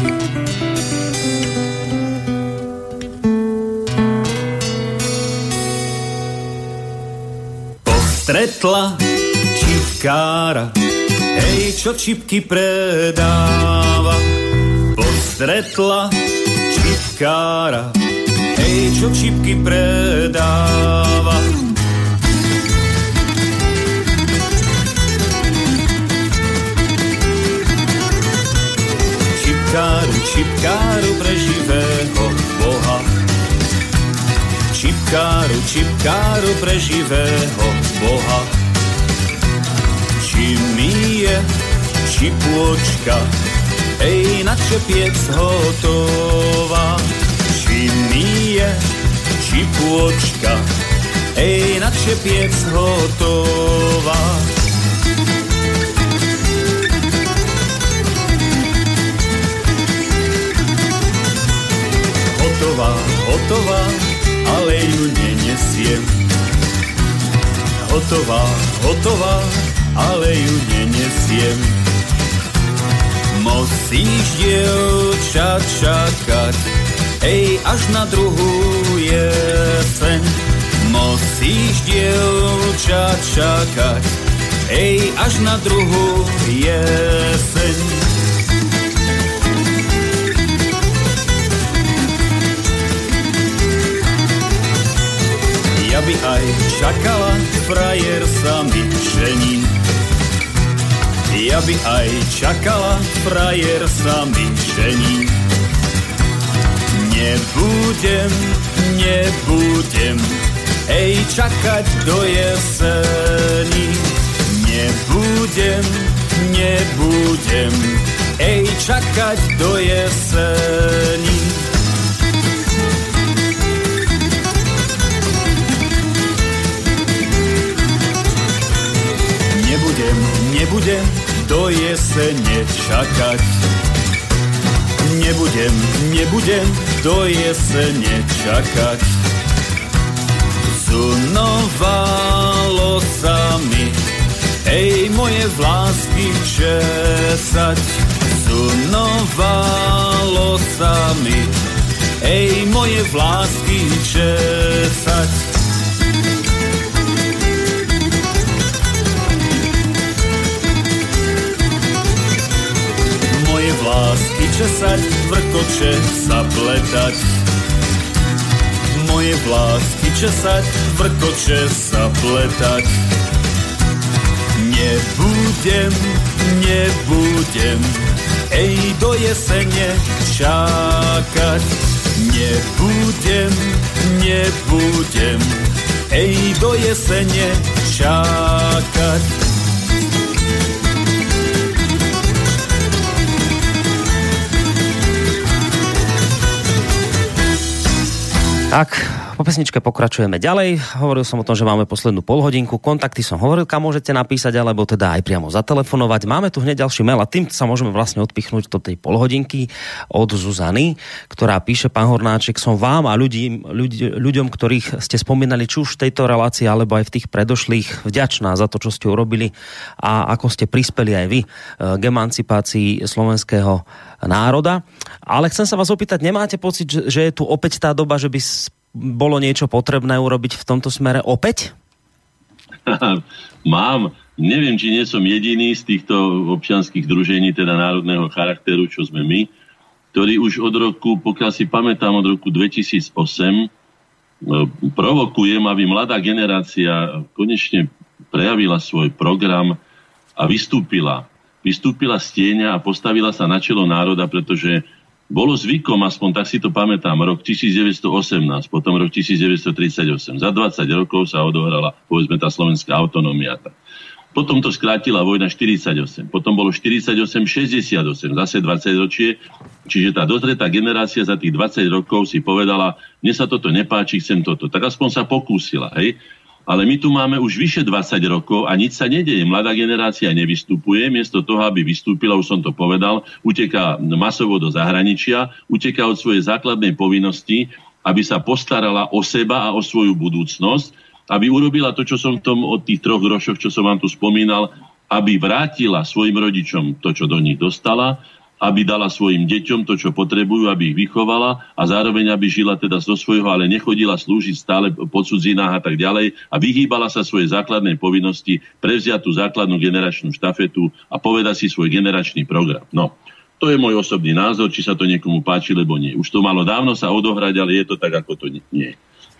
Postretla čipkára, hej, čo čipky predáva. Postretla čipkára, hej, čo čipky predáva. Čipkáru, čipkáru pre živého Boha. Čipkáru, čipkáru pre živého Boha. Či mi je čipôčka, ej, na čepiec hotová. Či mi je čipôčka, ej, na čepiec hotová. Hotová, hotová, ale ju nenesiem. Hotová, hotová, ale ju nenesiem. Musíš, dievča, čakať, ej, až na druhú jeseň. Musíš, dievča, čakať, ej, až na druhú jeseň. Ja by aj čakala, frajer sa mi žení. Ja by aj čakala, frajer sa mi žení. Nebudem, nebudem, ej, čakať do jeseni. Nebudem, nebudem, ej, čakať do jeseni. Nebudem, nebudem do jesene čakať. Nebudem, nebudem do jesene čakať. Zunovalo sa mi, ej, moje vlásky česať. Zunovalo sa mi, ej, moje vlásky česať. Moje vlásky česať, vrkoče sa pletať. Moje vlásky česať, vrkoče sa pletať. Nebudem, nebudem, ej, do jesene čakať. Nebudem, nebudem, ej, do jesene čakať. Tak, po pesničke pokračujeme ďalej. Hovoril som o tom, že máme poslednú polhodinku. Kontakty som hovoril, kam môžete napísať, alebo teda aj priamo zatelefonovať. Máme tu hneď ďalší mail a tým sa môžeme vlastne odpichnúť do tej polhodinky od Zuzany, ktorá píše: pán Hornáček, som vám a ľudí, ľudí, ľuďom, ktorých ste spomínali, či už v tejto relácii, alebo aj v tých predošlých, vďačná za to, čo ste urobili a ako ste prispeli aj vy k emancipácii slovenského národa. Ale chcem sa vás opýtať, nemáte pocit, že, že je tu opäť tá doba, že by bolo niečo potrebné urobiť v tomto smere opäť? Mám. Neviem, či nie som jediný z týchto občianskych združení, teda národného charakteru, čo sme my, ktorý už od roku, pokiaľ si pamätám, od roku dvetisícosem provokujem, aby mladá generácia konečne prejavila svoj program a vystúpila. Vystúpila z tieňa a postavila sa na čelo národa, pretože bolo zvykom, aspoň tak si to pamätám, rok devätnásťstoosemnásť, potom rok devätnásťstotridsaťosem. Za dvadsať rokov sa odohrala, povedzme, tá slovenská autonómia. Potom to skrátila vojna štyridsaťosem. Potom bolo štyridsaťosem šesťdesiatosem, zase dvadsať ročie. Čiže tá dozretá generácia za tých dvadsať rokov si povedala, mne sa toto nepáči, chcem toto. Tak aspoň sa pokúsila, hej. Ale my tu máme už vyše dvadsať rokov a nič sa nedeje. Mladá generácia nevystupuje, miesto toho, aby vystúpila, už som to povedal, uteká masovo do zahraničia, uteká od svojej základnej povinnosti, aby sa postarala o seba a o svoju budúcnosť, aby urobila to, čo som v tom od tých troch grošoch, čo som vám tu spomínal, aby vrátila svojim rodičom to, čo do nich dostala, aby dala svojim deťom to, čo potrebujú, aby ich vychovala a zároveň, aby žila teda zo svojho, ale nechodila slúžiť stále po cudzinách a tak ďalej a vyhýbala sa svojej základnej povinnosti prevziať tú základnú generačnú štafetu a povedať si svoj generačný program. No, to je môj osobný názor, či sa to niekomu páči, lebo nie. Už to malo dávno sa odohrať, ale je to tak, ako to nie je.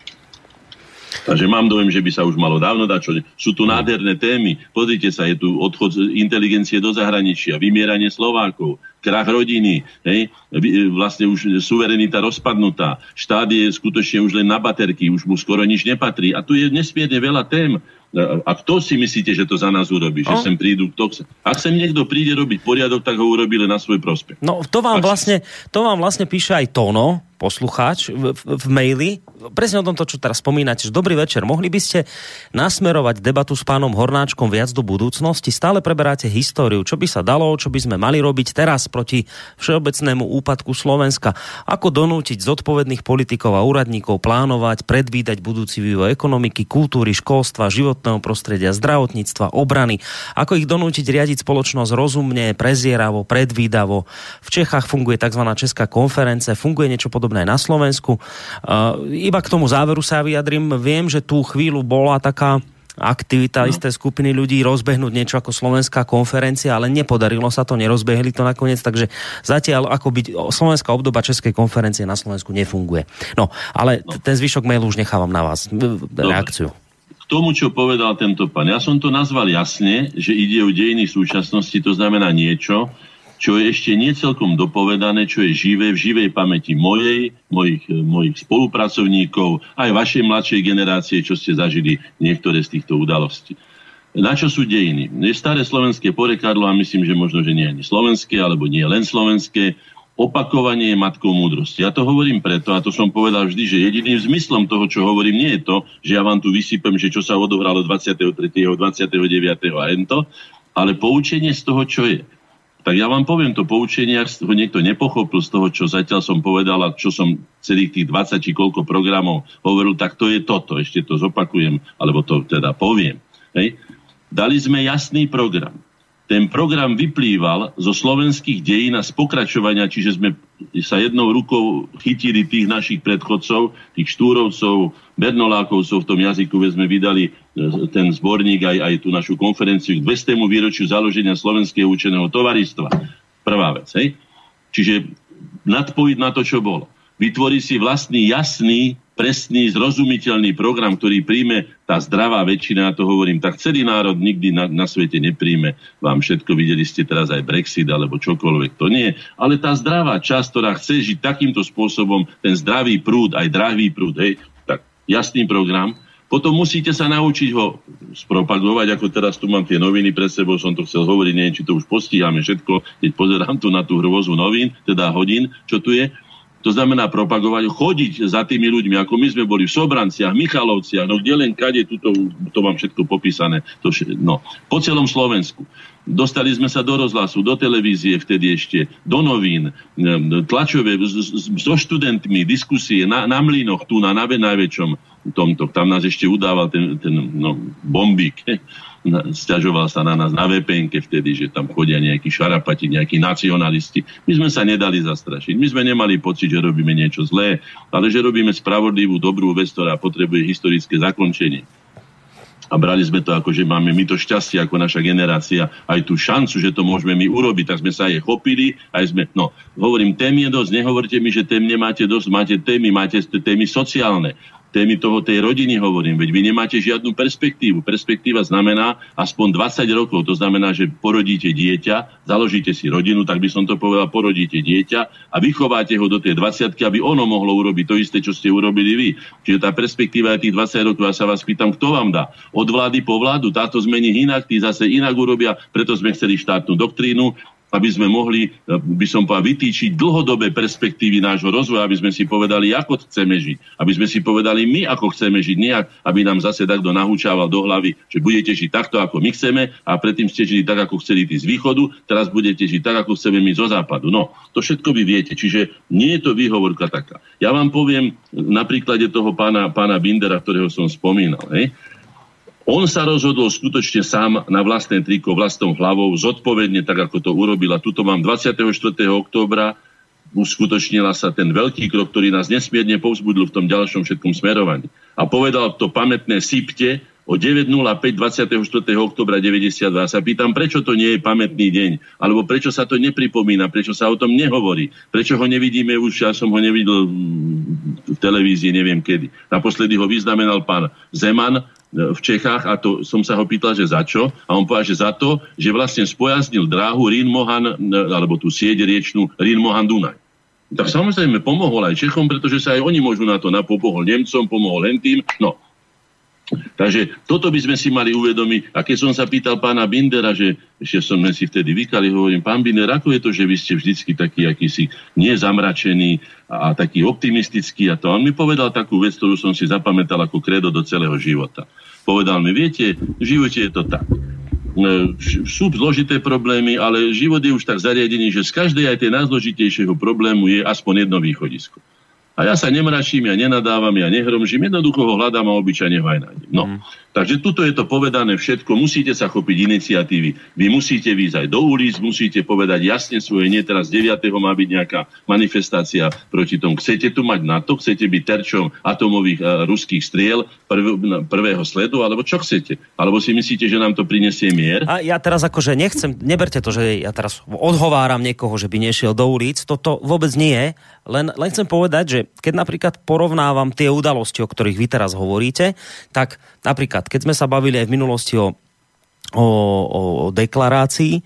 Takže mám dojem, že by sa už malo dávno dať, čo sú tu nádherné témy. Pozrite sa, je tu odchod inteligencie do zahraničia, vymieranie Slovákov, krach rodiny, hej? Vlastne už suverenita rozpadnutá, štát je skutočne už len na baterky, už mu skoro nič nepatrí. A tu je nesmierne veľa tém. A kto si myslíte, že to za nás urobí? Že sem prídu, kto... Ak sem niekto príde robiť poriadok, tak ho urobí len na svoj prospech. No to vám, vlastne, to vám vlastne píše aj Tono, poslucháč, v, v, v maili. Presne o tomto, čo teraz spomínate, že dobrý večer. Mohli by ste nasmerovať debatu s pánom Hornáčkom viac do budúcnosti? Stále preberáte históriu. Čo by sa dalo, čo by sme mali robiť teraz proti všeobecnému úpadku Slovenska? Ako donútiť zodpovedných politikov a úradníkov plánovať, predvídať budúci vývoj ekonomiky, kultúry, školstva, životného prostredia, zdravotníctva, obrany? Ako ich donútiť riadiť spoločnosť rozumne, prezieravo, predvídavo? V Čechách funguje tzv. Česká konferencia, funguje niečo podobné aj na Slovensku. Uh, iba k tomu záveru sa vyjadrím. Viem, že tú chvíľu bola taká aktivita no. isté skupiny ľudí rozbehnúť niečo ako slovenská konferencia, ale nepodarilo sa to, nerozbehli to nakoniec, takže zatiaľ ako byť slovenská obdoba českej konferencie na Slovensku nefunguje. No, ale no. ten zvyšok mailu už nechávam na vás. Reakciu. K tomu, čo povedal tento pán, ja som to nazval jasne, že ide o dejiny súčasnosti, to znamená niečo, čo je ešte nie celkom dopovedané, čo je živé, v živej pamäti mojej, mojich, mojich spolupracovníkov, aj vašej mladšej generácie, čo ste zažili niektoré z týchto udalostí. Na čo sú dejiny? Je staré slovenské porekadlo a myslím, že možno, že nie ani slovenské, alebo nie len slovenské. Opakovanie je matkou múdrosti. Ja to hovorím preto, a to som povedal vždy, že jediným zmyslom toho, čo hovorím, nie je to, že ja vám tu vysypem, že čo sa odohralo dvadsiateho tretieho, dvadsiateho deviateho a ento, ale poučenie z toho, čo je. Tak ja vám poviem to poučenie, ak ho niekto nepochopil z toho, čo zatiaľ som povedal a čo som celých tých dvadsať či koľko programov hovoril, tak to je toto. Ešte to zopakujem, alebo to teda poviem. Hej. Dali sme jasný program. Ten program vyplýval zo slovenských dejín a z pokračovania, čiže sme sa jednou rukou chytili tých našich predchodcov, tých Štúrovcov, Bernolákovcov v tom jazyku, veď sme vydali ten zborník aj, aj tú našu konferenciu k dvestému výročiu založenia Slovenského učeného tovaristva. Prvá vec, hej? Čiže nadpojiť na to, čo bolo. Vytvorí si vlastný, jasný, presný, zrozumiteľný program, ktorý príjme tá zdravá väčšina, ja to hovorím, tak celý národ nikdy na, na svete nepríjme. Vám všetko, videli ste teraz aj Brexit alebo čokoľvek, to nie. Ale tá zdravá časť, ktorá chce žiť takýmto spôsobom, ten zdravý prúd, aj drahý prúd, hej, tak jasný program. Potom musíte sa naučiť ho spropagovať, ako teraz tu mám tie noviny pred sebou, som to chcel hovoriť, neviem, či to už postíhame všetko, keď pozerám tu na tú hrôzu novín, teda hodín, čo tu je. To znamená propagovať, chodiť za tými ľuďmi, ako my sme boli v Sobranciach, Michalovciach, no kde len kade, tuto, to mám všetko popísané, to, no, po celom Slovensku. Dostali sme sa do rozhlasu, do televízie vtedy ešte, do novín, tlačové, so študentmi, diskusie na, na mlynoch, tu na, na najväčšom tomto. Tam nás ešte udával ten, ten no, bombík. Sťažoval sa na nás na vé pé enke vtedy, že tam chodia nejakí šarapati, nejakí nacionalisti. My sme sa nedali zastrašiť. My sme nemali pocit, že robíme niečo zlé, ale že robíme spravodlivú, dobrú vec, ktorá potrebuje historické zakončenie. A brali sme to ako, že máme my to šťastie ako naša generácia, aj tú šancu, že to môžeme my urobiť, tak sme sa aj chopili, aj sme, no, hovorím, tém je dosť, nehovorte mi, že tém nemáte dosť, máte témy, máte témy sociálne, témy toho tej rodiny hovorím, veď vy nemáte žiadnu perspektívu. Perspektíva znamená aspoň dvadsať rokov, to znamená, že porodíte dieťa, založíte si rodinu, tak by som to povedal, porodíte dieťa a vychováte ho do tej dvadsiatky, aby ono mohlo urobiť to isté, čo ste urobili vy. Čiže tá perspektíva je tých dvadsať rokov, ja sa vás pýtam, kto vám dá? Od vlády po vládu, táto zmení inak, tí zase inak urobia, preto sme chceli štátnu doktrínu, aby sme mohli, by som povedal, vytýčiť dlhodobé perspektívy nášho rozvoja, aby sme si povedali, ako chceme žiť. Aby sme si povedali my, ako chceme žiť, nejak, aby nám zase takto nahúčával do hlavy, že budete žiť takto, ako my chceme, a predtým ste žili tak, ako chceli tí z východu, teraz budete žiť tak, ako chceme my zo západu. No, to všetko vy viete, čiže nie je to výhovorka taká. Ja vám poviem na príklade toho pána, pána Bindera, ktorého som spomínal, hej. On sa rozhodol skutočne sám na vlastné triko, vlastnou hlavou, zodpovedne, tak ako to urobil. A tuto mám dvadsiateho štvrtého októbra, uskutočnila sa ten veľký krok, ktorý nás nesmierne povzbudil v tom ďalšom všetkom smerovaní. A povedal to pamätné sypte o deväť nula päť dvadsiateho štvrtého októbra deväťdesiatdva. Sa pýtam, prečo to nie je pamätný deň? Alebo prečo sa to nepripomína? Prečo sa o tom nehovorí? Prečo ho nevidíme už? Ja som ho nevidel v televízii, neviem kedy. Naposledy ho vyznamenal pán Zeman v Čechách a to som sa ho pýtal, že za čo? A on povedal, že za to, že vlastne spojaznil dráhu Rín-Mohan, alebo tú sieť riečnú Rín-Mohan-Dunaj. Tak samozrejme pomohol aj Čechom, pretože sa aj oni môžu na to napomohol Nemcom, pomohol len tým. No, takže toto by sme si mali uvedomiť. A keď som sa pýtal pána Bindera, že ešte som si vtedy vykali, hovorím, pán Binder, ako je to, že vy ste vždycky taký akýsi nezamračený a, a taký optimistický a to. On mi povedal takú vec, ktorú som si zapamätal ako kredo do celého života. Povedal mi, viete, v živote je to tak. Sú zložité problémy, ale život je už tak zariadený, že z každej aj tej najzložitejšieho problému je aspoň jedno východisko. A ja sa nemračím, ja nenadávam, ja nehromžím, jednoducho ho hľadám a obyčajne ho aj nájdem. No, mm. Takže tuto je to povedané všetko, musíte sa chopiť iniciatívy, vy musíte výjsť aj do ulic, musíte povedať jasne svoje, nie teraz deviateho má byť nejaká manifestácia proti tomu. Chcete tu mať NATO, chcete byť terčom atomových uh, ruských striel prv, prvého sledu, alebo čo chcete? Alebo si myslíte, že nám to prinesie mier? A ja teraz akože nechcem, neberte to, že ja teraz odhováram niekoho, že by nešiel do ulic, toto vôbec nie je, len, len chcem povedať, že keď napríklad porovnávam tie udalosti, o ktorých vy teraz hovoríte, tak napríklad, keď sme sa bavili aj v minulosti o, o, o deklarácii,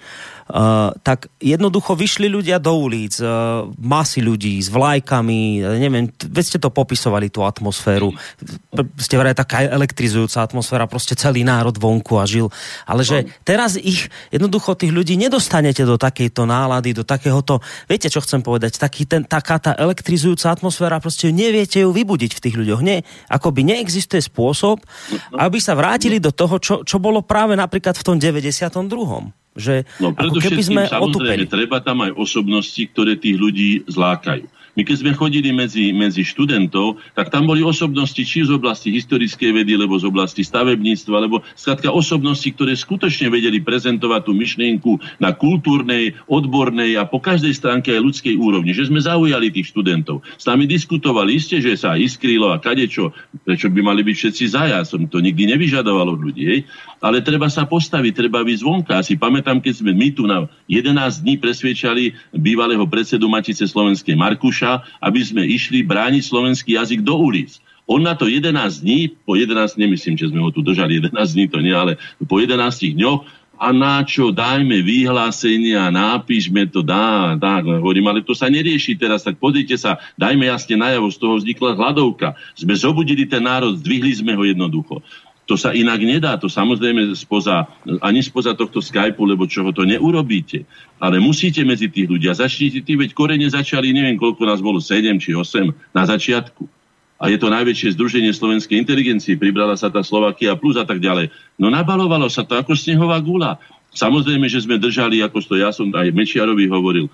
uh, tak jednoducho vyšli ľudia do ulic, uh, masy ľudí s vlajkami, neviem, veď ste to popisovali, tú atmosféru. Ste vraj taká elektrizujúca atmosféra, proste celý národ vonku a žil. Ale že teraz ich, jednoducho tých ľudí nedostanete do takejto nálady, do takéhoto, viete, čo chcem povedať, taký ten, taká tá elektrizujúca atmosféra, proste neviete ju vybudiť v tých ľuďoch. Nie, akoby neexistuje spôsob, aby sa vrátili do toho, čo, čo bolo práve napríklad v tom deväťdesiatom druhom. Že no predovšetkým samozrejme treba tam aj osobnosti, ktoré tých ľudí zlákajú. My keď sme chodili medzi, medzi študentov, tak tam boli osobnosti či z oblasti historickej vedy, alebo z oblasti stavebníctva, alebo skrátka osobnosti, ktoré skutočne vedeli prezentovať tú myšlienku na kultúrnej, odbornej a po každej stránke aj ľudskej úrovni. Že sme zaujali tých študentov. S nami diskutovali, isté, že sa iskrilo a kadečo, prečo by mali byť všetci za, ja som to nikdy nevyžadoval od ľudí, hej? Ale treba sa postaviť, treba byť zvonka. Si pamätám, keď sme my tu na jedenásť dní presviečali bývalého predsedu Matice slovenskej Markuša, aby sme išli brániť slovenský jazyk do ulic. On na to jedenásť dní, po jedenásť, nemyslím, že sme ho tu držali jedenásť dní, to nie, ale po jedenástich dňoch, a na čo, dajme vyhlásenia, napíšme to, dá, dá, hovorím, ale to sa nerieši teraz, tak pozrite sa, dajme jasne najavo, z toho vznikla hladovka. Sme zobudili ten národ, zdvihli sme ho jednoducho. To sa inak nedá, to samozrejme spoza, ani spoza tohto Skypeu, lebo čoho to neurobíte. Ale musíte medzi tých ľudia. Začnite tí, veď korene začali, neviem, koľko nás bolo, sedem či osem na začiatku. A je to najväčšie združenie slovenskej inteligencie. Pribrala sa tá Slovakia plus a tak ďalej. No nabalovalo sa to ako snehová guľa. Samozrejme, že sme držali, ako to ja som aj Mečiarovi hovoril,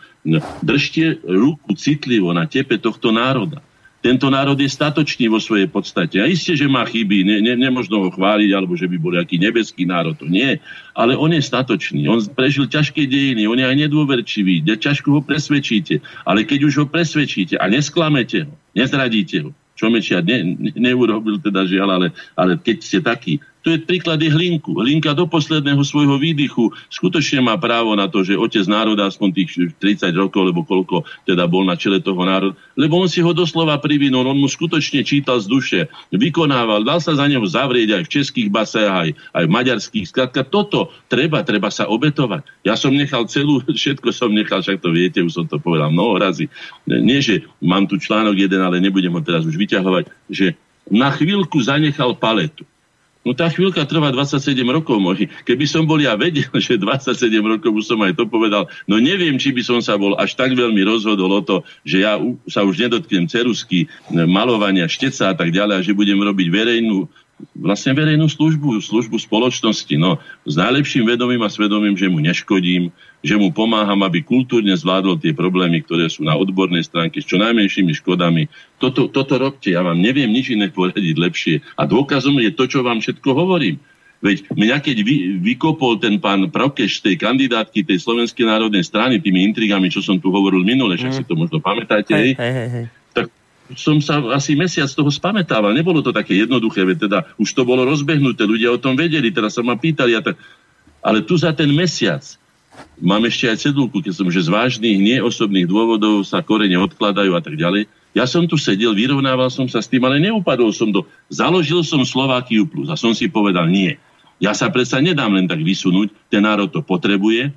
držte ruku citlivo na tepe tohto národa. Tento národ je statočný vo svojej podstate. A isté, že má chyby, ne, ne, nemožno ho chváliť, alebo že by bol aký nebeský národ, to nie. Ale on je statočný, on prežil ťažké dejiny, on je aj nedôverčivý, ťažko ho presvedčíte. Ale keď už ho presvedčíte a nesklamete ho, nezradíte ho, čo Mečiar ne, ne, neurobil teda žiaľ, ale, ale keď ste takí, to je príklad je Hlinku. Hlinka do posledného svojho výdychu skutočne má právo na to, že otec národa aspoň tých tridsať rokov, lebo koľko teda bol na čele toho národa, lebo on si ho doslova privinul, on mu skutočne čítal z duše, vykonával, dal sa za neho zavrieť aj v českých basách, aj, aj v maďarských. Skrátka, toto treba, treba sa obetovať. Ja som nechal celú, všetko som nechal, však to viete, už som to povedal mnoho razy. Nie, že mám tu článok jeden, ale nebudem ho teraz už vyťahovať, že na chvíľku zanechal paletu. No tá chvíľka trvá dvadsaťsedem rokov môj. Keby som bol ja vedel, že dvadsaťsedem rokov, už som aj to povedal, no neviem, či by som sa bol až tak veľmi rozhodol o to, že ja sa už nedotknem ceruzky, malovania, šteca a tak ďalej, a že budem robiť verejnú, vlastne verejnú službu, službu spoločnosti. No, s najlepším vedomím a svedomím, že mu neškodím, že mu pomáham, aby kultúrne zvládol tie problémy, ktoré sú na odbornej stránke s čo najmenšími škodami. Toto, toto robte, ja vám neviem nič iné poradiť lepšie. A dôkazom je to, čo vám všetko hovorím. Veď mňa keď vy, vykopol ten pán Prokeš z tej kandidátky tej Slovenskej národnej strany, tými intrigami, čo som tu hovoril minule, však mm. si to možno pamätáte, hej, hej, hej, hej. Tak som sa asi mesiac toho spamätával. Nebolo to také jednoduché, veď teda už to bolo rozbehnuté, ľudia o tom vedeli, teraz sa ma pýtali. A tak... Ale tu za ten mesiac mám ešte aj cedulku, keď som, že z vážnych, neosobných dôvodov sa korene odkladajú a tak ďalej. Ja som tu sedel, vyrovnával som sa s tým, ale neupadol som do... Založil som Slovakiu plus a som si povedal, nie. Ja sa predsa nedám len tak vysunúť, ten národ to potrebuje.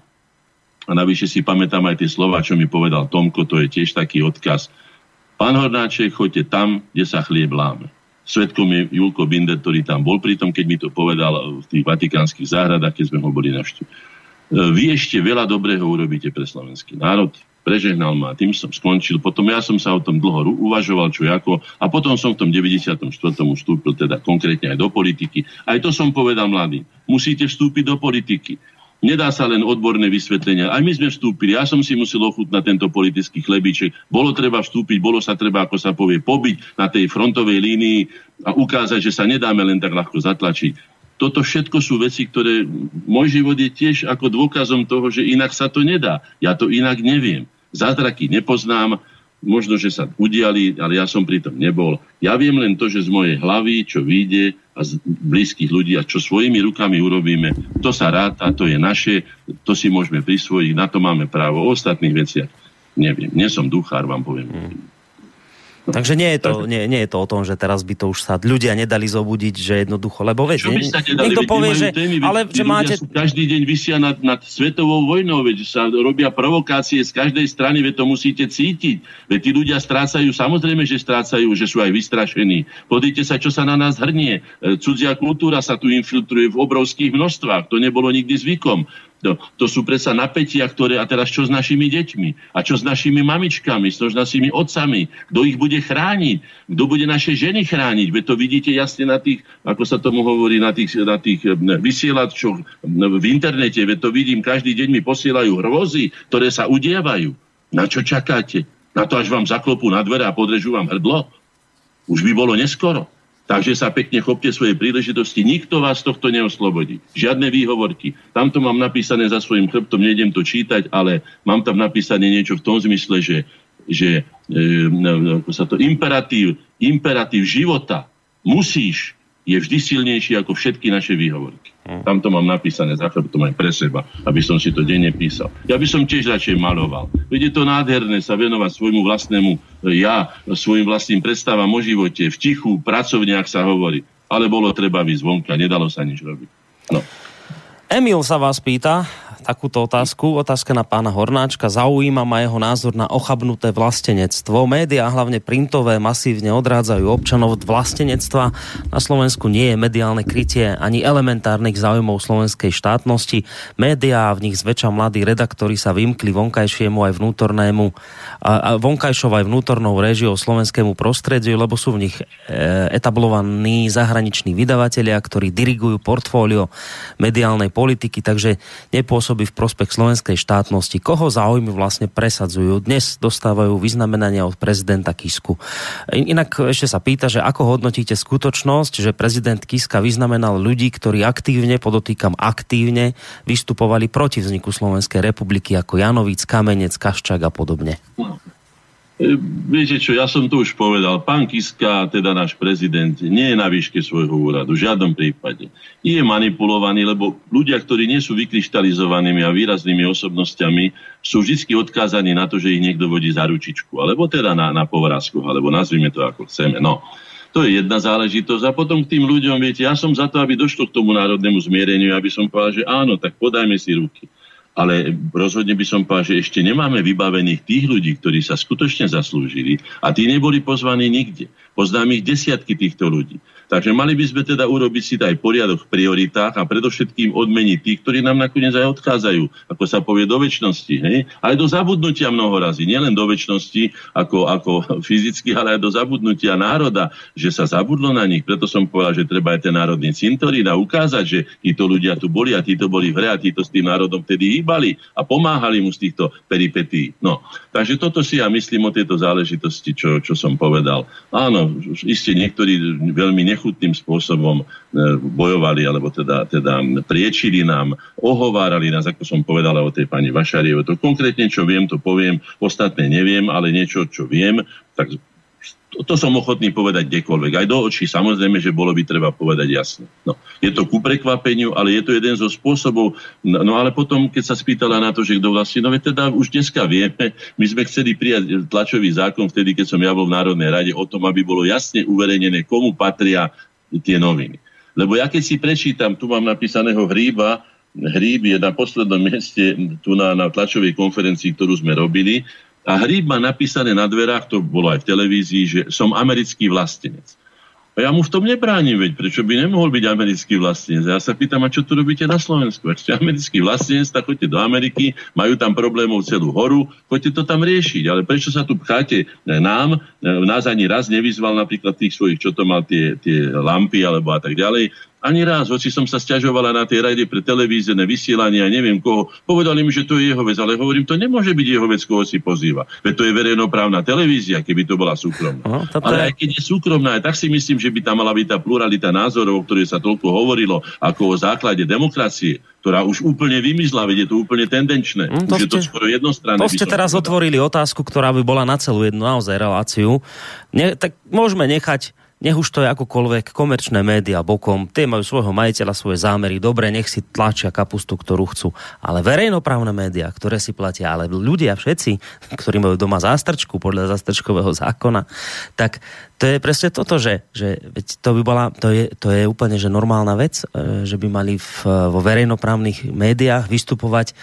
A navyše si pamätám aj tie slova, čo mi povedal Tomko, to je tiež taký odkaz. Pán Hornáček, choďte tam, kde sa chlieb láme. Svedkom je Julko Binder, ktorý tam bol pri tom, keď mi to povedal v tých vatikánskych záhradách, keď sme ho boli navštíviť. Vy ešte veľa dobrého urobíte pre slovenský národ. Prežehnal ma, tým som skončil. Potom ja som sa o tom dlho uvažoval, čo ako. A potom som v tom deväťdesiatom štvrtom vstúpil teda konkrétne aj do politiky. Aj to som povedal mladým. Musíte vstúpiť do politiky. Nedá sa len odborné vysvetlenia. Aj my sme vstúpili. Ja som si musel ochutnať tento politický chlebíček. Bolo treba vstúpiť, bolo sa treba, ako sa povie, pobiť na tej frontovej línii a ukázať, že sa nedáme len tak ľahko zatlačiť. Toto všetko sú veci, ktoré... Môj život je tiež ako dôkazom toho, že inak sa to nedá. Ja to inak neviem. Zázraky nepoznám, možno, že sa udiali, ale ja som pri tom nebol. Ja viem len to, že z mojej hlavy, čo vyjde a z blízkych ľudí a čo svojimi rukami urobíme, to sa ráta, to je naše, to si môžeme prisvojiť, na to máme právo. O ostatných veciach neviem. Nie som duchár, vám poviem. Takže nie je, to, nie, nie je to o tom, že teraz by to už sa ľudia nedali zobudiť, že jednoducho, lebo viete, nie, niekto povie, že, témy, ale že máte... Každý deň visia nad, nad svetovou vojnou, veď sa robia provokácie z každej strany, veď to musíte cítiť. Veď tí ľudia strácajú, samozrejme, že strácajú, že sú aj vystrašení. Podrite sa, čo sa na nás hrnie. Cudzia kultúra sa tu infiltruje v obrovských množstvách. To nebolo nikdy zvykom. To, to sú predsa napätia, ktoré... A teraz čo s našimi deťmi? A čo s našimi mamičkami? Čo s našimi otcami? Kto ich bude chrániť? Kto bude naše ženy chrániť? Veď to vidíte jasne na tých, ako sa tomu hovorí, na tých, na tých vysielačoch v internete. Veď to vidím, každý deň mi posielajú hrôzy, ktoré sa udievajú. Na čo čakáte? Na to, až vám zaklopú na dvere a podrežú vám hrdlo? Už by bolo neskoro. Takže sa pekne chopte svojej príležitosti. Nikto vás tohto neoslobodí. Žiadne výhovorky. Tamto mám napísané za svojím chrbtom, nejdem to čítať, ale mám tam napísané niečo v tom zmysle, že, že e, ako sa to, imperatív, imperatív života musíš je vždy silnejší ako všetky naše výhovorky. Tam to mám napísané za chrbtom aj pre seba, aby som si to denne písal. Ja by som tiež radšej maloval. Veď je to nádherné sa venovať svojmu vlastnému ja, svojim vlastným predstavám o živote, v tichu, pracovne, ak sa hovorí. Ale bolo treba výsť vonka, nedalo sa nič robiť. No. Emil sa vás pýta takúto otázku, otázka na pána Hornáčka. Zaujíma ma jeho názor na ochabnuté vlastenectvo. Médiá, hlavne printové, masívne odrádzajú občanov od vlastenectva. Na Slovensku nie je mediálne krytie ani elementárnych záujmov slovenskej štátnosti. Médiá, v nich zväčša mladí redaktori sa vymkli vonkajšiemu aj vnútornému a vonkajšou aj vnútornou réžiou slovenskému prostrediu, lebo sú v nich etablovaní zahraniční vydavatelia, ktorí dirigujú portfólio mediálnej politiky, takže nepôsobí v prospech slovenskej štátnosti. Koho záujmy vlastne presadzujú? Dnes dostávajú vyznamenania od prezidenta Kisku. Inak ešte sa pýta, že ako hodnotíte skutočnosť, že prezident Kiska vyznamenal ľudí, ktorí aktívne, podotýkam aktívne, vystupovali proti vzniku Slovenskej republiky, ako Janovic, Kamenec, Kaščák a podobne. Viete čo, ja som to už povedal. Pán Kiska, teda náš prezident, nie je na výške svojho úradu. V žiadnom prípade. Je manipulovaný, lebo ľudia, ktorí nie sú vykryštalizovanými a výraznými osobnostiami, sú vždy odkázaní na to, že ich niekto vodí za ručičku. Alebo teda na, na povrázku, alebo nazvime to ako chceme. No, to je jedna záležitosť. A potom k tým ľuďom, viete, ja som za to, aby došlo k tomu národnému zmiereniu, aby som povedal, že áno, tak podajme si ruky. Ale rozhodne by som povedal, že ešte nemáme vybavených tých ľudí, ktorí sa skutočne zaslúžili a tí neboli pozvaní nikde. Poznám ich desiatky týchto ľudí. Takže mali by sme teda urobiť si aj poriadok v prioritách a predovšetkým odmeniť tých, ktorí nám nakoniec aj odchádzajú, ako sa povie, do večnosti. Hej? Aj do zabudnutia mnoho razy. Nielen do večnosti ako, ako fyzicky, ale aj do zabudnutia národa, že sa zabudlo na nich. Preto som povedal, že treba aj ten národný cintorín a ukázať, že títo ľudia tu boli a títo boli v hre a títo s tým národom vtedy hýbali a pomáhali mu z týchto peripetí. No, takže toto si ja myslím o tejto záležitosti, čo, čo som povedal. Áno, iste niektorí veľmi nechutným spôsobom bojovali, alebo teda, teda priečili nám, ohovárali nás, ako som povedala o tej pani Vašarievej. To konkrétne, čo viem, to poviem, ostatné neviem, ale niečo, čo viem, tak to, to som ochotný povedať kdekoľvek. Aj do očí, samozrejme, že bolo by treba povedať jasne. No, je to ku prekvapeniu, ale je to jeden zo spôsobov. No, no ale potom, keď sa spýtala na to, že kto vlastne, no teda už dneska vieme, my sme chceli prijať tlačový zákon vtedy, keď som ja bol v Národnej rade, o tom, aby bolo jasne uverejnené, komu patria tie noviny. Lebo ja keď si prečítam, tu mám napísaného Hríba, Hríb je na poslednom mieste tu na, na tlačovej konferencii, ktorú sme robili, a Hríb má napísané na dverách, to bolo aj v televízii, že som americký vlastenec. A ja mu v tom nebránim, veď prečo by nemohol byť americký vlastenec. Ja sa pýtam, a čo tu robíte na Slovensku? Ak ste americký vlastenec, tak choďte do Ameriky, majú tam problémov celú horu, choďte to tam riešiť. Ale prečo sa tu pcháte nám? Nás ani raz nevyzval napríklad tých svojich, čo to mal tie, tie lampy alebo a tak ďalej. Ani raz, hoci som sa sťažovala na tej rade pre televízne vysielanie a neviem koho, povedali mi, že to je jeho vec, ale hovorím, to nemôže byť jeho vec, koho si pozýva. Veď to je verejnoprávna televízia, keby to bola súkromná. No, ale aj keď je súkromná, tak si myslím, že by tam mala byť tá pluralita názorov, o ktorej sa toľko hovorilo, ako o základe demokracie, ktorá už úplne vymizla, veď je to úplne tendenčné. Mm, to už ste, je to skoro jednostranné. To ste teraz povedal. Otvorili otázku, ktorá by bola na celú jednu naozaj reláciu. Ne, tak môžeme nechať nech už to je akokoľvek komerčné médiá bokom, tie majú svojho majiteľa, svoje zámery, dobre, nech si tlačia kapustu, ktorú chcú. Ale verejnoprávne médiá, ktoré si platia, ale ľudia všetci, ktorí majú doma zástrčku podľa zástrčkového zákona, tak to je presne toto, že, že to by bola, to je, to je úplne že normálna vec, že by mali v, vo verejnoprávnych médiách vystupovať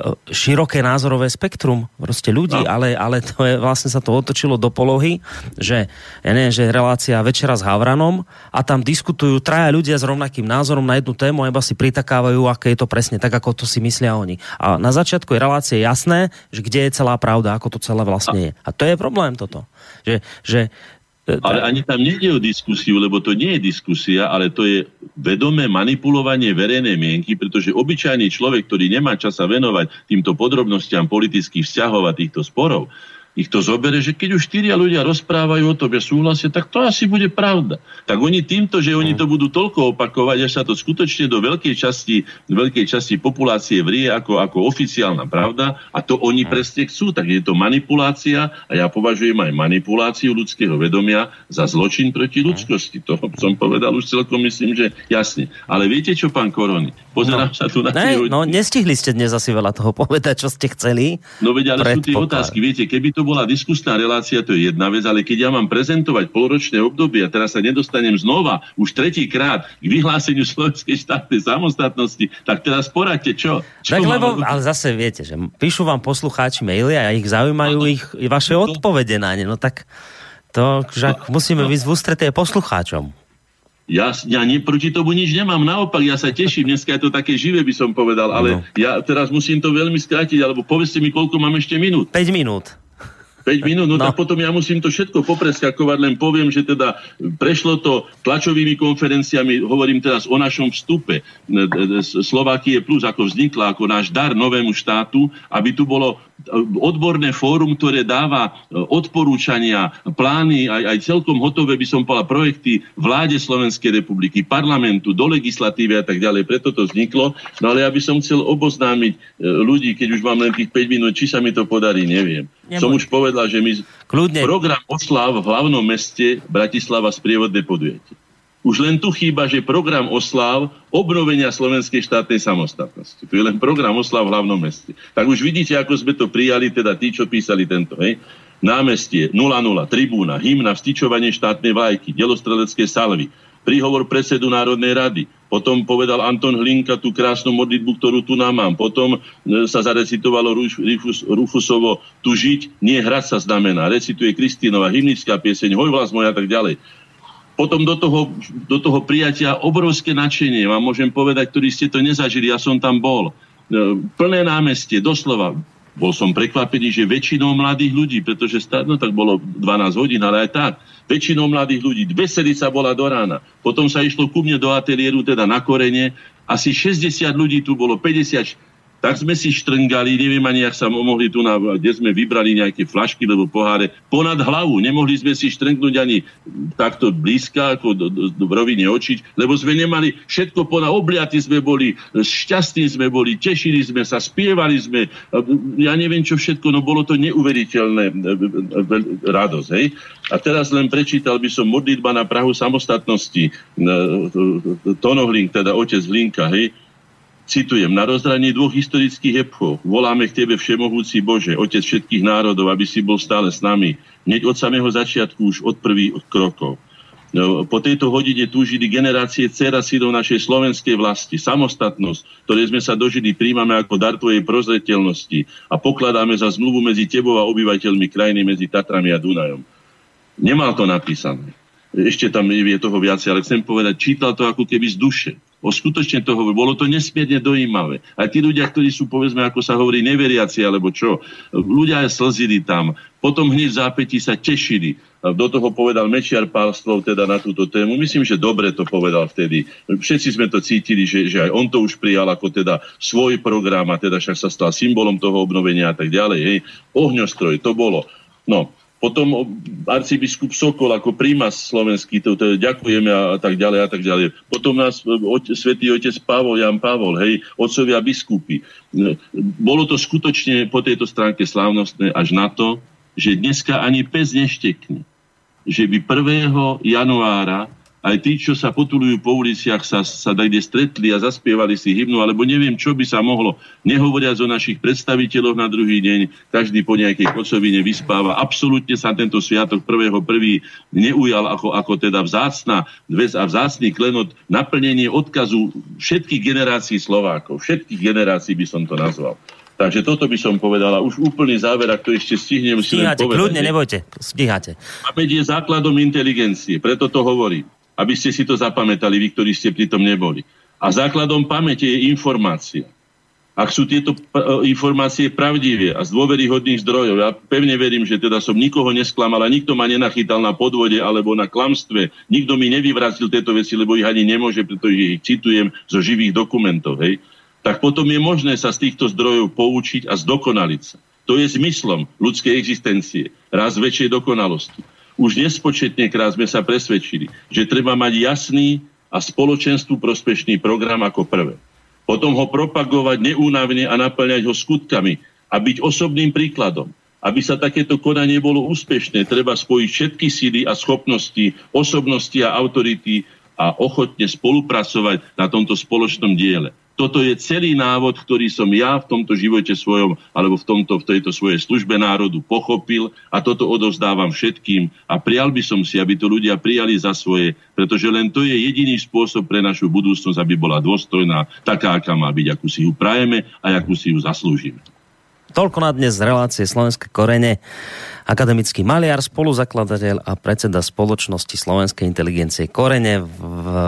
široké názorové spektrum proste ľudí, no. ale, ale to je, vlastne sa to otočilo do polohy, že ja neviem, že relácia Večera s Havranom a tam diskutujú traja ľudia s rovnakým názorom na jednu tému a iba si pritakávajú, aké je to presne tak, ako to si myslia oni. A na začiatku je relácie jasné, že kde je celá pravda, ako to celé vlastne je. A to je problém toto. Že, že ale ani tam nejde o diskusiu, lebo to nie je diskusia, ale to je vedomé manipulovanie verejnej mienky, pretože obyčajný človek, ktorý nemá čas sa venovať týmto podrobnostiam politických vzťahov a týchto sporov, ich to zobere, že keď už štyria ľudia rozprávajú o tom, že súhlasia, tak to asi bude pravda. Tak oni týmto, že oni to budú toľko opakovať, až sa to skutočne do veľkej časti, veľkej časti populácie vrie ako, ako oficiálna pravda a to oni presne chcú. Tak je to manipulácia a ja považujem aj manipuláciu ľudského vedomia za zločin proti ľudskosti. To som povedal už celkom, myslím, že jasne. Ale viete čo, pán Koroni? Pozerám no, sa tu na tie... No, nestihli ste dnes asi veľa toho povedať, čo ste chceli. No veď, ale sú tie otázky. Viete, keby to bola diskusná relácia, to je jedna vec, ale keď ja mám prezentovať polročné obdobie a teraz sa nedostanem znova už tretíkrát k vyhláseniu slovenskej štátnej samostatnosti, tak teraz poradte, čo? čo tak lebo, ale zase viete, že píšu vám poslucháči maily a ich zaujímajú no, ich vaše to... odpovede na ne, no tak to, že no, musíme no. ísť v ústretie poslucháčom. Ja, ja nie, proti tomu nič nemám, naopak, ja sa teším, dneska je to také živé, by som povedal, ale no. ja teraz musím to veľmi skrátiť, alebo povedzte mi, koľko mám ešte minút. päť minút. päť minút, no, no tak potom ja musím to všetko popreskakovať, len poviem, že teda prešlo to tlačovými konferenciami, hovorím teraz o našom vstupe Slovákie plus, ako vznikla, ako náš dar novému štátu, aby tu bolo odborné fórum, ktoré dáva odporúčania, plány, aj, aj celkom hotové, by som povedal, projekty vláde Slovenskej republiky, parlamentu, do legislatívy a tak ďalej. Preto to vzniklo. No ale ja by som chcel oboznámiť ľudí, keď už mám len tých päť minút, či sa mi to podarí, neviem. Neboj. Som už povedal, že my Kľudne. program osláv v hlavnom meste Bratislava sprievodné podujatie. Už len tu chýba, že program osláv obnovenia slovenskej štátnej samostatnosti. To je len program osláv v hlavnom meste. Tak už vidíte, ako sme to prijali, teda tí, čo písali tento, hej. Námestie nula nula, tribúna, hymna, vstyčovanie štátnej vlajky, delostrelecké salvy, príhovor predsedu Národnej rady. Potom povedal Anton Hlinka tú krásnu modlitbu, ktorú tu nám mám. Potom sa zarecitovalo Rufus, Rufusovo tu žiť, nie hrať sa znamená. Recituje Kristínova hymnická pieseň, Hoj vlast moja a tak ďalej. Potom do toho, do toho prijatia obrovské nadšenie. Vám môžem povedať, ktorí ste to nezažili, ja som tam bol. Plné námestie, doslova. Bol som prekvapený, že väčšinou mladých ľudí, pretože no tak bolo dvanásť hodín, ale aj tak. Väčšinou mladých ľudí. Veselica bola do rána. Potom sa išlo ku mne do ateliéru, teda na Korene. Asi šesťdesiat ľudí tu bolo, päťdesiat. Tak sme si štrngali, neviem ani, jak sa mohli tu, na, kde sme vybrali nejaké flašky, lebo poháre, ponad hlavu. Nemohli sme si štrngnúť ani takto blízka, ako do, do, do rovine očiť, lebo sme nemali všetko ponad, obliaty sme boli, šťastní sme boli, tešili sme sa, spievali sme, ja neviem čo všetko, no bolo to neuveriteľné radosť, hej. A teraz len prečítal by som modlitba na prahu samostatnosti, Tono Hlink, teda otec Hlinka, hej. Citujem, na rozhraní dvoch historických epoch voláme k Tebe všemohúci Bože, Otec všetkých národov, aby si bol stále s nami. Hneď od samého začiatku, už od prvých krokov. No, po tejto hodine túžili generácie dcér a synov našej slovenskej vlasti. Samostatnosť, ktoré sme sa dožili, príjmame ako dar Tvojej prozreteľnosti a pokladáme za zmluvu medzi Tebou a obyvateľmi krajiny medzi Tatrami a Dunajom. Nemal to napísané. Ešte tam je toho viacej, ale chcem povedať, čítal to ako keby z duše. O skutočne to hovorí. Bolo to nesmierne dojímavé. Aj tí ľudia, ktorí sú, povedzme, ako sa hovorí, neveriaci, alebo čo. Ľudia slzili tam. Potom hneď v zápätí sa tešili. Do toho povedal Mečiar pár slov teda na túto tému. Myslím, že dobre to povedal vtedy. Všetci sme to cítili, že, že aj on to už prijal ako teda svoj program a teda však sa stal symbolom toho obnovenia a tak ďalej. Hej. Ohňostroj, to bolo. No, potom arcibiskup Sokol ako prímas slovenský, to, to ďakujeme a, a tak ďalej a tak ďalej. Potom nás ote, svätý otec Pavol, Jan Pavol, hej, otcovia biskupy. Bolo to skutočne po tejto stránke slávnostné až na to, že dneska ani pes neštekne. že by prvého januára aj tí, čo sa potulujú po uliciach, sa, sa kde stretli a zaspievali si hymnu, alebo neviem, čo by sa mohlo, nehovoriac o našich predstaviteľoch na druhý deň, každý po nejakej kocovine vyspáva. Absolútne sa tento sviatok prvého prvý neujal ako, ako teda vzácna vec a vzácny klenot, naplnenie odkazu všetkých generácií Slovákov. Všetkých generácií by som to nazval. Takže toto by som povedala. Už úplný záver, ak to ešte stihnem si len povedať. Kľudne, nebojte, stíhate. Pamäť je základom inteligencie, preto to hovorím. Aby ste si to zapamätali, vy, ktorí ste pri tom neboli. A základom pamäte je informácia. Ak sú tieto informácie pravdivé a z dôveryhodných zdrojov, ja pevne verím, že teda som nikoho nesklamal a nikto ma nenachytal na podvode alebo na klamstve, nikto mi nevyvrátil tieto veci, lebo ich ani nemôže, pretože ich citujem zo živých dokumentov, hej, tak potom je možné sa z týchto zdrojov poučiť a zdokonaliť sa. To je zmyslom ľudskej existencie, raz väčšej dokonalosti. Už nespočetne krát sme sa presvedčili, že treba mať jasný a spoločenstvu prospešný program ako prvé. Potom ho propagovať neúnavne a naplňať ho skutkami a byť osobným príkladom. Aby sa takéto konanie bolo úspešné, treba spojiť všetky síly a schopnosti, osobnosti a autority a ochotne spolupracovať na tomto spoločnom diele. Toto je celý návod, ktorý som ja v tomto živote svojom, alebo v, tomto, v tejto svojej službe národu pochopil a toto odovzdávam všetkým a prial by som si, aby to ľudia prijali za svoje, pretože len to je jediný spôsob pre našu budúcnosť, aby bola dôstojná, taká, aká má byť, akú si ju prajeme a akú si ju zaslúžime. Toľko na dnes z relácie Slovenské korene. Akademický maliar, spoluzakladateľ a predseda spoločnosti Slovenskej inteligencie Korene v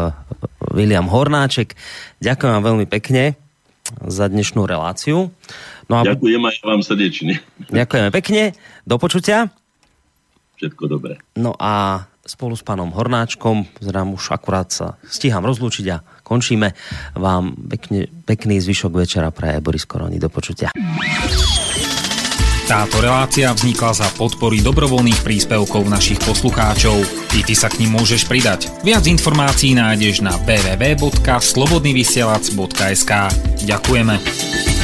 Viliam Hornáček. Ďakujem vám veľmi pekne za dnešnú reláciu. No a... Ďakujem aj vám srdečne. Ďakujeme pekne. Do počutia. Všetko dobré. No a spolu s pánom Hornáčkom, zrám už akurát sa stíham rozlúčiť a končíme. Vám pekne, pekný zvyšok večera praje Boris Koroni. Do počutia. Táto relácia vznikla za podpory dobrovoľných príspevkov našich poslucháčov. I ty sa k nim môžeš pridať. Viac informácií nájdeš na w w w bodka slobodnyvysielac bodka es ka. Ďakujeme.